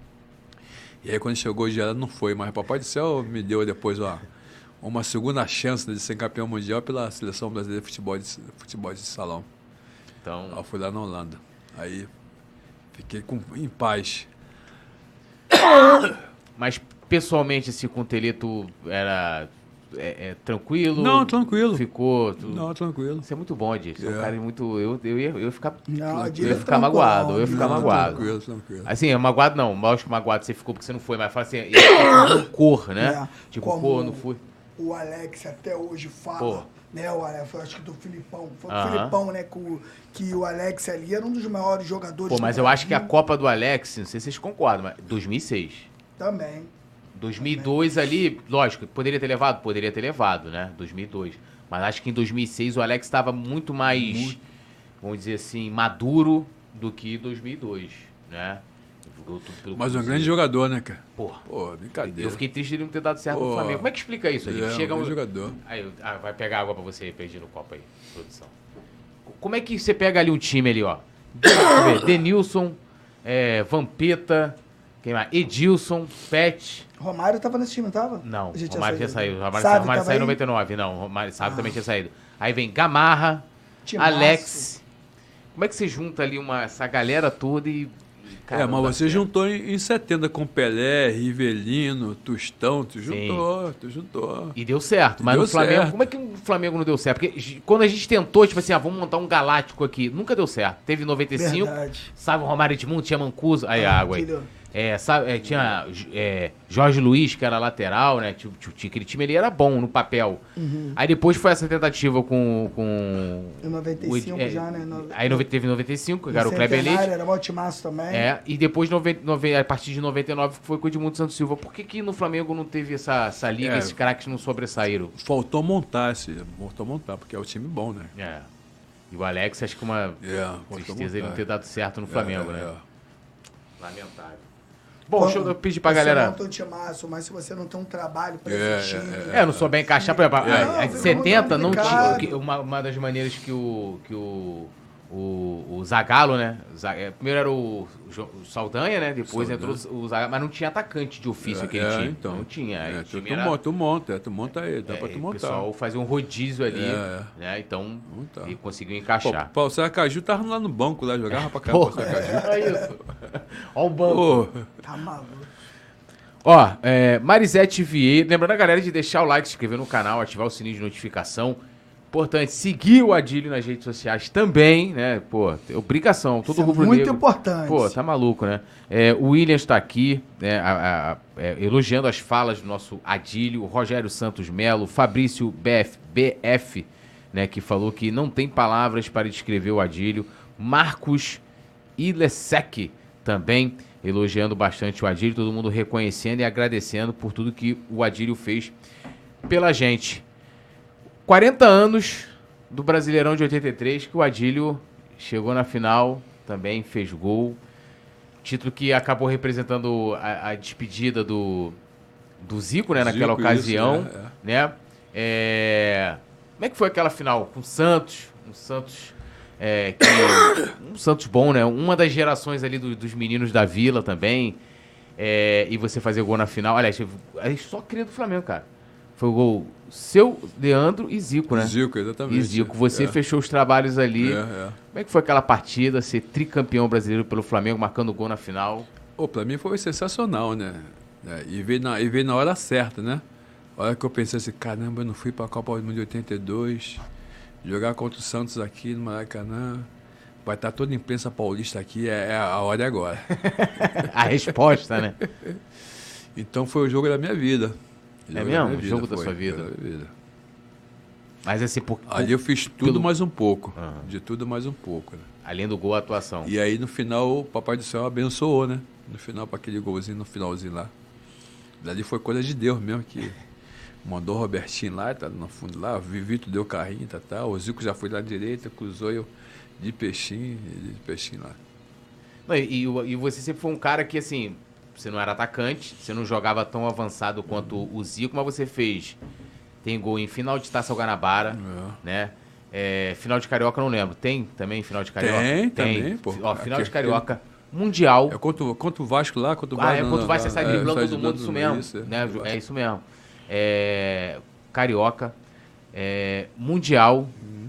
E aí quando chegou o dia, ela não foi, mas o Papai do Céu me deu depois, ó, uma segunda chance de ser campeão mundial pela Seleção Brasileira de Futebol de, futebol de Salão. Então... Aí eu fui lá na Holanda. Aí fiquei com, em paz. Mas pessoalmente, assim, com o Telê, tu era é, é, tranquilo? Não, tranquilo. Ficou... Tu... Não, tranquilo. Isso é muito bom, Adílio. Você é um É. cara muito... Eu, eu, ia, eu ia ficar... Não, eu Adílio ia é ficar tranquilão, magoado, eu ia ficar não, magoado. Tranquilo, tranquilo. Assim, é magoado não, lógico que magoado você ficou porque você não foi, mas fala assim, ia ficar com cor, né? É, tipo, como pô, não fui. O Alex até hoje fala, Pô. né? O Alex, foi, acho que do Filipão. Foi o Aham. Filipão, né? Que o, que o Alex ali era um dos maiores jogadores Pô, mas do eu acho que a Brasil. Copa do Alex, não sei se vocês concordam, mas dois mil e seis. Também. dois mil e dois ali, lógico, poderia ter levado? Poderia ter levado, né? dois mil e dois. Mas acho que em dois mil e seis o Alex estava muito mais, Muito. vamos dizer assim, maduro do que dois mil e dois, né? Jogou tudo pelo Mas um Cruzeiro. grande jogador, né, cara? Porra. Pô, brincadeira. Eu fiquei triste de ele não ter dado certo no Pô. Flamengo. Como é que explica isso? Aí? É, um Chega grande um... jogador. Aí, ah, vai pegar água pra você aí, perdi no copo aí, produção. como é que você pega ali um time ali, ó? Deixa eu ver, Denilson, é, Vampeta, quem mais? Edilson, Pet. Romário tava nesse time, não tava? Não, A gente Romário tinha saído. Romário, Sávio Romário tava saiu em aí? noventa e nove, não. Romário Sávio Ah. também tinha saído. Aí vem Gamarra, Timaço. Alex. Como é que você junta ali uma, essa galera toda e... é, mas você juntou em, em setenta com Pelé, Rivelino, Tostão, tu Sim. juntou, tu juntou. E deu certo, mas Deu no Flamengo, certo. como é que o Flamengo não deu certo? Porque j- quando a gente tentou, tipo assim, ah, vamos montar um galáctico aqui, nunca deu certo. Teve em noventa e cinco, Verdade. sabe o Romário Edmundo, tinha Mancuso, aí a água aí. Filho. É, sabe, é, tinha é, Jorge Luiz, que era lateral, né? Tipo, tipo, aquele time ali era bom no papel. Aí depois foi essa tentativa com. com Em noventa o e Ed- cinco é, já, né? No- Aí nove- teve em noventa e cinco, que era o no Kleber Centenário, Leite. Era mó timaço também. É, e depois, noventa, nove- a partir de noventa e nove, foi com o Edmundo Santos Silva. Por que, que no Flamengo não teve essa, essa liga, É. esses craques não sobressaíram? Faltou montar esse, faltou montar, porque é o time bom, né? É. E o Alex, acho que uma É, faltou tristeza ele não montar. ter dado certo no Flamengo, É, né? é. Lamentável. Bom, deixa eu pedir pra você galera. monta um timaço, mas se você não tem um trabalho pra É, esse time... É, eu não sou bem encaixar, por exemplo, a- Não, a, a de fica setenta não tinha. complicado. que- Uma, uma das maneiras que o. Que o o, o Zagallo, né? Za- é, primeiro era o, Jo- o Saldanha, né? Depois Saldanha. entrou o Zagallo, mas não tinha atacante de ofício aquele É, time. então. Não tinha. Aí É, o tu, time tu, era- monta, tu monta, tu monta aí, dá é, pra tu o montar. pessoal fazia um rodízio ali, É, né? Então, Montar. e conseguiu Pô, encaixar. pô, o Sacaju tava lá no banco, lá, jogava pra caramba o Porra, Sacaju. olha isso. Olha o banco. Pô, Tá maluco. Ó, é, Marisete Vieira, lembrando a galera de deixar o like, se inscrever no canal, ativar o sininho de notificação. Importante, seguir o Adílio nas redes sociais também, né? Pô, é obrigação, todo Isso é rubro muito negro. importante. Pô, tá maluco, né? É, o William está aqui, né, a- a- a- é, elogiando as falas do nosso Adílio, o Rogério Santos Melo, Fabrício B F, B F, né, que falou que não tem palavras para descrever o Adílio. Marcos Ilesec também elogiando bastante o Adílio, todo mundo reconhecendo e agradecendo por tudo que o Adílio fez pela gente. quarenta anos do Brasileirão de oitenta e três, que o Adílio chegou na final, também fez gol. Título que acabou representando a, a despedida do, do Zico, né, naquela Zico, ocasião. isso, é, né? É, Como é que foi aquela final com o Santos? Um Santos... é, que, um Santos bom, né? Uma das gerações ali do- dos meninos da Vila também. É, e você fazer gol na final. Aliás, a gente só queria do Flamengo, cara. Foi o gol seu, Leandro e Zico, né? Zico, exatamente. E Zico, você É. fechou os trabalhos ali. É, é. Como é que foi aquela partida, ser tricampeão brasileiro pelo Flamengo, marcando gol na final? Pô, pra mim foi sensacional, né? É, e, veio na, e veio na hora certa, né? A hora que eu pensei assim, caramba, eu não fui pra Copa do Mundo de oitenta e dois, jogar contra o Santos aqui no Maracanã, vai estar toda a imprensa paulista aqui, é, é a hora é agora. A resposta, né? Então foi o jogo da minha vida. O É jogo mesmo? minha O jogo da foi, sua vida? da minha vida. Mas assim, por, Ali eu fiz tudo pelo- mais um pouco. Aham. De tudo mais um pouco, né? além do gol, a atuação. E aí no final o Papai do Céu abençoou, né? No final, para aquele golzinho no finalzinho lá. Dali foi coisa de Deus mesmo, que mandou o Robertinho lá, tá no fundo lá, o Vivito deu carrinho, tá, tá. O Zico já foi lá à direita, cruzou eu de peixinho, de peixinho lá. Não, e, e- e você sempre foi um cara que, assim, você não era atacante, você não jogava tão avançado quanto o Zico, mas você fez. Tem gol em final de Taça Guanabara, É. né? É, final de Carioca, eu não lembro. Tem também final de Carioca? Tem, também, pô. Ó, final Aqui- de Carioca, Mundial. É contra, o- contra o Vasco lá, contra o Ah, Vasco. é contra o Vasco, você sai driblando sai todo mundo, isso mesmo. isso, né? É isso mesmo. É, Carioca, é, Mundial,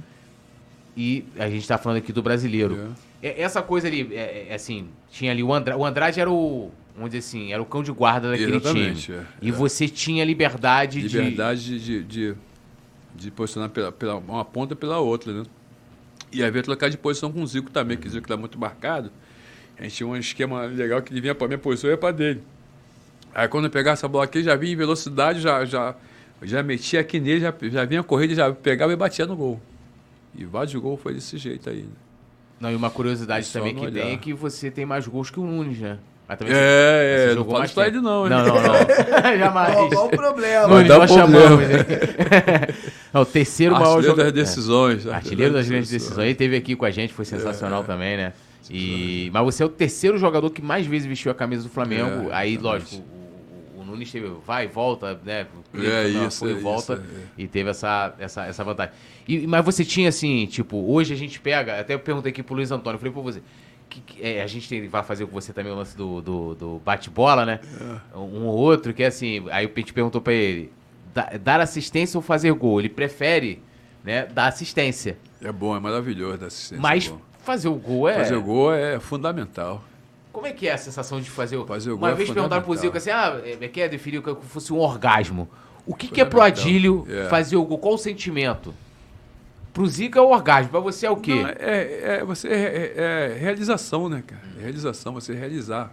e a gente tá falando aqui do brasileiro. É, Essa coisa ali, é, é, assim, tinha ali o Andrade. O Andrade era o, vamos dizer assim, era o cão de guarda daquele Exatamente, time. é, E é. você tinha liberdade, Liberdade de, de, de, de posicionar pela, pela, uma ponta pela outra, né? E aí veio trocar de posição com o Zico também, que o Zico tá muito marcado. A gente tinha um esquema legal que ele vinha pra minha posição e ia pra dele. Aí quando eu pegava essa bola aqui, já vinha em velocidade, já, já, já metia aqui nele, já, já vinha a corrida, já pegava e batia no gol. E vários gols foi desse jeito aí. Né? de... Não, e uma curiosidade Só também no que tem olhar. é que você tem mais gols que o Nunes, né? Mas também você- É, você é, não jogou fala mais isso pra tempo. ele não, hein? Não, não, não. Jamais. Qual, qual o problema? Nunes, dá nós problema. chamamos. hein? É o terceiro maior Artilheiro jogador. das decisões. Artilheiro das grandes decisões. Ele teve aqui com a gente, foi sensacional É. também, né? E... Mas você é o terceiro jogador que mais vezes vestiu a camisa do Flamengo. É, Aí, exatamente. lógico, o, o, o Nunes teve vai e volta, né? É isso, foi e é volta isso, é. e teve essa, essa, essa vantagem. E, mas você tinha assim, tipo, hoje a gente pega, até eu perguntei aqui pro Luiz Antônio, eu falei pra você, que, que, é, a gente tem, vai fazer com você também o lance do, do, do bate-bola, né? É. Um ou outro, que é assim, aí a gente perguntou pra ele, dar assistência ou fazer gol? Ele prefere, né, dar assistência. É bom, é maravilhoso dar assistência. Mas é bom. fazer o gol é... Fazer o gol é fundamental. Como é que é a sensação de fazer o... Fazer o Uma gol vez é perguntaram pro Zico assim, ah, é que é definir que fosse um orgasmo. O que, que é pro Adílio é. fazer o gol? Qual o sentimento? Pro Zico é o orgasmo, pra você é o quê? Não, é, é, você, é, é realização, né, cara? É realização, você realizar.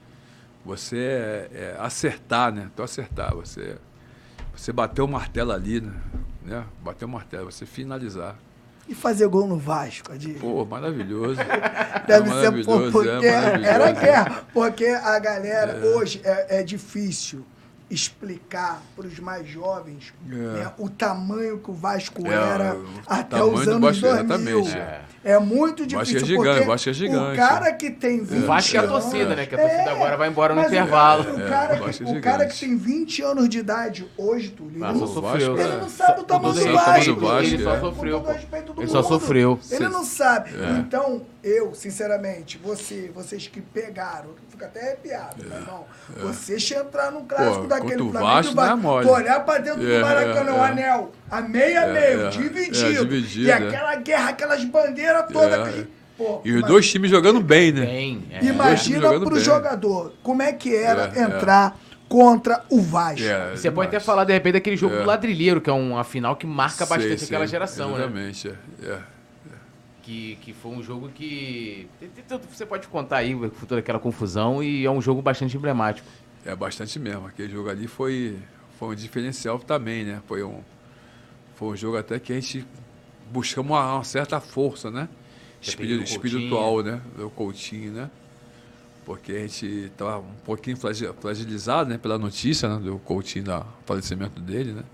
Você é, é acertar, né? Tu acertar, você, você bater o martelo ali, né? né? Bater o martelo, você finalizar. E fazer gol no Vasco, Adílio? Pô, maravilhoso. Deve é ser, pô, porque é era guerra. Porque a galera, é. hoje, é, é difícil explicar para os mais jovens é. né, o tamanho que o Vasco é, era até os anos dois mil. É. é muito difícil. Vasco é gigante, Vasco é gigante. O cara que tem vinte anos... O Vasco é a torcida, né? Que a torcida agora vai embora no intervalo. O, o, cara, é, que, o cara que tem vinte anos de idade hoje, Túlio, ele, não, sofreu, ele não sabe o tamanho do Vasco. Ele só sofreu. Ele só sofreu. Ele não sabe. Então, eu, sinceramente, você, vocês que pegaram, fica até arrepiado, meu irmão. Você entrar num clássico da aquele Flamengo do Vasco, tu olhar pra dentro é, do Maracanã, o é, anel, a meio a meio, é, dividido, é, dividido, e aquela guerra, aquelas bandeiras todas. É. Que, pô, e os imagina, dois times jogando bem, né? Bem, é. Imagina pro bem. jogador, como é que era é, entrar é. contra o Vasco. É, Você demais. pode até falar, de repente, daquele jogo é. do Ladrilheiro, que é uma final que marca sei, bastante sei, aquela geração, exatamente, né? Exatamente, é. é. Que, que foi um jogo que... Você pode contar aí toda aquela confusão e é um jogo bastante emblemático. É bastante mesmo. Aquele jogo ali foi, foi um diferencial também, né? Foi um, foi um jogo até que a gente buscamos uma, uma certa força, né? Espírito, espiritual, né? Do Coutinho, né? Porque a gente estava um pouquinho fragilizado, né? Pela notícia, né? Do Coutinho, do falecimento dele, né?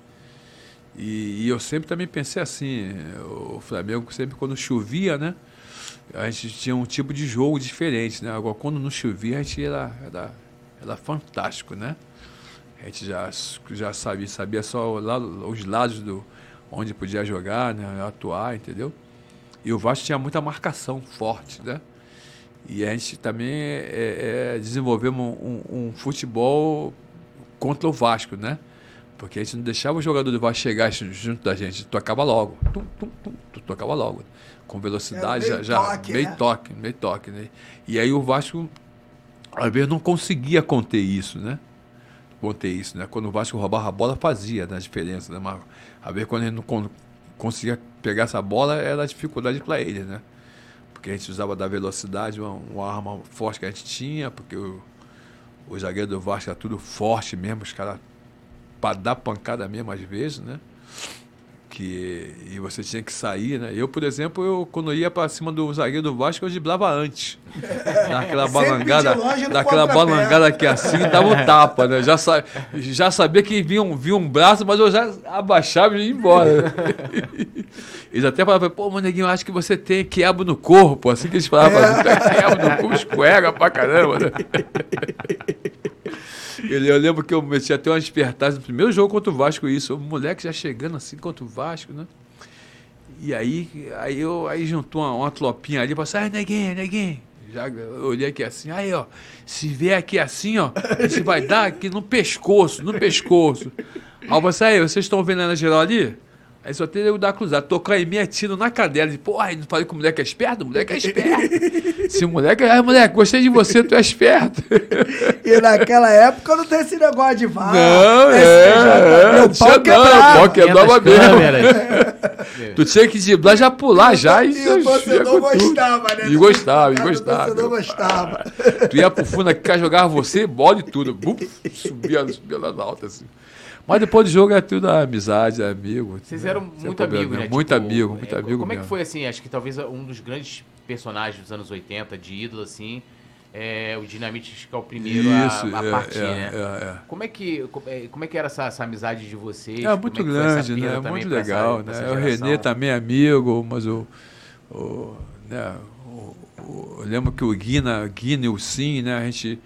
E, e eu sempre também pensei assim, o Flamengo sempre quando chovia, né? A gente tinha um tipo de jogo diferente, né? Agora quando não chovia a gente era, era, era fantástico, né? A gente já, já sabia, sabia só lá, os lados do, onde podia jogar, né? Atuar, entendeu? E o Vasco tinha muita marcação forte, né? E a gente também é, é, desenvolvemos um, um futebol contra o Vasco, né? Porque a gente não deixava o jogador do Vasco chegar junto da gente, tocava logo. Tum, tum, tum, tocava logo. Com velocidade, é, já, toque, já meio né? toque, meio toque, né? E aí o Vasco, às vezes, não conseguia conter isso, né? Conter isso, né? Quando o Vasco roubava a bola, fazia, né, a diferença, né? Mas, às vezes, quando a gente não conseguia pegar essa bola, era a dificuldade para ele, né? Porque a gente usava da velocidade, uma, uma arma forte que a gente tinha, porque o, o zagueiro do Vasco era tudo forte mesmo, os caras para dar pancada mesmo às vezes, né? Que, e você tinha que sair, né? Eu, por exemplo, eu, quando eu ia para cima do zagueiro do Vasco, eu driblava antes. Daquela balangada, daquela balangada aqui assim, dava um tapa, né? Já, sa, já sabia que vinha um, vinha um braço, mas eu já abaixava e ia embora. Né? Eles até falavam, pô, mano, Neguinho, acho que você tem quiabo no corpo, assim que eles falavam, é. quiabo no corpo, escorrega pra caramba, né? Eu lembro que eu meti até uma despertagem no primeiro jogo contra o Vasco, isso. O moleque já chegando assim contra o Vasco, né? E aí, aí, eu, aí juntou uma, uma tlopinha ali e falou assim, ah, Neguinho, Neguinho. Já eu olhei aqui assim, aí, ó, se vier aqui assim, ó, você vai dar aqui no pescoço, no pescoço. Aí eu falei assim, aí, vocês estão vendo na geral ali? Aí só tem eu dar cruzado, tocar em mim, atiro na cadela. Porra, não falei que o moleque é esperto? O moleque é esperto. Se o moleque, ai, moleque, gostei de você, tu é esperto. E naquela época não tem esse negócio de vara. Não, é, é. O pau quebrava. O pau quebrava mesmo. Tu tinha que driblar, já pular, já. E o torcedor gostava, né? E gostava, e gostava. O torcedor gostava. Tu ia pro fundo aqui, jogava você, bola e tudo. Buf, subia, subia lá na alta, assim. Mas depois do jogo é tudo amizade, amigo. Vocês eram né? muito amigos, né? Muito tipo, amigo, muito é, amigo Como mesmo. é que foi, assim, acho que talvez um dos grandes personagens dos anos oitenta, de ídolo, assim, é o Dinamite, acho que é o primeiro Isso, a, a é, partir, é, né? É, é. Como, é que, como é que era essa, essa amizade de vocês? É muito como grande, né? Muito legal, essa, né? O Renê também é amigo, mas o... o, né? o, o eu lembro que o Guina, Guina e o Sim, né? A gente...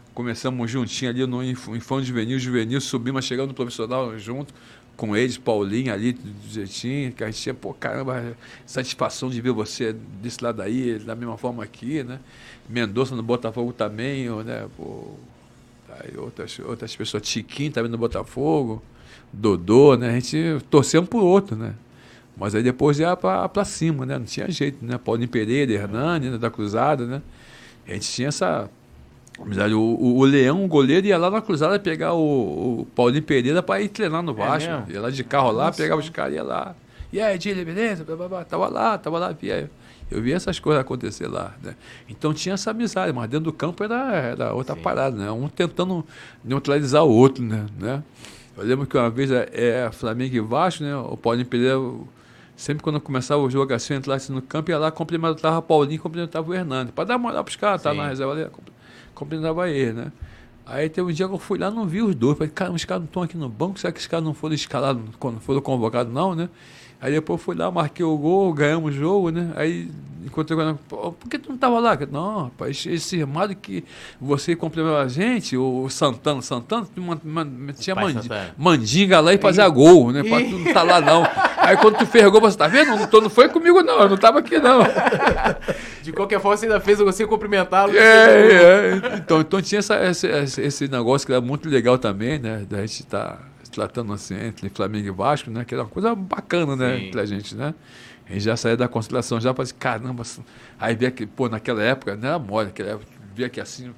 Começamos juntinho ali no Infância Juvenil, Juvenil, subimos, chegando no profissional junto com eles, Paulinho ali, do jeitinho, que a gente tinha, pô, caramba, satisfação de ver você desse lado aí, da mesma forma aqui, né? Mendonça no Botafogo também, né? Pô, aí outras, outras pessoas, Tiquinho também no Botafogo, Dodô, né? A gente torcia um pro outro, né? Mas aí depois ia pra, pra cima, né? Não tinha jeito, né? Paulinho Pereira, Hernani, né? Da Cruzada, né? A gente tinha essa... O, o, o Leão, o goleiro, ia lá na Cruzada pegar o, o Paulinho Pereira para ir treinar no Vasco. É ia lá de carro lá, Nossa. Pegava os caras, ia lá. E aí, Edílio, beleza? Tava lá, tava lá, via. Eu via essas coisas acontecer lá, né? Então tinha essa amizade, mas dentro do campo era, era outra Sim. parada, né? Um tentando neutralizar o outro, né? né? Eu lembro que uma vez é, é Flamengo e Vasco, né? O Paulinho Pereira, sempre quando começava o jogo assim, entrasse no campo, ia lá, cumprimentava o Paulinho, cumprimentava o Hernani, para dar moral para os caras, tá na reserva ali, cumprimentava ele, né? Aí teve um dia que eu fui lá, não vi os dois. Falei, cara, os caras não estão aqui no banco, será que os caras não foram escalados, quando foram convocados, não, né? Aí depois eu fui lá, marquei o gol, ganhamos o jogo, né? Aí encontrei com ele, por que tu não estava lá? Não, rapaz, esse irmão que você complementou a gente, o Santana, Santana, tinha mandi, mandinga lá e fazia gol, né? Pra tu não estar lá, não. Aí quando tu fez gol, você tá vendo? Não, tô, não foi comigo, não, eu não estava aqui, não. De qualquer forma, você ainda fez você cumprimentá-lo. É, é. Então, então tinha essa, esse, esse negócio que era muito legal também, né? Da gente estar... Tá tratando assim entre Flamengo e Vasco, né? Que era uma coisa bacana, né? Sim. Entre a gente, né? A gente já saía da constelação, já para assim, caramba, aí via que, pô, naquela época, não era mole, naquela época, via que assim,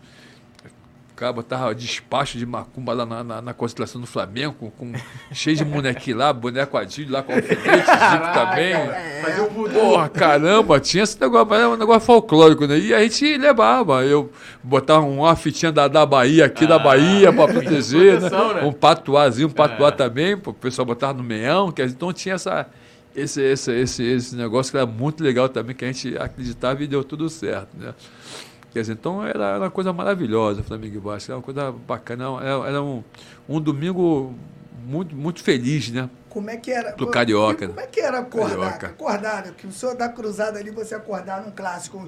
o cara botava despacho de macumba lá na, na, na constelação do Flamengo, com, com, cheio de bonequinho lá, boneco adilho lá com alfinete, Zico também. Fazia o voodoo. Porra, caramba, tinha esse negócio, era um negócio folclórico, né? E a gente levava, eu botava uma fitinha da, da Bahia aqui, ah, da Bahia, para proteger, né? né? Um patuazinho, um patuá é. também, para o pessoal botar no meião, que então tinha essa, esse, esse, esse, esse negócio que era muito legal também, que a gente acreditava e deu tudo certo, né? Quer dizer, então era, era uma coisa maravilhosa, Flamengo e Vasco, era uma coisa bacana, era, era um, um domingo muito, muito feliz, né? Como é que era? Pro Carioca. Como é que era acordar? Carioca. Acordar, né? Que o senhor da Cruzada ali, você acordar num clássico.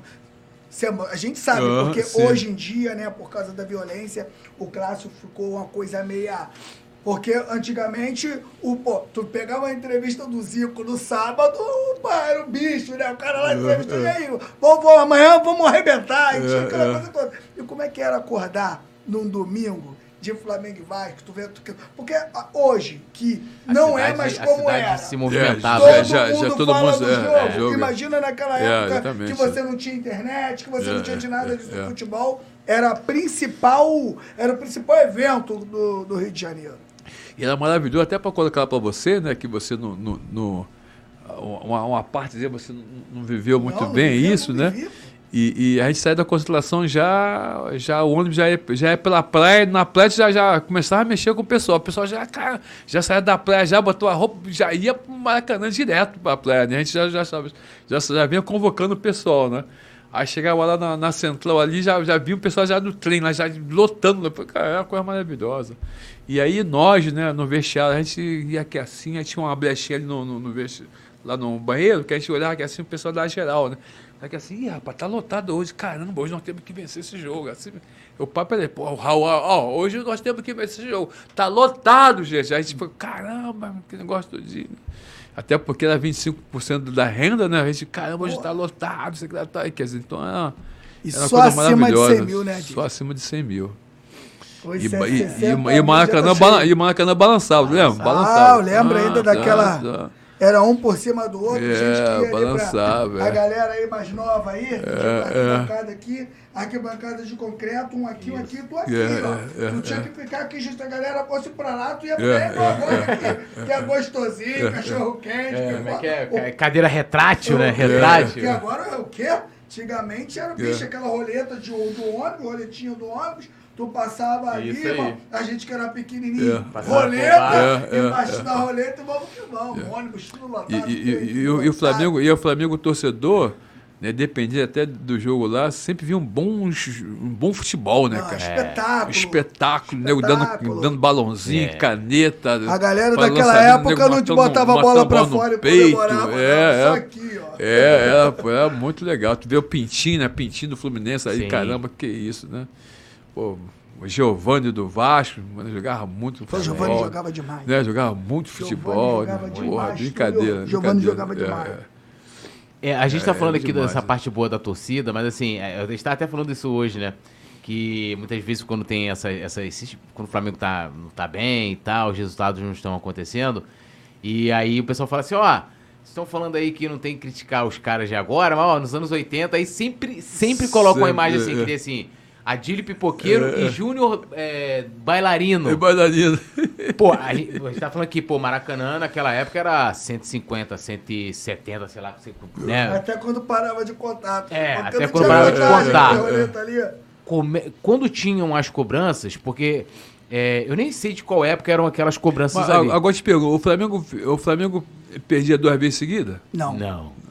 A gente sabe, uhum, porque sim. hoje em dia, né, por causa da violência, o clássico ficou uma coisa meia... Porque antigamente, o, pô, tu pegava a entrevista do Zico no sábado, pô, era o bicho, né? O cara lá entrevistou, e aí, vamos, vamos, amanhã vamos arrebentar, e tinha aquela coisa toda. E como é que era acordar num domingo de Flamengo e Vasco? Tu vê, tu, porque hoje, que a não cidade, é mais como era. Se movimentava. Todo é, já, mundo já todo fala mundo do é, jogo. É, jogo. Imagina naquela É, época que você não tinha internet, que você é, não tinha de nada é, disso é. do futebol. Era, a principal, era o principal evento do, do Rio de Janeiro. E era maravilhoso, até para colocar para você, né, que você no, no, no uma, uma parte dele você não, não viveu muito não, bem não vivia, isso, não né? vivia. E, e a gente sai da constelação já, já o ônibus já é, já é pela praia, na praia já, já começava a mexer com o pessoal. O pessoal já, cara, já saía da praia, já botou a roupa, já ia para o Maracanã direto para a praia, né? A gente já, já, já, já, já vinha convocando o pessoal, né? Aí chegava lá na, na central ali, já, já via o pessoal já no trem, lá já lotando. Cara, era uma coisa maravilhosa. E aí nós, né, no vestiário, a gente ia aqui assim, aí tinha uma brechinha ali no, no, no vestiário, lá no banheiro, que a gente olhava aqui assim, o pessoal da geral, né? Aqui assim, ih, rapaz, tá lotado hoje, caramba, hoje nós temos que vencer esse jogo. Assim, o papo é, pô, Raul, ó, hoje nós temos que vencer esse jogo. Tá lotado, gente. Aí a gente falou, caramba, que negócio do dia. Até porque era vinte e cinco por cento da renda, né? A gente, caramba, hoje está lotado, secretário. Quer dizer, então era, e era uma só coisa acima de maravilhosa. cem mil, né, Di? Só acima de cem mil. Hoje E, é e, sessenta, e, e, Maracanã, balan, e Maracanã balançava, lembra? Balançava. Ah, eu lembro ainda daquela... Ah, era um por cima do outro, é, gente que ia balançava, ali pra, é. a galera aí mais nova aí, É, arquibancada é. aqui, arquibancada de concreto, um aqui, um aqui, tu aqui, é, ó. É, tu é, tinha que ficar aqui, gente, a galera fosse pra lá, tu ia pra é, é, agora aqui, que é gostosinho, cachorro quente. É, que, é, que é, o, é cadeira retrátil, né? É, Retrátil. que agora é o quê? Antigamente era, bicho, É. aquela roleta de, do ônibus, roletinho do ônibus, tu passava ali, irmão, a gente que era pequenininho, É. roleta, É, é, embaixo é. da roleta e vamos que vamos, é. ônibus tudo lotado. E, e, e, e, o, e, o Flamengo, e o Flamengo torcedor, né, dependia até do jogo lá, sempre via um bom, um bom futebol, né, Não, cara? espetáculo. Um espetáculo, né, Espetáculo. dando, dando balãozinho, É. caneta. A galera pra daquela lançamento, época não te matando- botava a bola matando pra no fora e peito. comemorava, É, não, só é. aqui, ó. É, era, era muito legal. Tu vê o Pintinho, né? Pintinho do Fluminense aí, Sim. caramba, que isso, né? Pô, o Giovanni do Vasco, mano, jogava muito O Giovanni jogava demais. Né? Jogava muito futebol. Jogava Né? demais. Porra, brincadeira. Giovanni brincadeira. jogava demais. É, é. É, a gente tá É, falando é aqui demais, dessa né? parte boa da torcida, mas assim, é, a gente tá até falando isso hoje, né? Que muitas vezes quando tem essa, essa esses- quando o Flamengo tá, não tá bem e tal, os resultados não estão acontecendo, e aí o pessoal fala assim, ó, vocês estão falando aí que não tem que criticar os caras de agora, mas ó, nos anos oitenta, aí sempre, sempre colocam uma Sempre, imagem assim, é. que tem assim, Adílio Pipoqueiro É. e Júnior é, Bailarino. É bailarino. Pô, a gente, a gente tá falando aqui, pô, Maracanã naquela época era cento e cinquenta, cento e setenta, sei lá, né? Até quando parava de contato. É, Porque até não quando tinha parava de vantagem, contar. a roleta ali. Come- Quando tinham as cobranças, porque é, eu nem sei de qual época eram aquelas cobranças Mas, ali. agora te pergunto, o Flamengo, o Flamengo perdia duas vezes seguidas? Não. Não.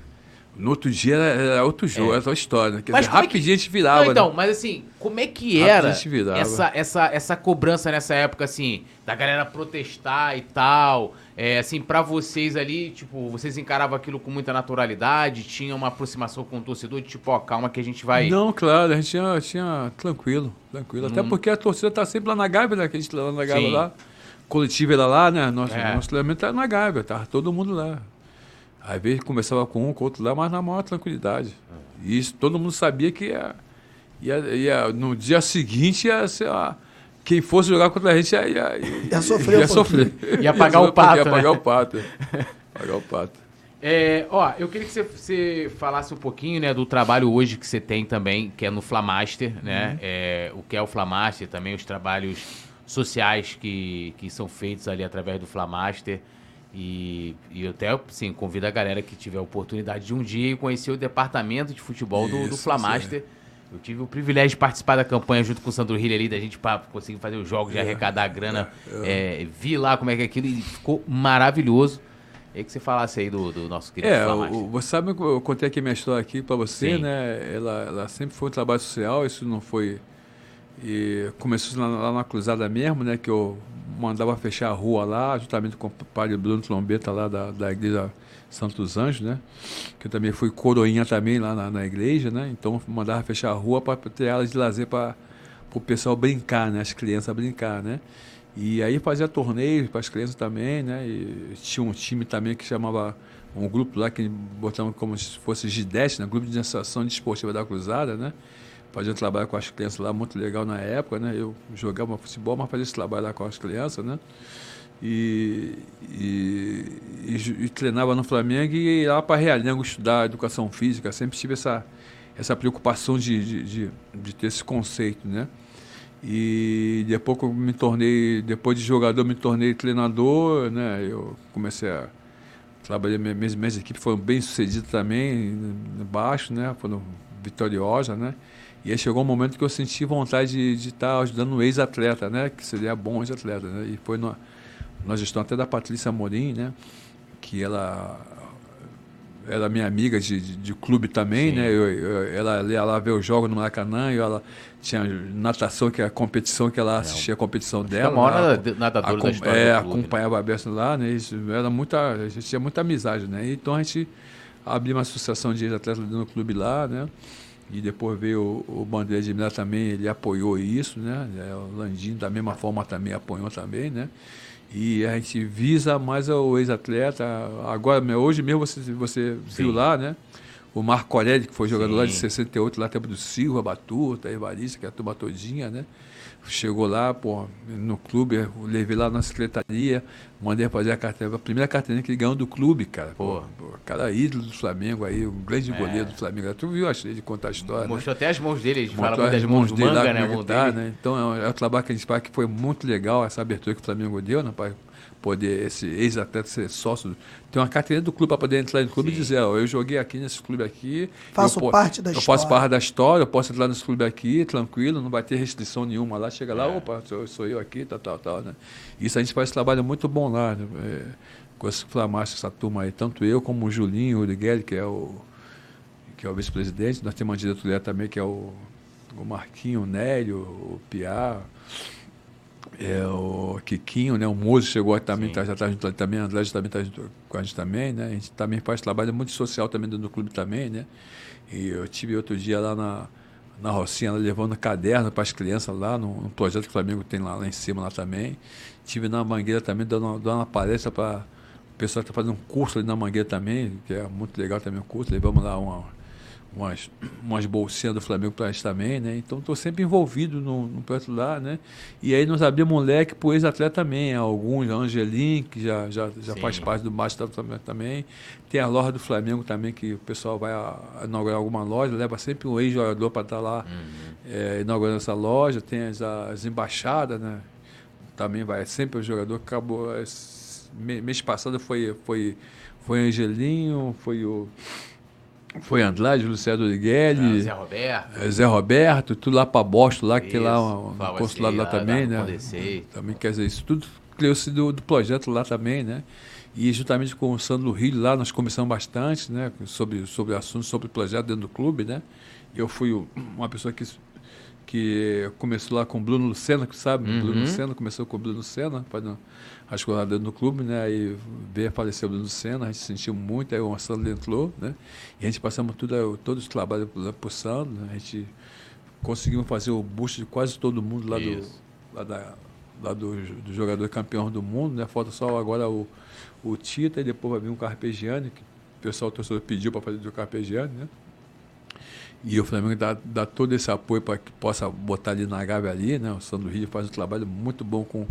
No outro dia era, era outro jogo, É. era outra história. Né? Quer Mas dizer, como é que- rapidinho a gente virava. Não, então, né? mas assim, como é que Rápido era a gente virava. essa, essa, essa cobrança nessa época, assim, da galera protestar e tal? É, assim, pra vocês ali, tipo, vocês encaravam aquilo com muita naturalidade? Tinha uma aproximação com o torcedor de tipo, ó, calma que a gente vai... Não, claro, a gente tinha, tinha tranquilo, tranquilo. Até porque a torcida tá sempre lá na Gávea, né? Que a gente lá na Gávea Sim. lá. Coletivo era lá, né? Nosso, É. nosso treinamento era na Gávea, tava todo mundo lá. Às vezes conversava com um, com outro lá, mas na maior tranquilidade. E isso todo mundo sabia que ia, ia, ia, no dia seguinte ia ser a, quem fosse jogar contra a gente ia, ia, Ia sofrer um ia sofrer. Ia pagar o pato, Ia né? pagar o pato. Pagar o pato. É, ó, eu queria que você, você falasse um pouquinho, né, do trabalho hoje que você tem também, que é no Flamaster, né? É, o que é o Flamaster, também os trabalhos sociais que, que são feitos ali através do Flamaster. E, e eu até, assim, convido a galera que tiver a oportunidade de um dia ir conhecer o departamento de futebol do, do Isso, Flamaster. Eu tive o privilégio de participar da campanha junto com o Sandro Hilli ali, da gente pra conseguir fazer os jogos, de arrecadar a grana. É, vi lá como é que é aquilo e ficou maravilhoso. É que você falasse aí do, do nosso querido É, Flamaster. o, você sabe que eu contei aqui a minha história aqui para você, Sim. né? Ela, ela sempre foi um trabalho social, isso não foi... E começou lá, lá na Cruzada mesmo, né? Que eu mandava fechar a rua lá, juntamente com o padre Bruno Trombeta lá da, da igreja Santos Anjos, né? Que eu também fui coroinha também lá na, na igreja, né? Então eu mandava fechar a rua para ter elas de lazer para o pessoal brincar, né? As crianças brincar, né? E aí fazia torneios para as crianças também, né? E tinha um time também que chamava, um grupo lá que botamos como se fosse GIDEST, né? Grupo de Iniciação Desportiva da Cruzada, né? Fazia um trabalho com as crianças lá, muito legal na época, né? Eu jogava futebol, mas fazia esse trabalho lá com as crianças, né? E, e, e, e treinava no Flamengo e ia lá para Realengo estudar educação física. Sempre tive essa, essa preocupação de, de, de, de ter esse conceito, né? E depois que eu me tornei, depois de jogador, me tornei treinador, né? Eu comecei a trabalhar, minhas, minhas equipes foram bem sucedidas também, baixo, né? Foram vitoriosas, né? E aí chegou um momento que eu senti vontade de, de estar ajudando um ex-atleta, né? Que seria bom ex-atleta, né? E foi na, na gestão até da Patrícia Amorim, né? Que ela era minha amiga de, de, de clube também, Sim. né? Eu, eu, ela ia lá ver os jogos no Maracanã e ela tinha natação, que é a competição que ela assistia a competição Acho que é dela. a maior né? nada- nadadora Acom- da história É, do clube, né? acompanhava a beça lá, né? Isso era muita, a gente tinha muita amizade, né? Então a gente abriu uma associação de ex-atletas no clube lá, né? E depois veio o, o Bandeira de Milá também, ele apoiou isso, né? É, o Landinho, da mesma forma, também apoiou também, né? E a gente visa mais o ex-atleta. Agora, hoje mesmo você, você viu lá, né? O Marco Aurélio, que foi jogador Sim. lá de sessenta e oito, lá tempo do Silva, Batuta, Evarista, que é a turma todinha, né? Chegou lá, pô, no clube, eu levei lá na secretaria, mandei fazer a carteira, a primeira carteirinha que ele ganhou do clube, cara. Pô. Pô, pô, cara ídolo do Flamengo aí, um grande É. goleiro do Flamengo. Tu viu, achei de contar a história, né? Mostrou até as mãos dele, a gente fala Mostrou muito as das mãos do dele lá, manga, né? A como é mão que tá, dele. né? Então é, é o trabalho que a gente faz que foi muito legal, essa abertura que o Flamengo deu, né? Para poder esse ex-atleta ser sócio. Tem uma carteirinha do clube para poder entrar no clube Sim. e dizer, ó, eu joguei aqui nesse clube aqui. Faço eu po- parte da eu história. faço parte da história, eu posso entrar nesse clube aqui, tranquilo, não vai ter restrição nenhuma lá. Chega lá, É. opa, sou, sou eu aqui, tal, tal, tal, né? Isso a gente faz esse trabalho muito bom lá, né? É, com esse Flamaster, essa turma aí, tanto eu como o Julinho, o Urigueli, que é o que é o vice-presidente, nós temos uma diretoria também que é o, o Marquinho, o Nélio, o Piá, é, o Quiquinho, né? O Mozo chegou aqui também, Sim. tá, já está junto ali também, o André também está junto com a gente também, né? A gente também faz trabalho muito social também dentro do clube também, né? E eu tive outro dia lá na, na Rocinha, levando caderno para as crianças lá, no, no projeto que o Flamengo tem lá, lá em cima lá também. Estive na Mangueira também, dando, uma- dando uma palestra para o pessoal que está fazendo um curso ali na Mangueira também, que é muito legal também o curso. Levamos lá uma, umas, umas bolsinhas do Flamengo para eles também, né? Então estou sempre envolvido no, no projeto lá, né? E aí nós abrimos um leque para o ex-atleta também, alguns, a Angelim, que já, já, já faz parte do Master também. Tem a loja do Flamengo também, que o pessoal vai a, a inaugurar alguma loja, leva sempre um ex-jogador para estar lá uhum. é, inaugurando essa loja. Tem as, as embaixadas, né? Também vai sempre o jogador. Acabou, esse, mês passado foi, foi, foi Angelinho, foi o. Foi Andrade, Luciano Origuelli, ah, Zé Roberto. Zé Roberto, tudo lá para Boston, lá, que isso, tem lá um, um consulado lá, lá também, né? Também quer dizer, isso tudo criou-se do, do projeto lá também, né? E juntamente com o Sandro Rio lá, nós conversamos bastante, né? Sobre, sobre assuntos, sobre o projeto dentro do clube, né? Eu fui uma pessoa que, que começou lá com o Bruno Lucena, que sabe? Uhum. Bruno Lucena, começou com o Bruno Lucena, fazendo a escola dentro do clube, né? Aí veio falecer o Bruno Lucena, a gente sentiu muito, aí o Sandro entrou, né? E a gente passamos tudo, todos os trabalhos para o Sandro, né? A gente conseguimos fazer o boost de quase todo mundo lá, do, lá, da, lá do, do jogador campeão do mundo, né? Falta só agora o, o Tita, e depois vai vir um Carpegiani, que o pessoal o torcedor pediu para fazer do Carpegiani, né? E o Flamengo dá, dá todo esse apoio para que possa botar ali na Gávea ali, né? O Sandro Rio faz um trabalho muito bom com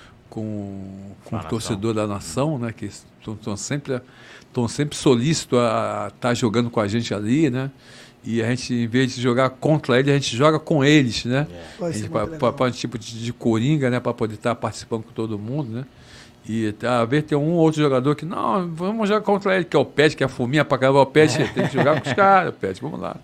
com, com o torcedor da nação, né? Que estão sempre, sempre solícitos a estar tá jogando com a gente ali, né? E a gente, em vez de jogar contra eles, a gente joga com eles, né? Para um tipo de, de coringa, né? Para poder estar tá participando com todo mundo, né? E às vezes tem um ou outro jogador que, não, vamos jogar contra ele, que é o Pet, que é a fominha para acabar o Pet, é. Tem que jogar com os caras, Pet, vamos lá.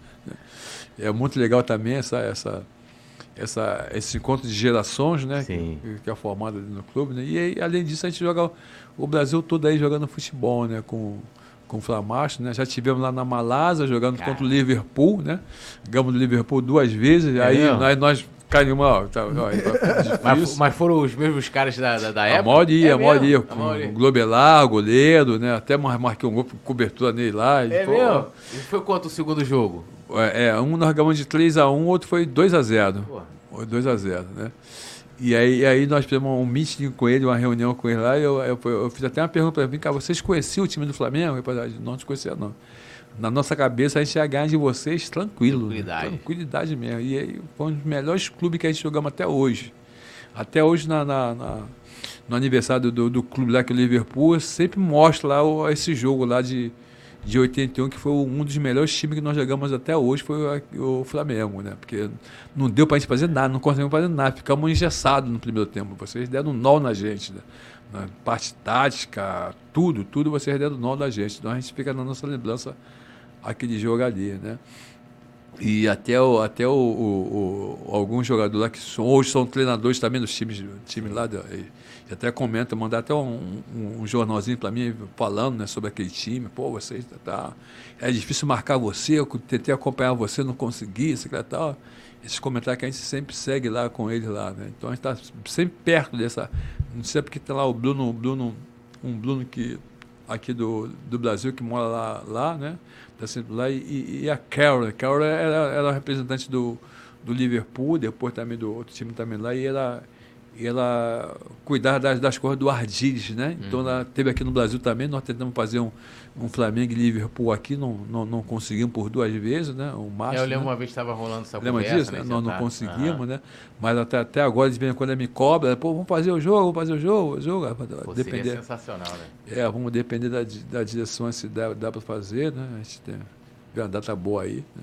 É muito legal também essa, essa, essa, esse encontro de gerações, né? Que, que é formado ali no clube, né? E aí, além disso, a gente joga o Brasil todo aí jogando futebol, né? Com, com o Flamacho, né? Já tivemos lá na Malásia jogando Cara. contra o Liverpool, né? Ganhamos do Liverpool duas vezes, é aí nós, nós caímos, ó, tá, ó, mas, mas foram os mesmos caras da, da, da época? A maioria, é a maioria, com o Globelar, goleiro, né? Até marquei um gol com cobertura nele lá. É pô, mesmo? E foi quanto o segundo jogo? É, um nós ganhamos de três a um, outro foi dois a zero. Foi dois a zero, né? E aí, aí nós fizemos um meeting com ele, uma reunião com ele lá, e eu, eu, eu fiz até uma pergunta para ele, vem cá, vocês conheciam o time do Flamengo? Eu, não te conhecia, não. Na nossa cabeça, a gente ia ganhar de vocês tranquilo. Tranquilidade. Né? Tranquilidade mesmo. E aí foi um dos melhores clubes que a gente jogamos até hoje. Até hoje, na, na, na, no aniversário do, do clube lá, que é o Liverpool, sempre mostra lá o, esse jogo lá de... de oitenta e um, que foi um dos melhores times que nós jogamos até hoje, foi o, o Flamengo, né? Porque não deu pra gente fazer nada, não conseguimos fazer nada, ficamos engessados no primeiro tempo. Vocês deram um nó na gente, né? Na parte tática, tudo, tudo vocês deram um nó na gente. Então a gente fica na nossa lembrança aquele jogo ali, né? E até, o, até o, o, o, alguns jogadores lá que são, hoje são treinadores também dos times, time lá, e, e até comenta, mandar até um, um, um jornalzinho para mim falando, né, sobre aquele time. Pô, vocês tá, é difícil marcar você, eu tentei acompanhar você, não consegui, isso e tal. Esses comentários que a gente sempre segue lá com eles lá, né? Então a gente está sempre perto dessa. Não sei porque tem lá o Bruno, Bruno um Bruno que aqui do, do Brasil que mora lá, lá né? Tá sempre lá, e, e a Carol. A Carol era, era representante do, do Liverpool, depois também do outro time também lá, e ela, e ela cuidava das, das coisas do Ardilhes, né? Então uhum. Ela teve aqui no Brasil também, nós tentamos fazer um, um Flamengo e Liverpool aqui, não, não, não conseguimos por duas vezes, né? O máximo, eu lembro, né? Uma vez que estava rolando essa Lembra conversa, disso, né? Nós não tá... conseguimos, uhum. né? Mas até, até agora, de vez em quando ele me cobra, pô, vamos fazer o jogo, vamos fazer o jogo, o jogo. Pô, depender, seria sensacional, né? É, vamos depender da, da direção, se dá, dá para fazer, né? A gente tem uma data boa aí, né?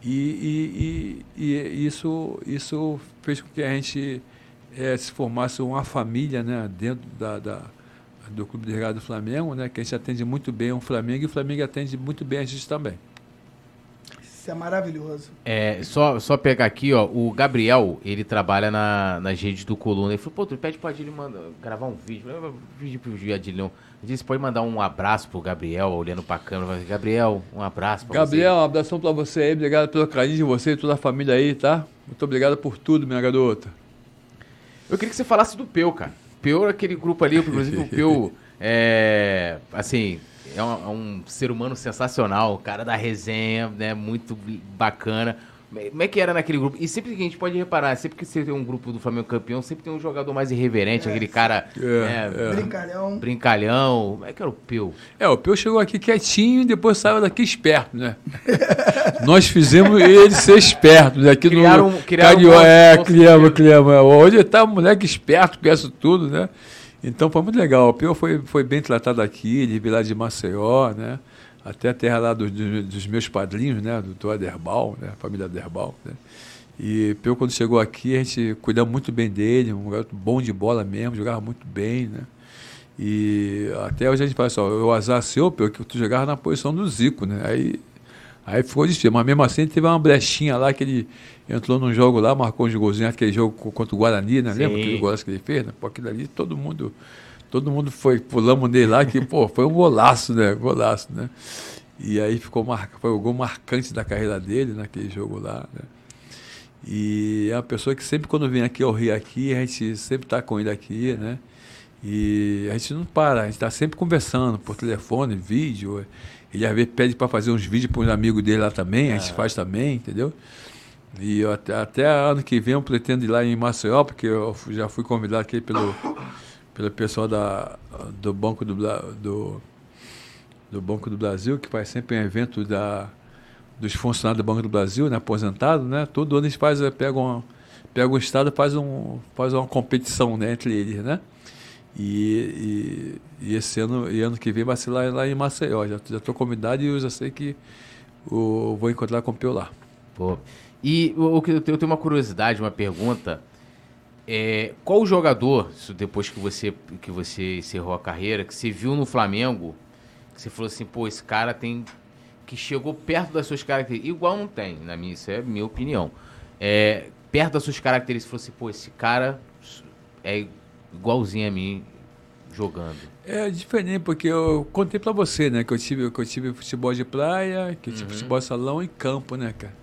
E, e, e, e isso, isso fez com que a gente é, se formasse uma família, né? Dentro da, da, do Clube de Regatas do Flamengo, né? Que a gente atende muito bem o Flamengo e o Flamengo atende muito bem a gente também. Isso é maravilhoso. É, só, só pegar aqui, ó, o Gabriel, ele trabalha na, nas redes do Coluna. Ele falou, pô, tu pede pro Adilho mandar, gravar um vídeo. Eu pedi pro Adilho, disse, pode mandar um abraço pro Gabriel, olhando pra câmera. Gabriel, um abraço pra Gabriel, você. um abração pra você aí, obrigado pelo carinho de você e toda a família aí, tá? Muito obrigado por tudo, minha garota. Eu queria que você falasse do Peu, cara. Peu é aquele grupo ali, inclusive o Peu, é, assim... É um, é um ser humano sensacional, o cara da resenha, né, muito bacana. Como é que era naquele grupo? E sempre que a gente pode reparar, sempre que você tem um grupo do Flamengo campeão, sempre tem um jogador mais irreverente, é, aquele cara... É, né, é. Brincalhão. Brincalhão. Como é que era o Peu? É, o Peu chegou aqui quietinho e depois saiu daqui esperto, né? Nós fizemos ele ser esperto, né? Aqui criaram, no criaram Cario... um É, criamos, criamos. Hoje ele tá um moleque esperto, conhece tudo, né? Então foi muito legal. O Peu foi, foi bem tratado aqui, ele veio lá de Maceió, né? Até a terra lá dos, dos meus padrinhos, né? Do doutor Aderbal, né? A família Aderbal, né? E Peu, quando chegou aqui, a gente cuidava muito bem dele, um garoto bom de bola mesmo, jogava muito bem, né? E até hoje a gente fala assim, ó, o azar seu, Peu, que tu jogava na posição do Zico, né? Aí, aí ficou difícil, mas mesmo assim ele teve uma brechinha lá que ele entrou num jogo lá, marcou uns golzinhos, aquele jogo contra o Guarani, né? Lembra aquele golaço que ele fez, né? Pô, aquilo ali, todo mundo... Todo mundo foi, pulamos nele lá, que, pô, foi um golaço, né? Golaço, né? E aí ficou marca, foi o gol marcante da carreira dele naquele jogo lá, né? E é uma pessoa que sempre, quando vem aqui ao Rio aqui, a gente sempre está com ele aqui, né? E a gente não para, a gente está sempre conversando por telefone, vídeo. Ele às vezes pede para fazer uns vídeos para uns amigos dele lá também, a gente faz também, entendeu? E eu, até, até ano que vem eu pretendo ir lá em Maceió, porque eu já fui convidado aqui pelo... pelo pessoal da, do, Banco do, do, do Banco do Brasil, que faz sempre um evento da, dos funcionários do Banco do Brasil, né, aposentados, né? Todo ano eles fazem, pegam, pegam o Estado e fazem um, faz uma competição, né, entre eles, né? E, e, e esse ano, e ano que vem vai ser lá, lá em Maceió. Já estou convidado e eu já sei que o, vou encontrar com o Peu lá. Pô. E o, eu tenho uma curiosidade, uma pergunta. É, qual o jogador, isso depois que você, que você encerrou a carreira, que você viu no Flamengo, que você falou assim, pô, esse cara tem... que chegou perto das suas características, igual não tem, na minha, isso é a minha opinião, é, perto das suas características, você falou assim, pô, esse cara é igualzinho a mim jogando. É diferente, porque eu contei pra você, né, que eu tive, que eu tive futebol de praia, que eu tive uhum. futebol de salão e campo, né, cara.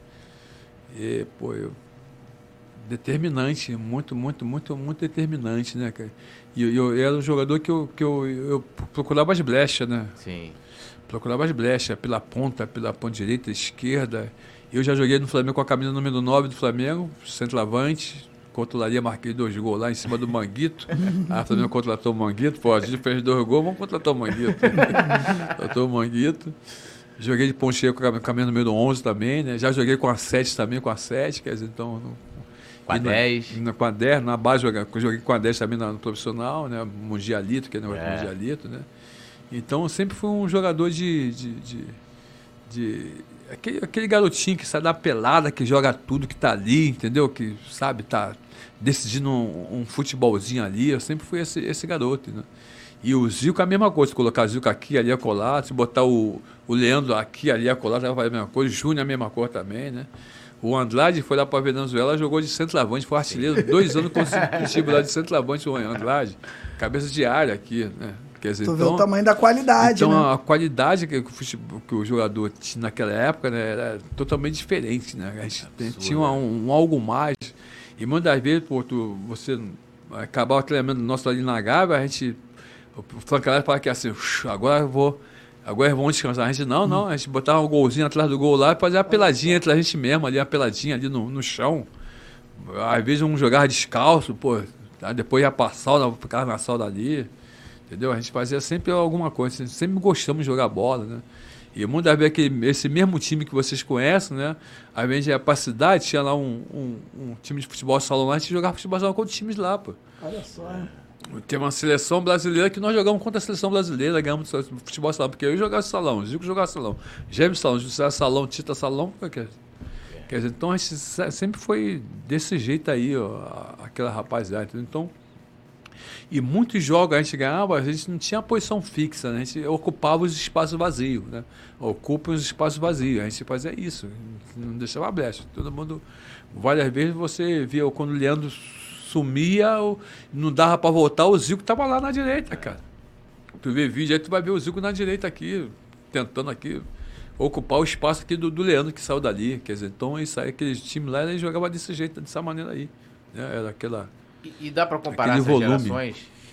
E, pô, eu... determinante, muito, muito, muito, muito determinante, né, cara? E eu, eu era um jogador que eu, que eu, eu procurava as brechas, né? Sim. Procurava as brechas, pela ponta, pela ponta direita, esquerda. Eu já joguei no Flamengo com a camisa número nove do Flamengo, centroavante. Contra o Laria, marquei dois gols lá em cima do Manguito. Ah, o Flamengo contratou o Manguito. Pô, a gente fez dois gols, vamos contratar o Manguito. Contratou o Manguito. Joguei de poncheiro com a camisa número onze também, né? Já joguei com a sete também, com a sete, quer dizer, então... Com a dez. Na, com a dez, na base, joguei, joguei com a dez também no profissional, né? Mundialito, que é negócio é. Mundialito, né? Então, eu sempre fui um jogador de... de, de, de aquele, aquele garotinho que sai da pelada, que joga tudo, que tá ali, entendeu? Que, sabe, tá decidindo um, um futebolzinho ali. Eu sempre fui esse, esse garoto, né? E o Zico é a mesma coisa. Se colocar o Zico aqui, ali, acolá. Se botar o, o Leandro aqui, ali, acolá, vai fazer a mesma coisa. O Júnior é a mesma coisa também, né? O Andrade foi lá para a Venezuela, jogou de centroavante, foi artilheiro, dois anos consecutivos lá de centroavante, o Andrade. Cabeça de área aqui, né? Quer dizer, tu então, vê o tamanho da qualidade, então, né? a qualidade que, que o jogador tinha naquela época, né, era totalmente diferente, né? A gente Absurdo, tinha um, um algo mais. E muitas vezes, pô, tu, você acabava o treinamento nosso ali na Gávea, a gente... O Francalário fala que assim, agora eu vou... Agora vamos descansar. A gente não, não. A gente botava um golzinho atrás do gol lá e fazia uma peladinha entre a gente mesmo, ali, uma peladinha ali no, no chão. Às vezes um jogava descalço, pô, tá? Depois ia pra sauna, ficava na sauna ali. Entendeu? A gente fazia sempre alguma coisa. Sempre gostamos de jogar bola, né? E muitas vezes aquele, esse mesmo time que vocês conhecem, né? Às vezes ia pra cidade, tinha lá um, um, um time de futebol salão lá, a gente jogava futebol salão contra os times lá, pô. Olha só, hein? Tem uma seleção brasileira que nós jogamos contra a seleção brasileira, ganhamos futebol salão, porque eu jogava salão, o Zico jogava salão, Gêmeos salão, José salão, Tita salão, quer dizer, então a gente sempre foi desse jeito aí, ó, aquela rapaziada, então, e muitos jogos a gente ganhava, a gente não tinha posição fixa, né? A gente ocupava os espaços vazios, né? Ocupa os espaços vazios, a gente fazia isso, não deixava brecha, todo mundo, várias vezes você via quando o Leandro sumia, não dava para voltar, o Zico tava lá na direita, cara. Tu vê vídeo aí, tu vai ver o Zico na direita aqui, tentando aqui ocupar o espaço aqui do, do Leandro que saiu dali. Quer dizer, então isso aí, aquele time lá, ele jogava desse jeito, dessa maneira aí. Né? Era aquela... E, e dá para comparar essas volume. gerações?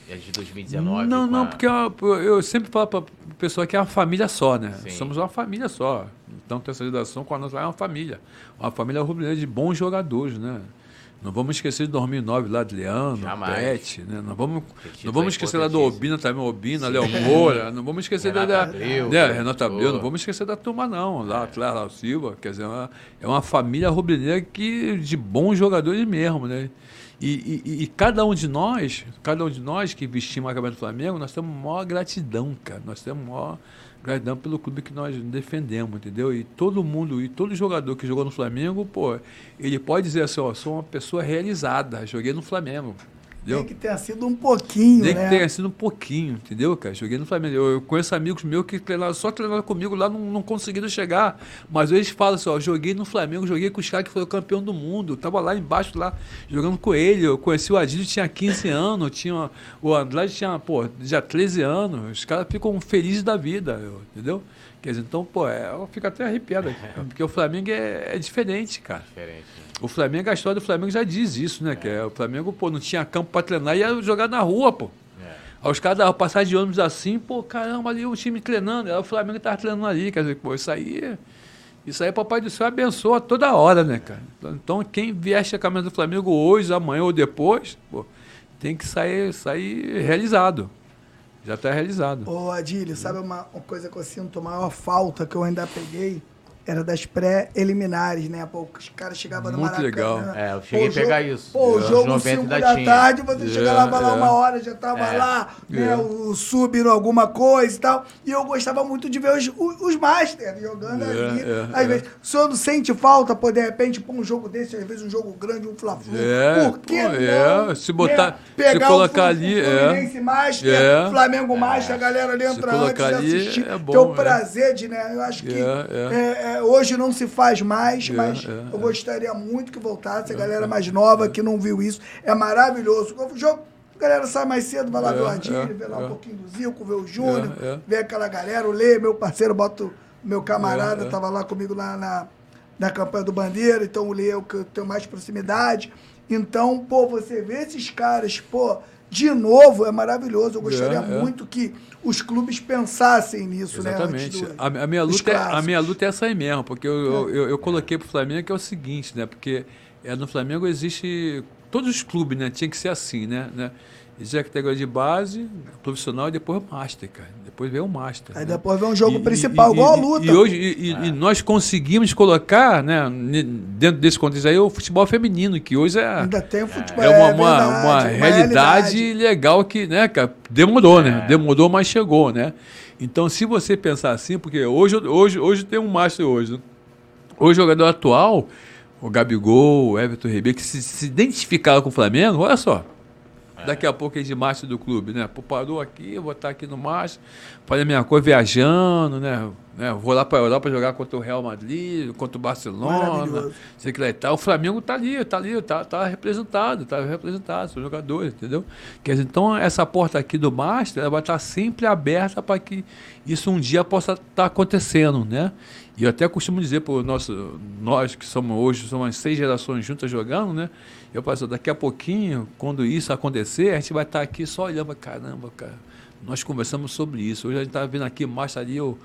as de dois mil e dezenove? Não, não, a... porque eu, eu sempre falo para a pessoa que é uma família só, né? Sim. Somos uma família só. Então, essa ligação com a nossa é uma família. Uma família rubro-negra de bons jogadores, né? Não vamos esquecer de dois mil e nove lá de Leandro, Pet, né? Não vamos, não vamos esquecer lá do Obina também, Obina, Léo Moura. Não vamos esquecer Renato da... Abreu, né? Renato Abreu, não vamos esquecer da turma não. Lá atrás, lá o Silva. Quer dizer, é uma, é uma família rubro-negra que, de bons jogadores mesmo, né? E, e, e cada um de nós, cada um de nós que vestimos a camisa do Flamengo, nós temos maior gratidão, cara. Nós temos maior gratidão pelo clube que nós defendemos, entendeu? E todo mundo, e todo jogador que jogou no Flamengo, pô, ele pode dizer assim, ó, sou uma pessoa realizada, joguei no Flamengo. Entendeu? Nem que tenha sido um pouquinho, Nem né? que tenha sido um pouquinho, entendeu, cara? Joguei no Flamengo. Eu, eu conheço amigos meus que treinaram, só treinaram comigo lá, não, não conseguiram chegar. Mas eles falam assim, ó, joguei no Flamengo, joguei com os caras que foram campeão do mundo. Tava lá embaixo, lá, jogando com ele. Eu conheci o Adílio, tinha quinze anos, tinha, o Andrade tinha, pô, já treze anos. Os caras ficam felizes da vida, entendeu? Quer dizer, então, pô, é, eu fico até arrepiado aqui, cara, porque o Flamengo é, é diferente, cara. Diferente, né? O Flamengo, a história do Flamengo já diz isso, né? É. Que é, o Flamengo, pô, não tinha campo pra treinar e ia jogar na rua, pô. É. Aí os caras davam passar de ônibus assim, pô, caramba, ali o time treinando, aí o Flamengo tava treinando ali, quer dizer, pô, isso aí, isso aí, papai do céu abençoa toda hora, né, cara? Então, quem veste a camisa do Flamengo hoje, amanhã ou depois, pô, tem que sair, sair realizado. Já está realizado. Ô, Adílio, sabe uma, uma coisa que eu sinto, a maior falta que eu ainda peguei? Era das pré-eliminares, né? Pô, os caras chegavam no Muito Maracanã. legal. É, eu cheguei pô, a pegar jogo, isso. Pô, o jogo cinco da tarde, você é, chegava lá é. uma hora, já tava É. lá, né? É. O sub no alguma coisa e tal. E eu gostava muito de ver os, os, os Masters jogando É, ali. é, Às é. vezes, o senhor não sente falta, pô, de repente, pôr um jogo desse, às vezes um jogo grande, um Fla-Flu. É, Por que pô, não? é. Se botar- né? Pegar se colocar o, ali, o é. Fluminense Master, É. Flamengo Master, a galera ali Se entra antes colocar de ali, assistir. é bom, Ter o é. prazer de, né? Eu acho que É, é. é, é, hoje não se faz mais, É, mas é, eu é. gostaria muito que voltasse. A galera mais nova que não viu isso. É maravilhoso. O jogo, a galera sai mais cedo, vai lá É, ver o Adílio, é, vê lá é. um pouquinho do Zico, vê o Júnior, É, é. vê aquela galera, o Lê, meu parceiro, bota o meu camarada, É, é. tava lá comigo lá na, na campanha do Bandeira, então o Lê é o que eu tenho mais proximidade. Então, pô, você vê esses caras, pô, de novo, é maravilhoso. Eu gostaria É, é. muito que os clubes pensassem nisso, Exatamente. né? antes do- A, a minha dos luta é, a clássicos. minha luta é essa aí mesmo, porque eu, eu, eu, eu coloquei pro Flamengo que é o seguinte, né? Porque é, no Flamengo existe todos os clubes, né? Tinha que ser assim, né? né? Existe a categoria de base, profissional e depois o Master, cara. Depois vem o Master. Aí né? depois vem um jogo E- principal, e- igual a e- luta. E, hoje, e, e- e nós conseguimos colocar, né, ne- dentro desse contexto aí, o futebol feminino, que hoje é, Ainda tem o futebol. é uma, uma, verdade, uma realidade legal que, né, cara, demorou, né? Demorou, mas chegou, né? Então, se você pensar assim, porque hoje, hoje, hoje tem um Master hoje, né? Hoje o jogador atual, o Gabigol, o Everton Ribeiro, que se, se identificaram com o Flamengo, olha só. Daqui a pouco é de Master do clube, né? Pô, parou aqui, eu vou estar aqui no Master, fazer minha coisa viajando, né? né? Vou lá para a Europa jogar contra o Real Madrid, contra o Barcelona, Maravilhoso. sei que lá e tal. O Flamengo tá ali, tá ali, tá, tá representado, tá representado, são jogadores, entendeu? Quer dizer, então essa porta aqui do Master, ela vai estar sempre aberta para que isso um dia possa estar acontecendo, né? E eu até costumo dizer para nosso, nós que somos hoje, somos umas seis gerações juntas jogando, né? Eu passo, daqui a pouquinho, quando isso acontecer, a gente vai estar aqui só olhando, caramba, cara, nós conversamos sobre isso. Hoje a gente está vendo aqui, mais ali o,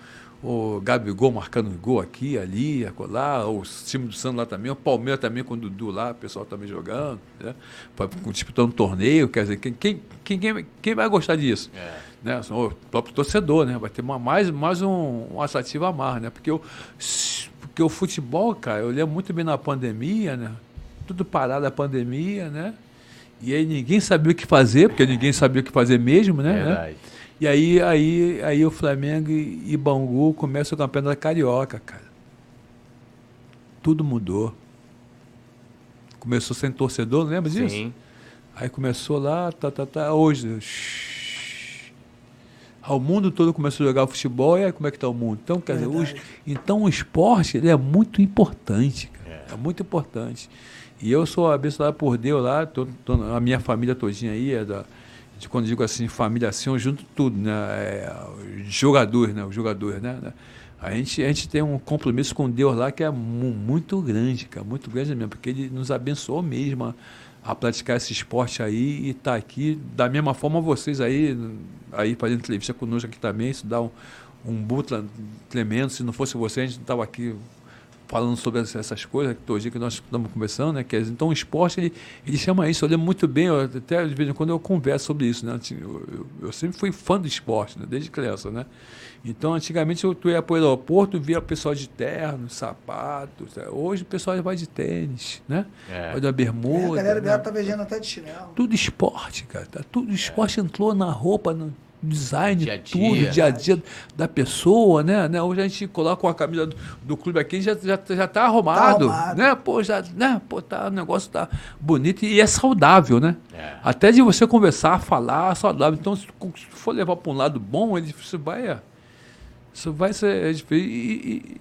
o Gabigol marcando gol aqui, ali, acolá, o time do Santos lá também, o Palmeiras também com o Dudu lá, o pessoal também jogando, né? Disputando um torneio, quer dizer, quem, quem, quem, quem vai gostar disso? É. Né? O próprio torcedor, né? Vai ter uma, mais, mais um, um atrativo a mais, né? Porque o, porque o futebol, cara, eu lembro muito bem na pandemia, né? Tudo parado a pandemia, né? E aí ninguém sabia o que fazer, porque ninguém sabia o que fazer mesmo, né? Verdade. E aí, aí, aí o Flamengo e, e Bangu começam o campeonato carioca, cara. Tudo mudou. Começou sem torcedor, lembra disso? Sim. Aí começou lá, tá, tá, tá, hoje. Shhh. O mundo todo começou a jogar futebol, e aí como é que tá o mundo? Então, quer dizer, hoje, então o esporte ele é muito importante, cara. É. é muito importante. E eu sou abençoado por Deus lá, tô, tô, a minha família todinha aí, é da, de, quando digo assim, família assim, eu junto tudo, né? É, os jogadores, né? Os jogadores, né? A gente, a gente tem um compromisso com Deus lá que é mu- muito grande, cara, muito grande mesmo, porque Ele nos abençoou mesmo a, a praticar esse esporte aí e estar tá aqui. Da mesma forma, vocês aí, aí fazendo entrevista conosco aqui também, isso dá um, um boom tremendo. Se não fosse você, a gente não estava aqui falando sobre essas coisas, que todo dia que nós estamos conversando, né? Que, então o esporte, ele, ele chama isso. Eu lembro muito bem, eu, até de vez em quando eu converso sobre isso, né? Eu, eu, eu sempre fui fã do esporte, né? Desde criança, né? Então, antigamente, eu ia para o aeroporto, via o pessoal de terno, sapato. Hoje o pessoal vai de tênis, né? É. Vai da bermuda. É, a galera né? tá viajando até de chinelo. Tudo esporte, cara. Tá, tudo esporte é. entrou na roupa, no design, dia tudo, dia, dia a dia da pessoa, né? né? Hoje a gente coloca uma camisa do, do clube aqui e já, já, já tá arrumado, tá arrumado, né? Pô, já, né? Pô, tá, o negócio tá bonito e é saudável, né? É. Até de você conversar, falar, saudável. Então, se for levar para um lado bom, ele você vai... Isso vai ser... E, e,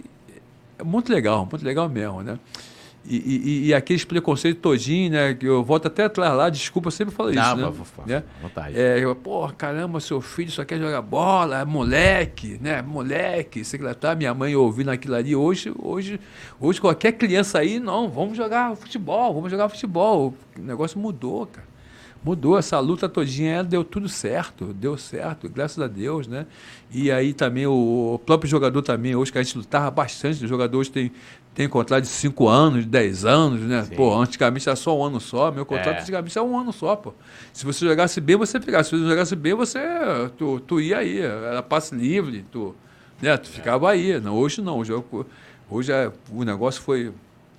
é muito legal, muito legal mesmo, né? E, e, e aqueles preconceitos todinho, né? Que eu volto até atrás lá, desculpa, eu sempre falo isso, Não, né? vou, vou, né? Vontade. É, eu, pô, caramba, seu filho só quer jogar bola, é moleque, né? Moleque, sei lá, tá, minha mãe ouvindo aquilo ali. Hoje, hoje, hoje qualquer criança aí, não, vamos jogar futebol, vamos jogar futebol. O negócio mudou, cara. Mudou, essa luta todinha, deu tudo certo, deu certo, graças a Deus, né? E aí também o, o próprio jogador também, hoje que a gente lutava bastante, os jogadores têm, têm contrato de cinco anos, de dez anos, né? Sim. Pô, antigamente era só um ano só, meu contrato é. antigamente era um ano só, pô. Se você jogasse bem, você pegava, se você não jogasse bem, você, tu, tu ia aí, era passe livre, tu, né? tu ficava aí, não, hoje não, hoje, hoje é, o negócio foi...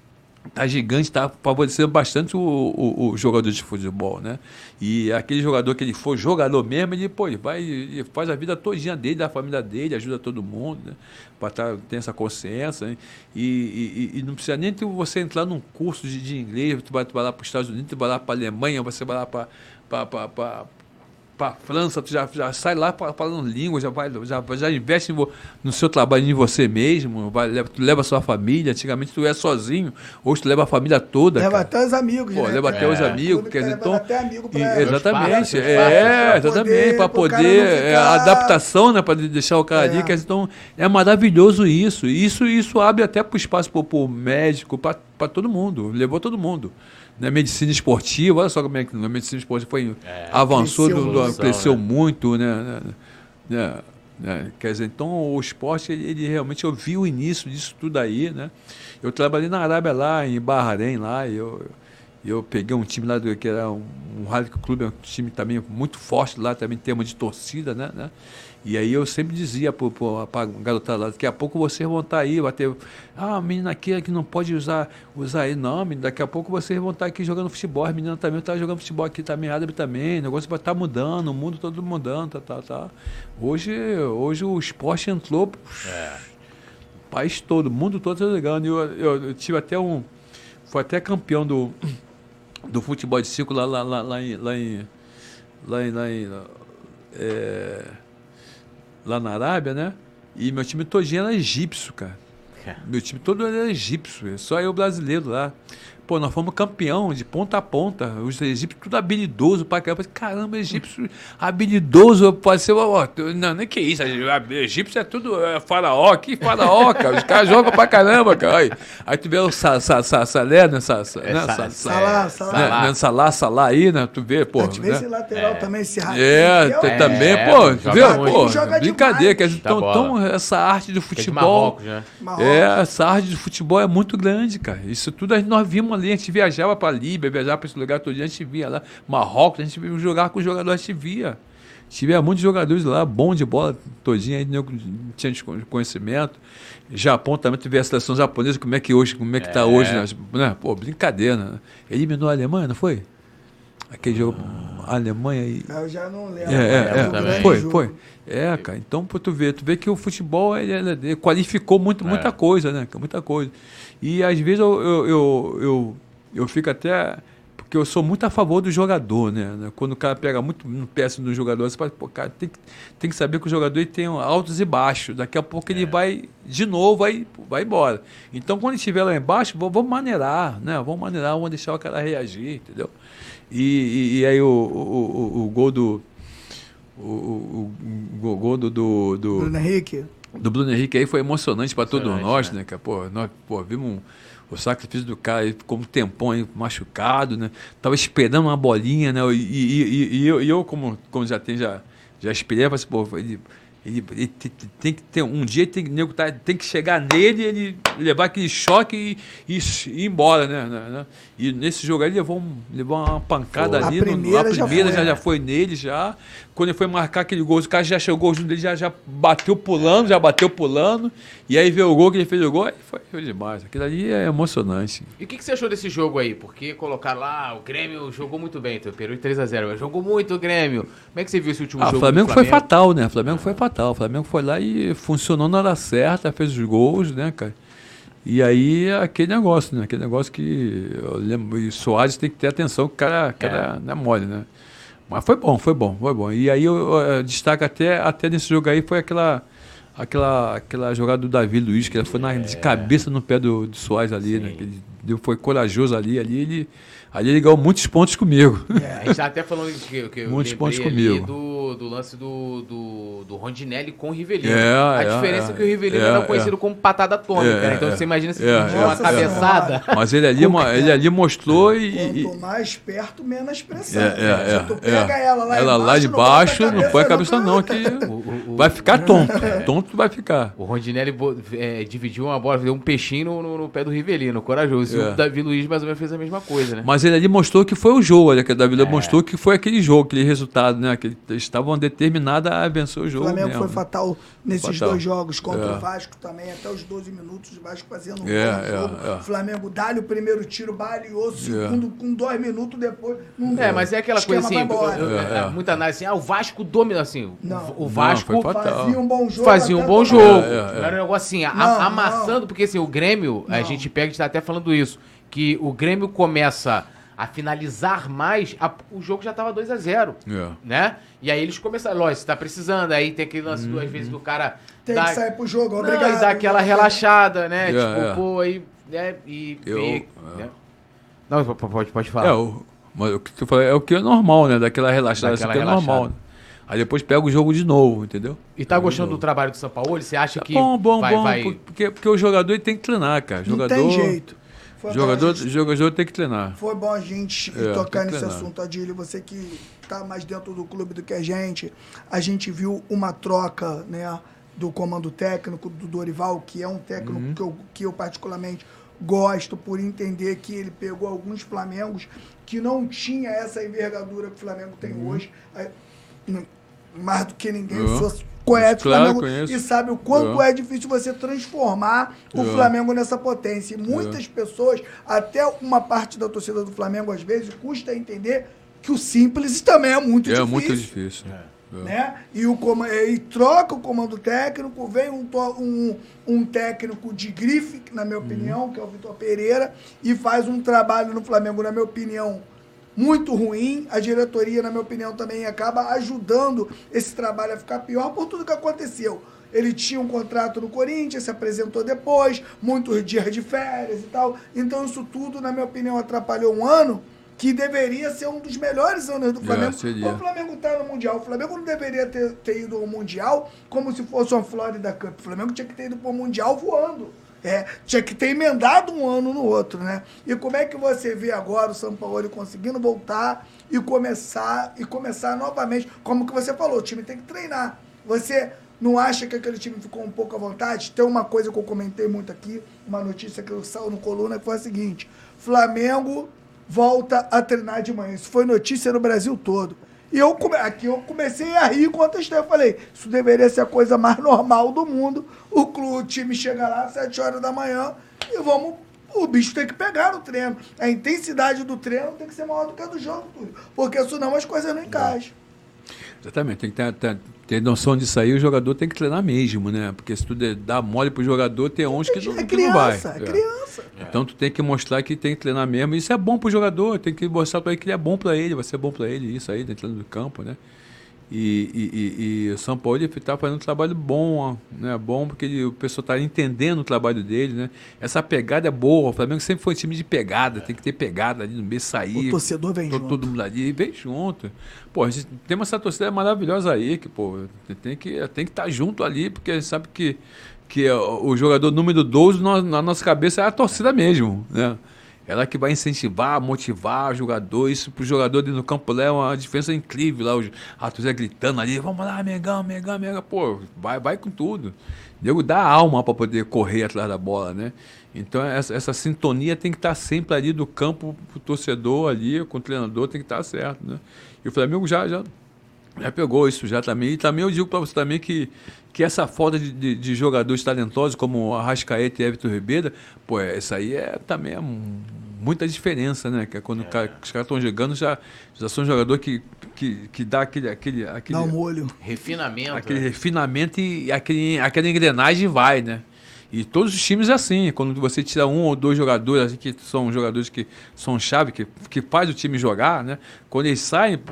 Tá gigante, tá favorecendo bastante o, o, o jogador de futebol, né? E aquele jogador que ele for jogador mesmo, ele, pô, ele vai, ele faz a vida todinha dele, da família dele, ajuda todo mundo, né? Para tá, ter essa consciência, né? E, e, e não precisa nem ter você entrar num curso de, de inglês, tu vai, tu vai lá para os Estados Unidos, tu vai lá para a Alemanha, você vai lá para para a França, tu já, já sai lá falando língua, já, vai, já, já investe no seu trabalho em você mesmo, vai, tu leva a sua família, antigamente tu ia sozinho, hoje tu leva a família toda. Leva cara. até os amigos, Pô, né? leva até é. os amigos, quer dizer, então... até amigo pra e, exatamente, pais, é, pais, exatamente, para poder, poder é, a adaptação, né, para deixar o cara é. ali, quer dizer, então é maravilhoso isso, isso, isso abre até para o espaço para o médico, para todo mundo, levou todo mundo. Na medicina esportiva, olha só como é que a medicina esportiva foi, é, avançou, cresceu, do, do, cresceu né? muito, né, né, né? Quer dizer, então o esporte, ele, ele realmente, eu vi o início disso tudo aí, né? Eu trabalhei na Arábia lá, em Bahrein lá, e eu, eu peguei um time lá, do, que era um, um Rally Clube, um time também muito forte lá, também em termos de torcida, né, né? E aí eu sempre dizia para a garotada lá, daqui a pouco vocês vão estar aí, vai ter, ah, a menina aqui que não pode usar, usar aí, não, daqui a pouco vocês vão estar aqui jogando futebol, as meninas também estão jogando futebol aqui também, árabe também, o negócio vai estar mudando, o mundo todo mudando, tá, tá, tá. Hoje, hoje o esporte entrou, é. o país todo, o mundo todo está ligando, eu, eu, eu tive até um, foi até campeão do, do futebol de circo lá, lá, lá, lá em, lá em, lá em, lá em é, lá na Arábia, né? E meu time todinho era egípcio, cara. É. Meu time todo era egípcio, só eu brasileiro lá. Pô, nós fomos campeão de ponta a ponta. Os egípcios tudo habilidoso pra caramba. Caramba, egípcio habilidoso. Pode ser, ó, não, nem que isso. Egípcio é tudo é faraó. Que faraó, cara? Os caras jogam pra caramba, cara. Aí, aí tu vê o Salé, né? Salá, Salá, Salá aí, né? Tu vê, pô. Tu vê esse lateral também, esse ratinho. É, também, pô. Tu vê, pô. Brincadeira. Quer dizer, então essa arte do futebol. É, essa arte do futebol é muito grande, cara. Isso tudo nós vimos ali, a gente viajava para a Líbia, viajava para esse lugar todo dia, a gente via lá, Marrocos, a gente jogava com os jogadores, a gente via. Tivemos muitos jogadores lá, bom de bola, todinho, aí não tinha conhecimento. Japão também, teve a seleção japonesa, como é que hoje, como é que está é. hoje, né? Pô, brincadeira, né? Eliminou a Alemanha, não foi? Aquele jogo, a Alemanha e... Eu já não lembro. É, é, é, foi, foi. É, cara, então pra tu ver, tu vê que o futebol ele, ele qualificou muito, muita é. coisa, né? Muita coisa. E às vezes eu, eu, eu, eu, eu fico até... Porque eu sou muito a favor do jogador, né? Quando o cara pega muito no péssimo do jogador, você fala, pô, cara, tem que, tem que saber que o jogador ele tem altos e baixos. Daqui a pouco é. ele vai, de novo, vai, vai embora. Então, quando ele estiver lá embaixo, vamos maneirar, né? Vamos maneirar, vamos deixar o cara reagir, entendeu? E, e, e aí o, o, o, o gol do... O, o, o gol do... do, do Bruno Henrique. do Bruno Henrique aí foi emocionante para todos nós, né? né, cara? Pô, nós pô, vimos um, o sacrifício do cara, ele ficou um tempão aí machucado, né? Tava esperando uma bolinha, né? E, e, e, e eu, e eu, como, como já tem, já, já esperei, eu falei assim, pô, ele, ele, ele tem, tem que ter, um dia tem, nego tá, tem que chegar nele, ele levar aquele choque e, e, e ir embora, né, né? E nesse jogo aí ele levou, um, levou uma pancada Pô, ali, a no, primeira, a já primeira foi, já, né? já foi nele, já. Quando ele foi marcar aquele gol, o cara já chegou junto dele, já, já bateu pulando, já bateu pulando, e aí veio o gol, que ele fez o gol, aí foi, foi demais. Aquilo ali é emocionante. E o que, que você achou desse jogo aí? Porque colocaram lá, o Grêmio jogou muito bem, então, Peru três a zero, mas jogou muito o Grêmio. Como é que você viu esse último Ah, jogo o Flamengo, do foi Flamengo? fatal, né? O Flamengo foi fatal. O Flamengo foi lá e funcionou na hora certa, fez os gols, né, cara? E aí, aquele negócio, né? Aquele negócio que eu lembro, e Soares tem que ter atenção, que o cara, cara É. não é mole, né? Mas foi bom, foi bom, foi bom. E aí, eu, eu destaco até, até nesse jogo aí, foi aquela, aquela, aquela jogada do Davi Luiz, que ele foi na, de cabeça no pé do, do Soares ali, Sim. né? Que ele deu, foi corajoso ali, ali ele, ali ele ganhou muitos pontos comigo. A gente tá até falando que, que eu Muitos pontos lembrei ali comigo. do, do lance do, do, do Rondinelli com o Rivelino. É, a é, diferença é, é, que o Rivelino é, era conhecido é. como patada atômica, É, né? Então é, você imagina se é, pedir é, uma é. cabeçada. Mas ele ali, mo- ele ali mostrou e... e- Quanto mais perto, menos pressão. É, é, Se tu é, pega é. ela lá ela embaixo, lá de não baixo, bota a não põe a cabeça, cabeça não, que vai ficar tonto. Tonto vai ficar. O Rondinelli bo- é, dividiu uma bola, deu um peixinho no, no- no pé do Rivelino, corajoso. E É. o Davi Luiz mais ou menos fez a mesma coisa, né? Mas ele ali mostrou que foi o jogo, olha, que o Davi É. mostrou que foi aquele jogo, aquele resultado, né? Que eles estavam determinados a vencer o O jogo. Flamengo mesmo, foi né? fatal nesses Fatal. dois jogos contra É. o Vasco também, até os doze minutos, o Vasco fazendo um É, bom é, jogo. é. O Flamengo dá-lhe o primeiro tiro, baleou o segundo, com dois minutos depois. Não É, mas é aquela coisa assim, esquema vai embora. eu- eu- É, é. muita análise assim, ah, o Vasco domina, assim, Não. o Não, Vasco foi fatal. Fazia um bom jogo. fazia um até bom tomar- jogo. É, é, é. Não era um negócio assim, a- Não, amassando, não. porque assim, o Grêmio, a Não. gente pega, a gente tá até falando isso, que o Grêmio começa a finalizar mais, a- o jogo já tava dois a zero, É. né? E aí eles começaram, lógico, você tá precisando, aí tem aquele lance duas vezes do cara... Tem dar- que sair pro jogo, Não, obrigado. e dar aquela relaxada, né? É, tipo, é. pô, aí, né? E... Eu- e- é. né? Não, p- pode, pode falar. É, o, mas o que tu falou é o que é normal, né? Daquela relaxada, Daquela assim, que é relaxada. normal. Né? Aí depois pega o jogo de novo, entendeu? E tá Pega o gostando do jogo. trabalho do São Paulo? Você acha que Bom, bom, vai, bom, vai... Porque, porque o jogador ele tem que treinar, cara. Não Jogador, tem jeito. Foi jogador, bom a gente- jogador tem que treinar. Foi bom a gente É, tocar tem que nesse treinar. assunto, Adílio. Você que tá mais dentro do clube do que a gente. A gente viu uma troca, né, do comando técnico do Dorival, que é um técnico Uhum. que, eu, que eu particularmente gosto, por entender que ele pegou alguns Flamengos que não tinha essa envergadura que o Flamengo tem Uhum. hoje. Aí, n- mais do que ninguém, Uhum. só conhece Claro, o Flamengo conheço. e sabe o quanto Uhum. é difícil você transformar o Uhum. Flamengo nessa potência. E muitas pessoas, até uma parte da torcida do Flamengo, às vezes, custa entender que o simples também é muito É difícil. muito difícil. É. Né? E, o coma- e troca o comando técnico, vem um, to- um, um técnico de grife, na minha opinião, que é o Vitor Pereira, e faz um trabalho no Flamengo, na minha opinião, muito ruim. A diretoria, na minha opinião, também acaba ajudando esse trabalho a ficar pior por tudo que aconteceu. Ele tinha um contrato no Corinthians, se apresentou depois, muitos dias de férias e tal. Então isso tudo, na minha opinião, atrapalhou um ano que deveria ser um dos melhores anos do Flamengo. seria. O Flamengo está no Mundial. O Flamengo não deveria ter, ter ido ao Mundial como se fosse uma Florida Cup. O Flamengo tinha que ter ido para o Mundial voando. É, tinha que ter emendado um ano no outro, né? E como é que você vê agora o São Paulo conseguindo voltar e começar, e começar novamente? Como que você falou, o time tem que treinar. Você não acha que aquele time ficou um pouco à vontade? Tem uma coisa que eu comentei muito aqui, uma notícia que eu saiu no Coluna, que foi a seguinte: Flamengo volta a treinar de manhã. Isso foi notícia no Brasil todo. E eu, come- aqui eu comecei a rir e contestei. Eu falei, isso deveria ser a coisa mais normal do mundo. O clube, o time chega lá às sete horas da manhã e vamos... O bicho tem que pegar no treino. A intensidade do treino tem que ser maior do que a do jogo, Túlio. Porque senão as coisas não encaixam. Exatamente, tem que ter, ter, ter noção disso aí, o jogador tem que treinar mesmo, né? Porque se tu der- dá mole pro jogador, tem uns que, não, É que não vai. criança, é É. criança. Então tu tem que mostrar que tem que treinar mesmo. Isso é bom pro jogador, tem que mostrar para ele que ele é bom para ele, vai ser bom para ele, isso aí, dentro do campo, né? E, e, e, e o São Paulo está fazendo um trabalho bom, né? Bom porque ele, o pessoal está entendendo o trabalho dele, né? Essa pegada é boa. O Flamengo sempre foi um time de pegada, tem que ter pegada ali no meio, sair. O torcedor vem todo, junto. Todo mundo ali vem junto. Pô, a gente tem essa torcida maravilhosa aí, que pô, tem que tem que estar junto ali, porque a gente sabe que, que o jogador número doze na, na nossa cabeça é a torcida mesmo, né? Ela que vai incentivar, motivar o jogador. Isso pro jogador dentro do campo lá é uma diferença incrível. Lá, a torcida gritando ali, vamos lá, Mengão, Mengão, Mengão. Pô, vai, vai com tudo. Nego dá alma para poder correr atrás da bola, né? Então essa, essa sintonia tem que estar sempre ali do campo pro torcedor ali, com o treinador, tem que estar certo, né? E o Flamengo já, já, já pegou isso já também. E também eu digo para você também que, que essa falta de, de, de jogadores talentosos como Arrascaeta e Everton Ribeiro, pô, isso aí é também é muita diferença, né? Que é quando é. Cara, os caras estão jogando, já, já são jogadores que, que, que dá aquele, aquele, aquele... Dá um molho. Refinamento. Aquele né? refinamento e aquele, aquela engrenagem vai, né? E todos os times é assim, quando você tira um ou dois jogadores, assim, que são jogadores que são chave, que, que faz o time jogar, né? Quando eles saem,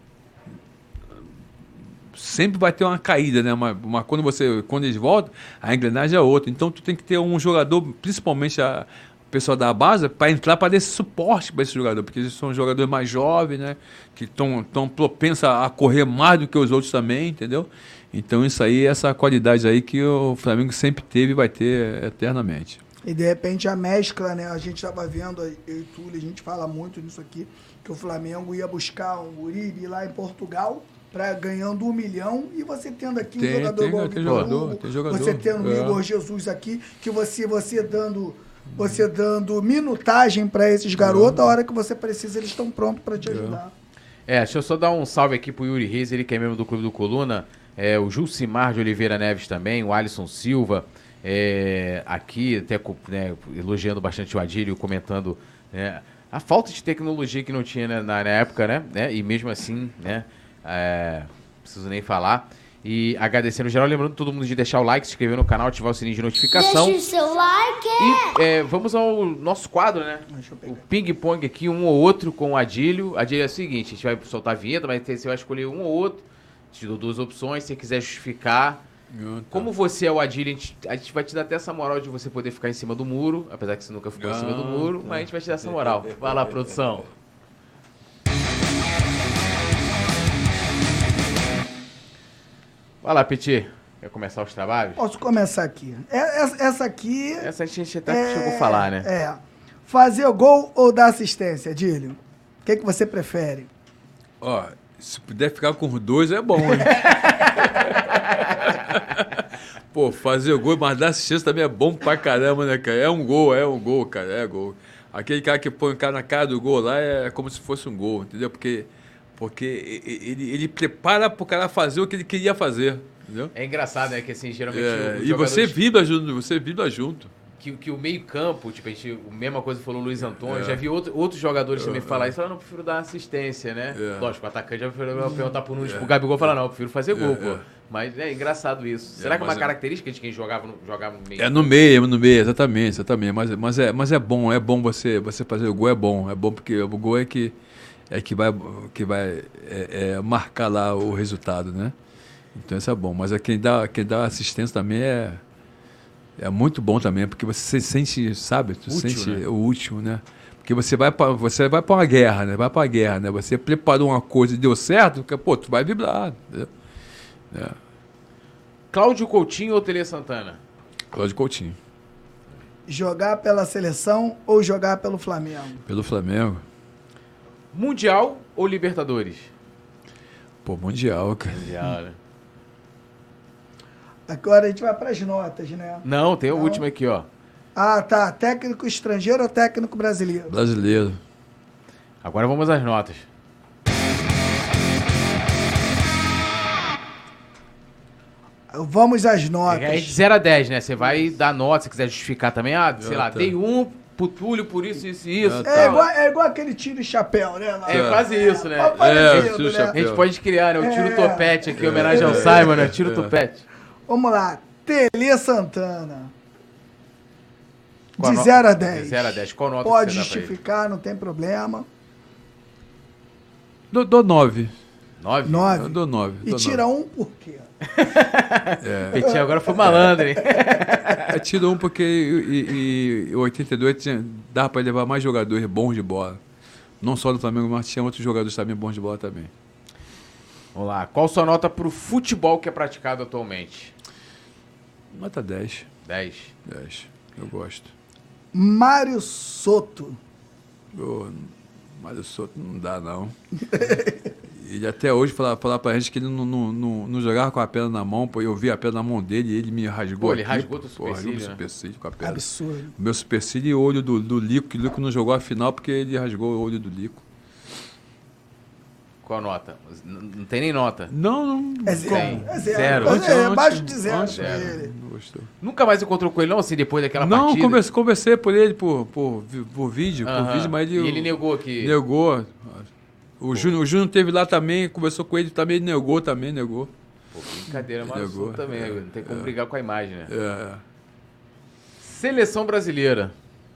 sempre vai ter uma caída, né? Uma, uma, quando, você, quando eles voltam, a engrenagem é outra. Então tu tem que ter um jogador, principalmente a o pessoal da base, para entrar para dar esse suporte para esse jogador, porque eles são jogadores mais jovens, né? Que estão propensos a correr mais do que os outros também, entendeu? Então isso aí, essa qualidade aí que o Flamengo sempre teve e vai ter eternamente. E de repente a mescla, né? A gente estava vendo, eu e Túlio, a gente fala muito nisso aqui, que o Flamengo ia buscar um Uribe lá em Portugal, pra, ganhando um milhão, e você tendo aqui tem, um jogador tem, igual tem, o jogador, tem jogador. Você tendo o é. Igor Jesus aqui, que você, você dando... Você dando minutagem para esses garotos, a hora que você precisa, eles estão prontos para te ajudar. É, deixa eu só dar um salve aqui pro Yuri Reis, ele que é membro do Clube do Coluna, é, o Jucimar de Oliveira Neves também, o Alisson Silva, é, aqui até né, elogiando bastante o Adílio, comentando né, a falta de tecnologia que não tinha né, na, na época, né, né? E mesmo assim, né, é, não preciso nem falar. E agradecendo geral, lembrando todo mundo de deixar o like, se inscrever no canal, ativar o sininho de notificação. Deixa o seu like! E é, vamos ao nosso quadro, né? O ping-pong aqui, um ou outro com o Adílio. Adílio é o seguinte, a gente vai soltar a vinheta, mas você vai escolher um ou outro. Te dou duas opções, se você quiser justificar. Ah, tá. Como você é o Adílio, a gente, a gente vai te dar até essa moral de você poder ficar em cima do muro, apesar que você nunca ficou ah, em cima do muro, tá. Mas a gente vai te dar essa moral. Vai lá, produção. Vai lá, Petit. Quer começar os trabalhos? Posso começar aqui. Essa, essa aqui... Essa a gente até é, chegou a falar, né? É. Fazer gol ou dar assistência, Adílio? O que, que você prefere? Ó, se puder ficar com os dois é bom, hein? Pô, fazer gol, mas dar assistência também é bom pra caramba, né, cara? É um gol, é um gol, cara, é gol. Aquele cara que põe o cara na cara do gol lá é como se fosse um gol, entendeu? Porque... Porque ele, ele prepara pro cara fazer o que ele queria fazer, entendeu? É engraçado, né? Que assim, geralmente... É, e você vibra junto, você vibra junto. Que, que o meio campo, tipo, a gente, a mesma coisa falou o Luiz Antônio, é. Já vi outro, outros jogadores é. também falar isso, falaram, não, eu prefiro dar assistência, né? É. Lógico, o atacante já prefiro perguntar pro Nunes, é. pro Gabigol, falar, não, eu prefiro fazer gol, é. pô. Mas é engraçado isso. Será que é uma característica de quem jogava no, jogava no meio? É no meio, no meio, exatamente, exatamente. Mas, mas, é, mas é bom, é bom você, você fazer o gol, é bom. É bom porque o gol é que... é que vai, que vai é, é, marcar lá o resultado, né? Então isso é bom. Mas é quem dá, quem dá assistência também é, é muito bom também, porque você se sente, sabe? Tu útil, sente né? o último, né? Porque você vai para você vai para uma guerra, né? Vai para a guerra, né? Você preparou uma coisa e deu certo, porque, pô, tu vai vibrar. Entendeu? É. Cláudio Coutinho ou Tele Santana? Cláudio Coutinho. Jogar pela seleção ou jogar pelo Flamengo? Pelo Flamengo. Mundial ou Libertadores? Pô, Mundial, cara. Mundial, né? Agora a gente vai para as notas, né? Não, tem o último aqui, ó. Ah, tá. Técnico estrangeiro ou técnico brasileiro? Brasileiro. Agora vamos às notas. Vamos às notas. É de zero a dez, né? Você vai dar nota, se quiser justificar também. Ah, sei Eu lá, tá. dei um pro Túlio por isso, isso e isso. É igual, é igual aquele tiro e chapéu, né? É, é quase isso, né? É, é, tiro né? chapéu. A gente pode criar, né? O tiro É. topete aqui, em homenagem ao Simon, né? Tiro É. topete. Vamos lá. Tele Santana. Qual De no- zero a dez. De zero a dez. Qual nota Pode que você dá pra ele? justificar, não tem problema. Dou, dou nove. Nove? Nove. Eu dou nove. E dou tira nove. um por quê? É. Petinho agora foi malandro, hein? É, tira um porque em oitenta e dois tinha, dava para levar mais jogadores bons de bola. Não só no Flamengo, mas tinha outros jogadores também bons de bola também. Vamos lá. Qual sua nota pro futebol que é praticado atualmente? Nota dez. dez. dez. Eu gosto. Mário Soto. Oh, Mário Soto não dá, não. Ele até hoje falava, falava pra gente que ele não, não, não, não jogava com a pedra na mão, pô, eu vi a pedra na mão dele e ele me rasgou. Pô, ele aqui, rasgou pô, teu pô, rasgou supercílio, meu né? supercílio com a pedra. Absurdo. Meu supercílio e o olho do, do Lico, que o Lico não jogou a final porque ele rasgou o olho do Lico. Qual nota? N- Não tem nem nota. Não, não. É zero. Tem. É zero. Zero. É, é Antes- abaixo de zero antes- pra ele. Não gostou. Nunca mais encontrou com ele, não, assim, depois daquela Não, partida? conversei, conversei por ele por, por, por vídeo, Aham. por vídeo, mas ele, E ele negou que... negou. O Júnior, o Júnior teve lá também, conversou com ele também, ele negou também, negou. Pô, brincadeira, mas Negou, também, é, não tem como é. brigar com a imagem, né? É, Seleção brasileira.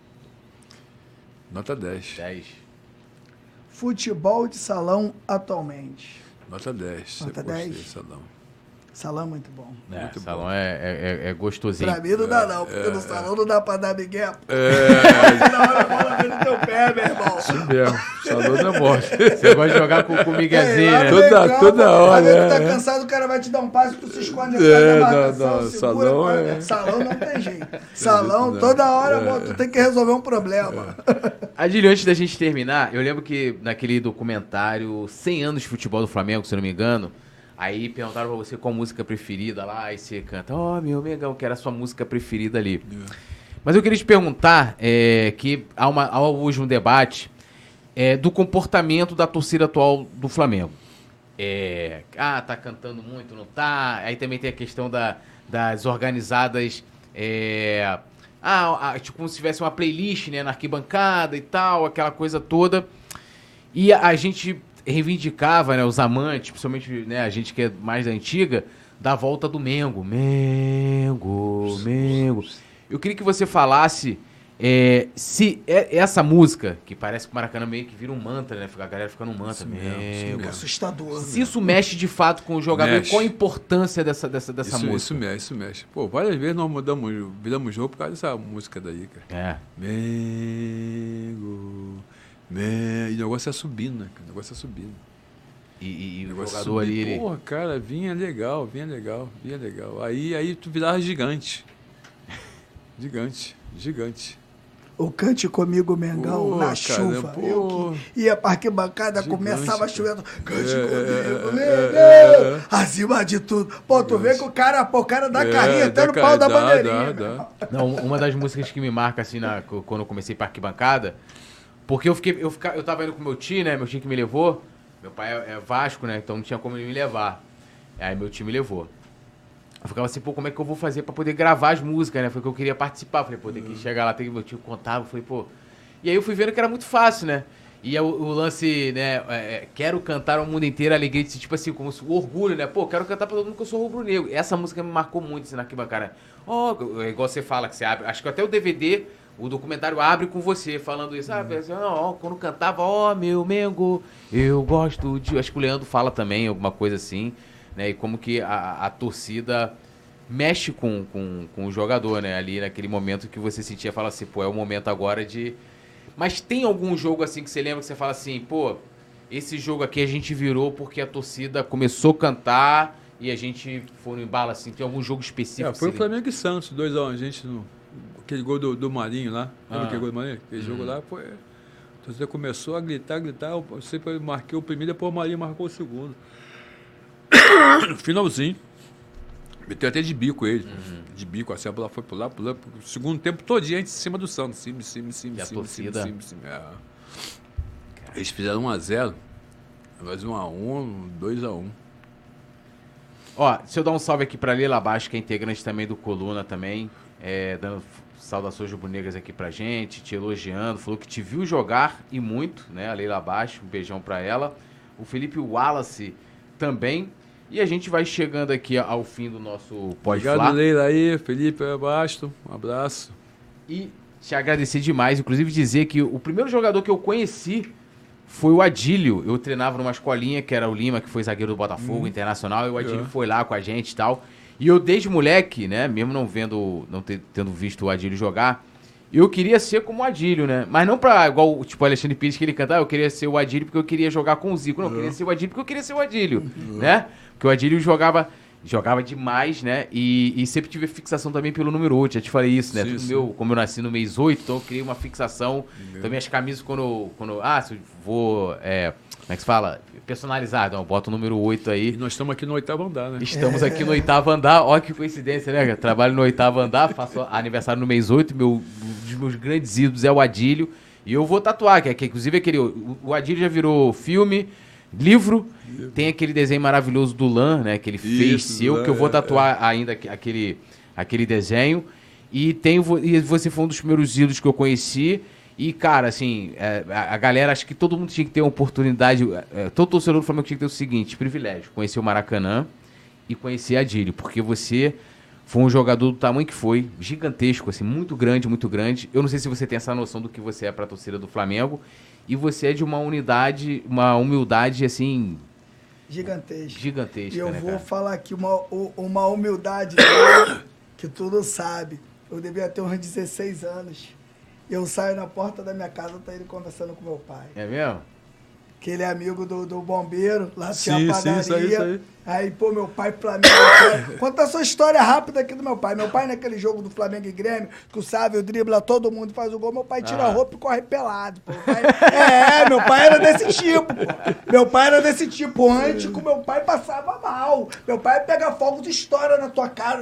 nota dez. dez. Futebol de salão atualmente. Nota dez. Nota Eu gostei, dez. Salão. Salão é muito bom. É, Muito salão é, é, é- é gostosinho. Pra mim não dá não, porque no salão não dá pra dar migué. É, Na hora a bola vem no teu pé, meu irmão. isso mesmo. Salão não é morte. Você gosta de jogar com, com o Miguezinho, lá né? no Toda- meio campo, toda hora, Às vezes tu tá é. cansado, o cara vai te dar um passe, tu se esconde É, atrás da não, marcação, não, segura. salão pô. é- Salão não tem jeito. Salão, não. toda hora, É. pô, tu tem que resolver um problema. Adílio, antes da gente terminar, eu lembro que naquele documentário cem anos de futebol do Flamengo, se eu não me engano, aí perguntaram pra você qual música preferida lá, aí você canta, ó, meu Mengão, que era a sua música preferida ali. Mas eu queria te perguntar, é, que há, uma, há hoje um debate é, do comportamento da torcida atual do Flamengo. É, ah, tá cantando muito, não tá? Aí também tem a questão da, das organizadas, é, ah, ah, tipo, como se tivesse uma playlist, né, na arquibancada e tal, aquela coisa toda. E a, a gente reivindicava, né, os amantes, principalmente, né, a gente que é mais da antiga, da volta do Mengo. Mengo, Mengo. Eu queria que você falasse é, se é, essa música, que parece que o Maracanã meio que vira um mantra, né? A galera fica num mantra. Isso mesmo, isso Mengo. mesmo. Assustador. Se isso mexe de fato com o jogador, Mexe. qual a importância dessa, dessa, dessa Isso, música? isso mexe, isso mexe. Pô, várias vezes nós mudamos, viramos jogo por causa dessa música daí, cara. É. Mengo, Mengo. E o negócio é subindo, né? cara? O negócio é subindo. E, e- e o negócio jogador ali, subir. ele... Porra, cara, vinha legal, vinha legal, vinha legal. Aí, aí tu virava gigante. Gigante, gigante. O Cante Comigo, Mengão, Pô, na cara, chuva. pô. Eu que ia pra arquibancada, Gigante, começava cara. chovendo. Cante É, Comigo, é, é, Mengão. é, é. Acima de tudo. Pô, tu vê que o cara, pô, o cara dá É, carrinho até dá no ca- pau da dá, bandeirinha. dá, meu. dá. Não, uma das músicas que me marca, assim, na, quando eu comecei pra arquibancada, porque eu fiquei, eu, fica, eu tava indo com meu tio, né, meu tio que me levou, meu pai é, é Vasco, né, então não tinha como ele me levar. Aí meu tio me levou. Eu ficava assim, pô, como é que eu vou fazer pra poder gravar as músicas, né, foi que eu queria participar, falei, pô, tem que chegar lá, tem que meu tio contava, falei, pô... E aí eu fui vendo que era muito fácil, né, e é o, o lance, né, é, quero cantar ao mundo inteiro a alegria de, tipo assim, como o orgulho, né, pô, quero cantar pra todo mundo que eu sou rubro-negro. Essa música me marcou muito, assim, na arquibancada. Ó, oh, igual você fala, que você abre, acho que até o D V D, o documentário abre com você, falando isso, ah, assim, ó, quando cantava, ó, oh, meu Mengo, eu gosto de... Acho que o Leandro fala também, alguma coisa assim, né, e como que a, a torcida mexe com, com, com o jogador, né, ali naquele momento que você sentia, fala assim, pô, é o momento agora de... Mas tem algum jogo assim que você lembra que você fala assim, pô, esse jogo aqui a gente virou porque a torcida começou a cantar e a gente foi no embalo, assim, tem algum jogo específico? É, foi o que você Flamengo e Santos, dois a um, a gente no... Aquele gol do, do Marinho lá, lembra Ah. aquele gol do Marinho? Aquele jogo lá foi... A torcida começou a gritar, gritar, eu sempre marquei o primeiro, depois o Marinho marcou o segundo. No finalzinho. Meteu até de bico ele. Uhum. De bico, assim, a bola foi pular, pular. O segundo tempo todinho a gente em cima do Santos. Cima, cima, cima, E a cima, torcida? cima, cima, cima. É. Eles fizeram um a zero. Nós um a um, dois a um. Ó, deixa eu dar um salve aqui pra Leila Baixo, que é integrante também do Coluna também, é, dando saudações rubro-negras aqui pra gente, te elogiando, falou que te viu jogar e muito, né, a Leila Baixo, um beijão pra ela. O Felipe Wallace também. E a gente vai chegando aqui ao fim do nosso Pode Obrigado, Falar. Leila aí, Felipe Basto, um abraço. E te agradecer demais, inclusive dizer que o primeiro jogador que eu conheci foi o Adílio. Eu treinava numa escolinha, que era o Lima, que foi zagueiro do Botafogo, hum. Internacional, e o Adílio é. foi lá com a gente e tal. E eu, desde moleque, né, mesmo não vendo, não ter, tendo visto o Adílio jogar, eu queria ser como o Adílio, né? Mas não pra, igual, tipo, o Alexandre Pires, que ele canta, ah, eu queria ser o Adílio porque eu queria jogar com o Zico. Não, eu queria ser o Adílio porque eu queria ser o Adílio, uhum. né? Porque o Adílio jogava... Jogava demais, né? E, e sempre tive fixação também pelo número oito. Já te falei isso, né? Sim, Tudo sim. Meu, como eu nasci no mês oito, então eu criei uma fixação. Meu. Também as camisas, quando, quando... Ah, se eu vou... É, como é que se fala? Personalizar. Então, eu boto o número oito aí. E nós estamos aqui no oitavo andar, né? Estamos é. aqui no oitavo andar. Olha que coincidência, né? Trabalho no oitavo andar, faço aniversário no mês oito. Meu, um dos meus grandes ídolos é o Adílio. E eu vou tatuar, que, é, que inclusive aquele... O, o Adílio já virou filme... Livro, tem aquele desenho maravilhoso do Lan, né? Que ele fez Isso, seu, que eu vou tatuar é, é. ainda aquele, aquele desenho. E, tem, e você foi um dos primeiros ídolos que eu conheci. E, cara, assim, é, a, a galera, acho que todo mundo tinha que ter uma oportunidade. É, todo torcedor do Flamengo tinha que ter o seguinte: privilégio, conhecer o Maracanã e conhecer a Adílio, porque você foi um jogador do tamanho que foi, gigantesco, assim, muito grande, muito grande. Eu não sei se você tem essa noção do que você é para a torcida do Flamengo. E você é de uma unidade, uma humildade, assim... Gigantesca. Gigantesca, E eu né, vou cara? falar aqui uma, uma humildade que tu não sabe. Eu devia ter uns dezesseis anos. Eu saio na porta da minha casa, tá ele conversando com meu pai. É mesmo? Que ele é amigo do, do bombeiro, lá sim, tinha a padaria. Sim, isso aí, isso aí. Aí, pô, meu pai Flamengo. Conta a sua história rápida aqui do meu pai. Meu pai, naquele jogo do Flamengo e Grêmio, que o Sávio dribla, todo mundo faz o gol, meu pai tira ah. a roupa e corre pelado. Pô. Pai... É, meu pai era desse tipo, pô. Meu pai era desse tipo. Antes, com meu pai passava mal. Meu pai pega fogo de história na tua cara.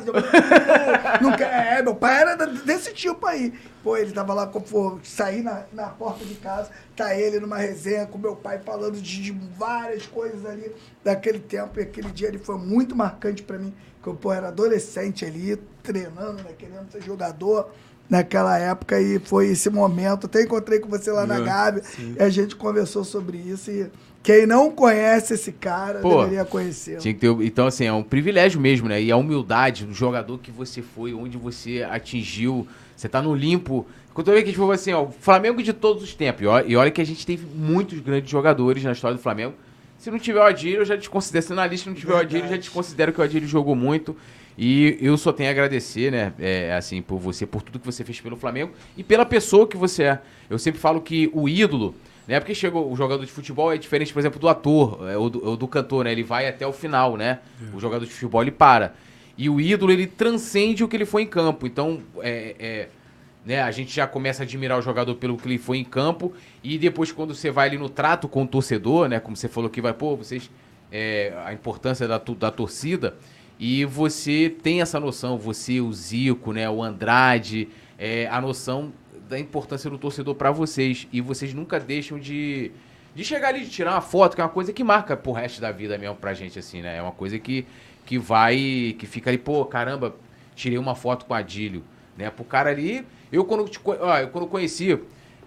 Não quer. É, meu pai era desse tipo aí. Pô, ele tava lá, pô, saí na, na porta de casa, tá ele numa resenha com meu pai falando de, de várias coisas ali daquele tempo. E aquele dia ele foi muito marcante pra mim, que eu, pô, era adolescente ali, treinando, né, querendo ser jogador naquela época. E foi esse momento. Até encontrei com você lá na Gávea e a gente conversou sobre isso. E quem não conhece esse cara, pô, deveria conhecer. Tinha que ter, então, assim, é um privilégio mesmo, né? E a humildade do jogador que você foi, onde você atingiu. Você tá no limpo. Quando eu vi que a gente falou assim, ó, Flamengo de todos os tempos. E olha, e olha que a gente teve muitos grandes jogadores na história do Flamengo. Se não tiver o Adílio, eu já desconsidero. Se na lista não tiver Verdade. o Adílio, eu já desconsidero que o Adílio jogou muito. E eu só tenho a agradecer, né, é, assim, por você, por tudo que você fez pelo Flamengo e pela pessoa que você é. Eu sempre falo que o ídolo, né, porque chegou o jogador de futebol é diferente, por exemplo, do ator, é, ou, do, ou do cantor, né, ele vai até o final, né, é. O jogador de futebol, ele para. E o ídolo, ele transcende o que ele foi em campo. Então, é, é, né, a gente já começa a admirar o jogador pelo que ele foi em campo e depois, quando você vai ali no trato com o torcedor, né, como você falou que vai, pô, vocês, é, a importância da, da torcida, e você tem essa noção, você, o Zico, né, o Andrade, é, a noção da importância do torcedor para vocês. E vocês nunca deixam de, de chegar ali, de tirar uma foto, que é uma coisa que marca pro resto da vida mesmo pra gente, assim, né? É uma coisa que, que vai, que fica ali, pô, caramba, tirei uma foto com o Adílio, né? Pro cara ali, eu quando, te, ó, eu quando conheci,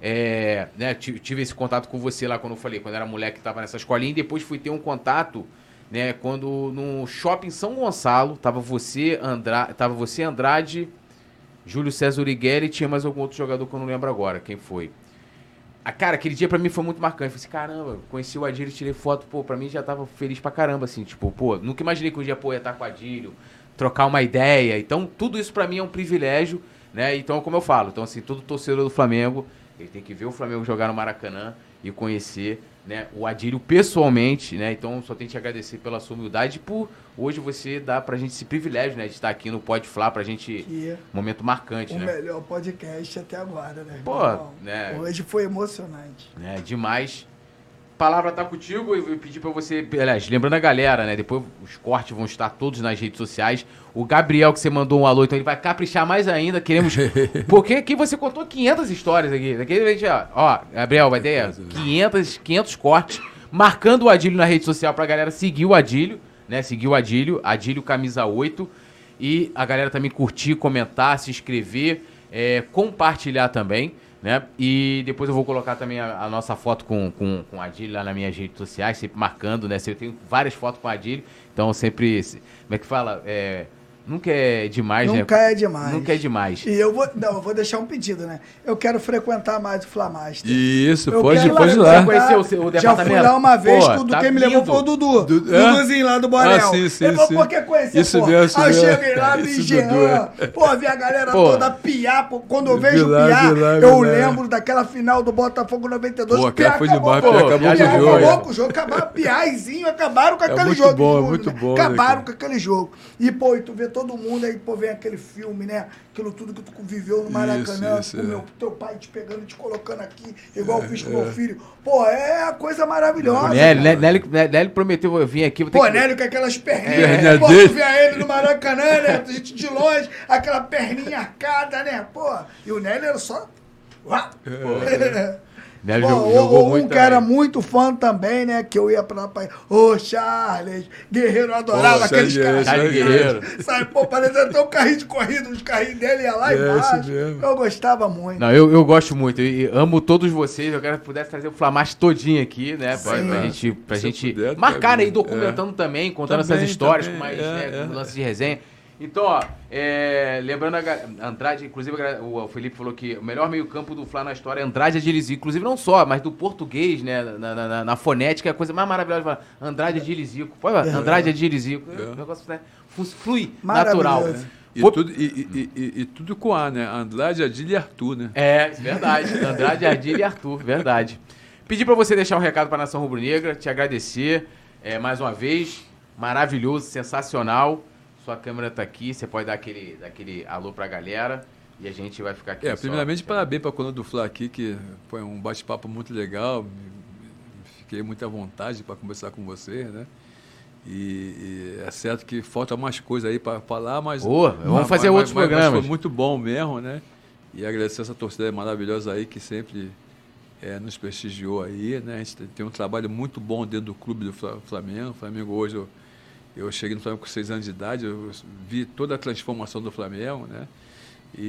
é, né, tive esse contato com você lá, quando eu falei, quando era moleque que tava nessa escolinha, e depois fui ter um contato, né, quando no shopping São Gonçalo, tava você, Andra, tava você, Andrade, Júlio César Urigueli, e tinha mais algum outro jogador que eu não lembro agora quem foi. Ah, cara, aquele dia pra mim foi muito marcante. Eu falei assim, caramba, conheci o Adílio, tirei foto, pô, pra mim já tava feliz pra caramba, assim, tipo, pô, nunca imaginei que um dia, pô, ia estar com o Adílio, trocar uma ideia. Então, tudo isso pra mim é um privilégio, né? Então, como eu falo, então, assim, todo torcedor do Flamengo, ele tem que ver o Flamengo jogar no Maracanã e conhecer, né, o Adílio pessoalmente, né? Então, só tenho que te agradecer pela sua humildade e por hoje você dar pra gente esse privilégio, né, de estar aqui no Pode Flá pra gente, que um momento marcante, o né? O melhor podcast até agora, né? Pô, né? Hoje foi emocionante. Né, demais. A palavra tá contigo e eu pedi pra você, aliás, lembrando a galera, né, depois os cortes vão estar todos nas redes sociais. O Gabriel, que você mandou um alô, então ele vai caprichar mais ainda, queremos... Porque aqui você contou quinhentas histórias aqui. Daqui a gente, ó, ó, Gabriel, vai ter quinhentos, quinhentos cortes, marcando o Adílio na rede social pra galera seguir o Adílio, né, seguir o Adílio, Adílio Camisa oito, e a galera também curtir, comentar, se inscrever, é, compartilhar também, né? E depois eu vou colocar também a, a nossa foto com, com, com o Adílio lá nas minhas redes sociais, sempre marcando, né? Eu tenho várias fotos com o Adílio, então sempre, como é que fala? É, nunca é demais, Nunca né? Nunca é demais. Nunca é demais. E eu vou, não, eu vou deixar um pedido, né? Eu quero frequentar mais o Flamaster. Isso, Eu pode, quero pode ir lá. lá. Já conheceu o, seu- o Já departamento? fui lá uma vez, Pô, tudo tá quem me levou lindo. foi o Dudu. Du- é? Duduzinho lá do Borel. Ah, sim, sim, Ele falou, sim. pô, quer conhecer, Isso pô? mesmo, isso Aí eu mesmo. cheguei lá, vi Isso, Jean, Dudu. pô, vi a galera Pô. toda piar, pô. Quando eu Vi vejo lá, piar, vi lá, vi eu lá. lembro daquela final do Botafogo noventa e dois. Pô, aquela foi acabou, demais, pô. Piá acabou com o Piá jogo. acabou com o jogo, acabaram, Piazinho acabaram com É aquele muito jogo. bom, juro, muito né? bom, né, Acabaram cara? com aquele jogo. E, pô, e tu vê todo mundo aí, pô, vem aquele filme, né? Aquilo tudo que tu viveu no Maracanã, Isso, com é. meu, teu pai te pegando, te colocando aqui, igual eu fiz com meu filho. Pô, é a coisa maravilhosa. Nélio, cara. Nélio, Nélio prometeu, eu vim aqui, vou ter Pô, que... Nélio com aquelas perninhas. Perninha Pô, dele. tu vê ele no Maracanã, né? A gente de longe, aquela perninha arcada, né? Pô, e o Nélio era só... Uá. Nélio Pô, jogou, o- jogou um muito que era também. muito fã também, né? Que eu ia pra lá pra... Ô, Charles, Guerreiro, eu adorava Pô, aqueles Charles caras. Charles Guerreiro. Sai, pô, parecia até um carrinho de corrida, os carrinhos dele ia lá É, embaixo. isso mesmo. Eu gostava muito. Não, eu, eu gosto muito, e amo todos vocês, eu quero que pudesse trazer o Flamaster todinho aqui, né, pra, Sim. pra gente, pra Se gente puder, marcar também. aí, documentando também, contando Também, essas histórias, também, com mais, é, né, é. com lances de resenha. Então, ó, é, lembrando a ga- Andrade, inclusive o Felipe falou que o melhor meio-campo do Fla na história é Andrade e Adilizio. Inclusive, não só, mas do português, né? Na, na, na- na fonética, é a coisa mais maravilhosa. Falar, Andrade e Adilizio. Pô, Andrade e Adilizio. O negócio né, fu- flui, natural. Maravilhoso. E, Vou- tudo, e, e- e- e tudo com A, né? Andrade, Adílio e Arthur, né? É, verdade. Andrade, Ardilho e Arthur, verdade. Pedi pra você deixar um recado pra Nação Rubro-Negra, te agradecer é, mais uma vez. Maravilhoso, sensacional. Sua câmera tá aqui, você pode dar aquele, dar aquele alô pra galera e a gente vai ficar aqui. É, só- primeiramente, parabéns para a coluna do Fla aqui, que foi um bate-papo muito legal. Fiquei muito à vontade para conversar com você, né? E, e é certo que falta mais coisa aí para falar, mas... Boa, vamos mas- fazer mas- outros mas- mas programas. foi muito bom mesmo, né? E agradecer essa torcida maravilhosa aí que sempre é, nos prestigiou aí, né? A gente tem um trabalho muito bom dentro do clube do Fla- Flamengo. O Flamengo hoje, eu, eu cheguei no Flamengo com seis anos de idade, eu vi toda a transformação do Flamengo, né? E,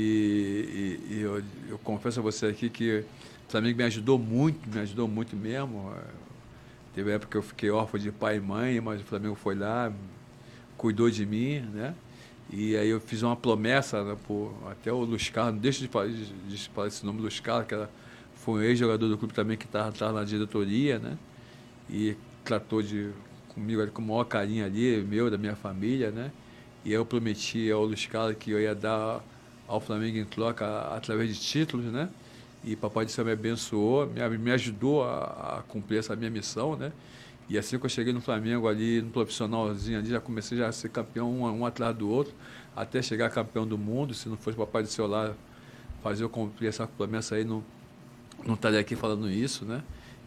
e- e eu, eu confesso a você aqui que o Flamengo me ajudou muito, me ajudou muito mesmo. Teve época que eu fiquei órfão de pai e mãe, mas o Flamengo foi lá, cuidou de mim, né? E aí eu fiz uma promessa, né, por, até o Luiz Carlos, não deixa de falar, de, de falar esse nome, Luiz Carlos, que era, foi um ex-jogador do clube também que estava na diretoria, né? E tratou de, comigo ali, com o maior carinho ali, meu, da minha família, né? E eu prometi ao Luiz Carlos que eu ia dar ao Flamengo em troca através de títulos, né? E Papai do Céu me abençoou, me, me ajudou a, a cumprir essa minha missão, né? E assim que eu cheguei no Flamengo ali, no profissionalzinho ali, já comecei já a ser campeão um, um atrás do outro, até chegar campeão do mundo. Se não fosse o Papai do Céu lá fazer eu cumprir essa promessa aí, não, não estaria aqui falando isso, né?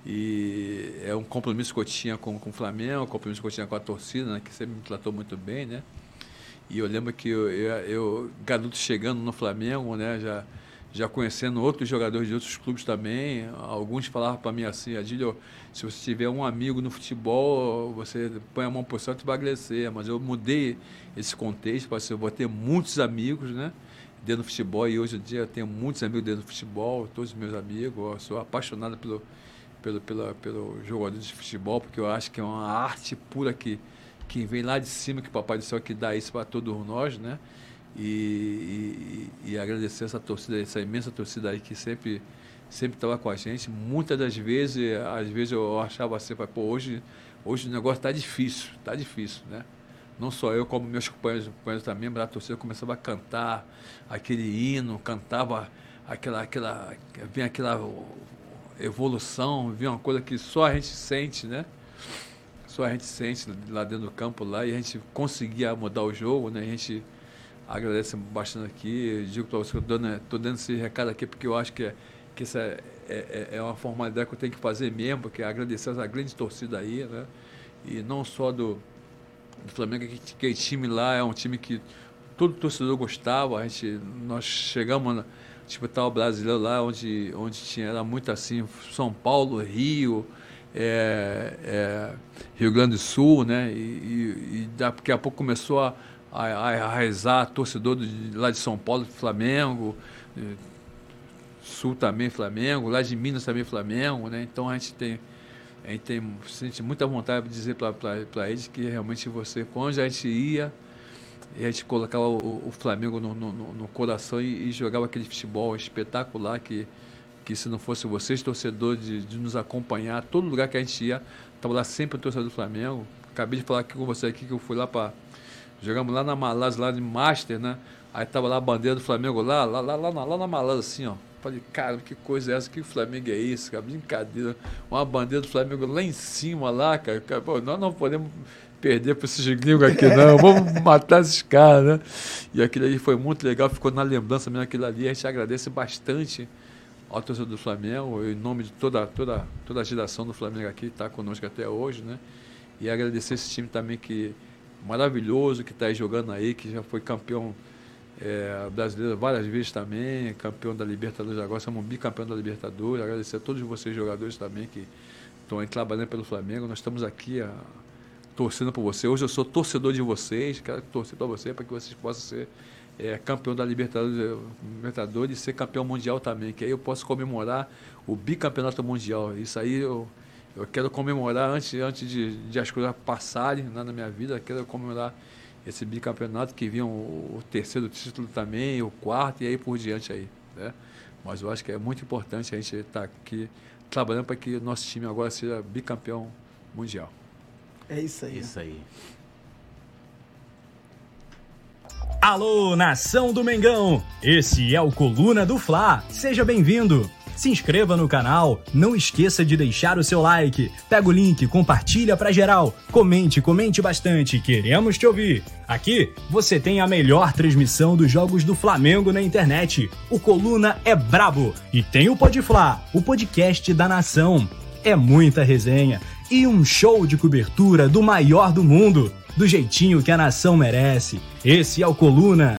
E é um compromisso que eu tinha com, com o Flamengo, um compromisso que eu tinha com a torcida, né? Que sempre me tratou muito bem, né? E eu lembro que eu, eu, eu garoto chegando no Flamengo, né? Já, já conhecendo outros jogadores de outros clubes também, alguns falavam para mim assim, Adílio, se você tiver um amigo no futebol, você põe a mão por cima e vai agradecer. Mas eu mudei esse contexto, para eu vou ter muitos amigos, né? Dentro do futebol, e hoje em dia eu tenho muitos amigos dentro do futebol, todos os meus amigos, eu sou apaixonado pelo, pelo, pela, pelo jogador de futebol, porque eu acho que é uma arte pura que, que vem lá de cima, que o Papai do Céu que dá isso para todos nós, né? E, e, e agradecer essa torcida, essa imensa torcida aí que sempre sempre estava com a gente. Muitas das vezes, às vezes eu achava assim, pô, hoje, hoje o negócio está difícil, está difícil, né? Não só eu, como meus companheiros, companheiros também, mas a torcida começava a cantar aquele hino, cantava aquela, aquela, vinha aquela evolução, vinha uma coisa que só a gente sente, né? Só a gente sente lá dentro do campo lá, e a gente conseguia mudar o jogo, né? A gente agradece bastante aqui, digo para você que eu estou dando esse recado aqui porque eu acho que, é, que essa é, é, é uma formalidade que eu tenho que fazer mesmo, porque é agradecer essa grande torcida aí, né? E não só do, do Flamengo, que aquele time lá é um time que todo torcedor gostava. A gente, nós chegamos a disputar o Brasileiro lá, onde, onde tinha, era muito assim, São Paulo, Rio, é, é, Rio Grande do Sul, né? E, e, e daqui a pouco começou a a, a, a rezar, torcedor de, lá de São Paulo, Flamengo, Sul também Flamengo, lá de Minas também Flamengo, né? Então a gente tem, a gente tem sente muita vontade de dizer para eles que realmente você, quando a gente ia, E a gente colocava o, o Flamengo no, no, no coração e, e jogava aquele futebol espetacular que, que se não fosse vocês, torcedores, de, de nos acompanhar, todo lugar que a gente ia, estava lá sempre o torcedor do Flamengo. Acabei de falar aqui com você aqui que eu fui lá para... Jogamos lá na Malásia, lá de Master, né? Aí tava lá a bandeira do Flamengo lá, lá, lá, lá, lá, lá na Malásia, assim, ó. Falei, cara, que coisa é essa? Que Flamengo é isso, cara? Brincadeira. Uma bandeira do Flamengo lá em cima, lá, cara. Pô, nós não podemos perder para esses gringos aqui, não. Vamos matar esses caras, né? E aquilo ali foi muito legal, ficou na lembrança mesmo aquilo ali. A gente agradece bastante ao torcedor do Flamengo, em nome de toda, toda, toda a geração do Flamengo aqui, que está conosco até hoje, né? E agradecer esse time também que maravilhoso, que está aí jogando aí, que já foi campeão é, brasileiro várias vezes também, campeão da Libertadores agora, somos bicampeão da Libertadores. Agradecer a todos vocês jogadores também que estão aí trabalhando pelo Flamengo. Nós estamos aqui a, torcendo por você. Hoje eu sou torcedor de vocês, quero torcer para você, para que vocês possam ser é, campeão da Libertadores, Libertadores e ser campeão mundial também, que aí eu posso comemorar o bicampeonato mundial. Isso aí eu, eu quero comemorar antes, antes de, de as coisas passarem, né, na minha vida. Eu quero comemorar esse bicampeonato, que vinha o, o terceiro título também, o quarto e aí por diante aí, né? Mas eu acho que é muito importante a gente estar aqui trabalhando para que o nosso time agora seja bicampeão mundial. É isso aí. Isso aí. Alô, nação do Mengão! Esse é o Coluna do Fla. Seja bem-vindo! Se inscreva no canal, não esqueça de deixar o seu like, pega o link, compartilha pra geral, comente, comente bastante, queremos te ouvir. Aqui você tem a melhor transmissão dos jogos do Flamengo na internet. O Coluna é brabo e tem o Pode Fla, o podcast da nação. É muita resenha e um show de cobertura do maior do mundo, do jeitinho que a nação merece. Esse é o Coluna.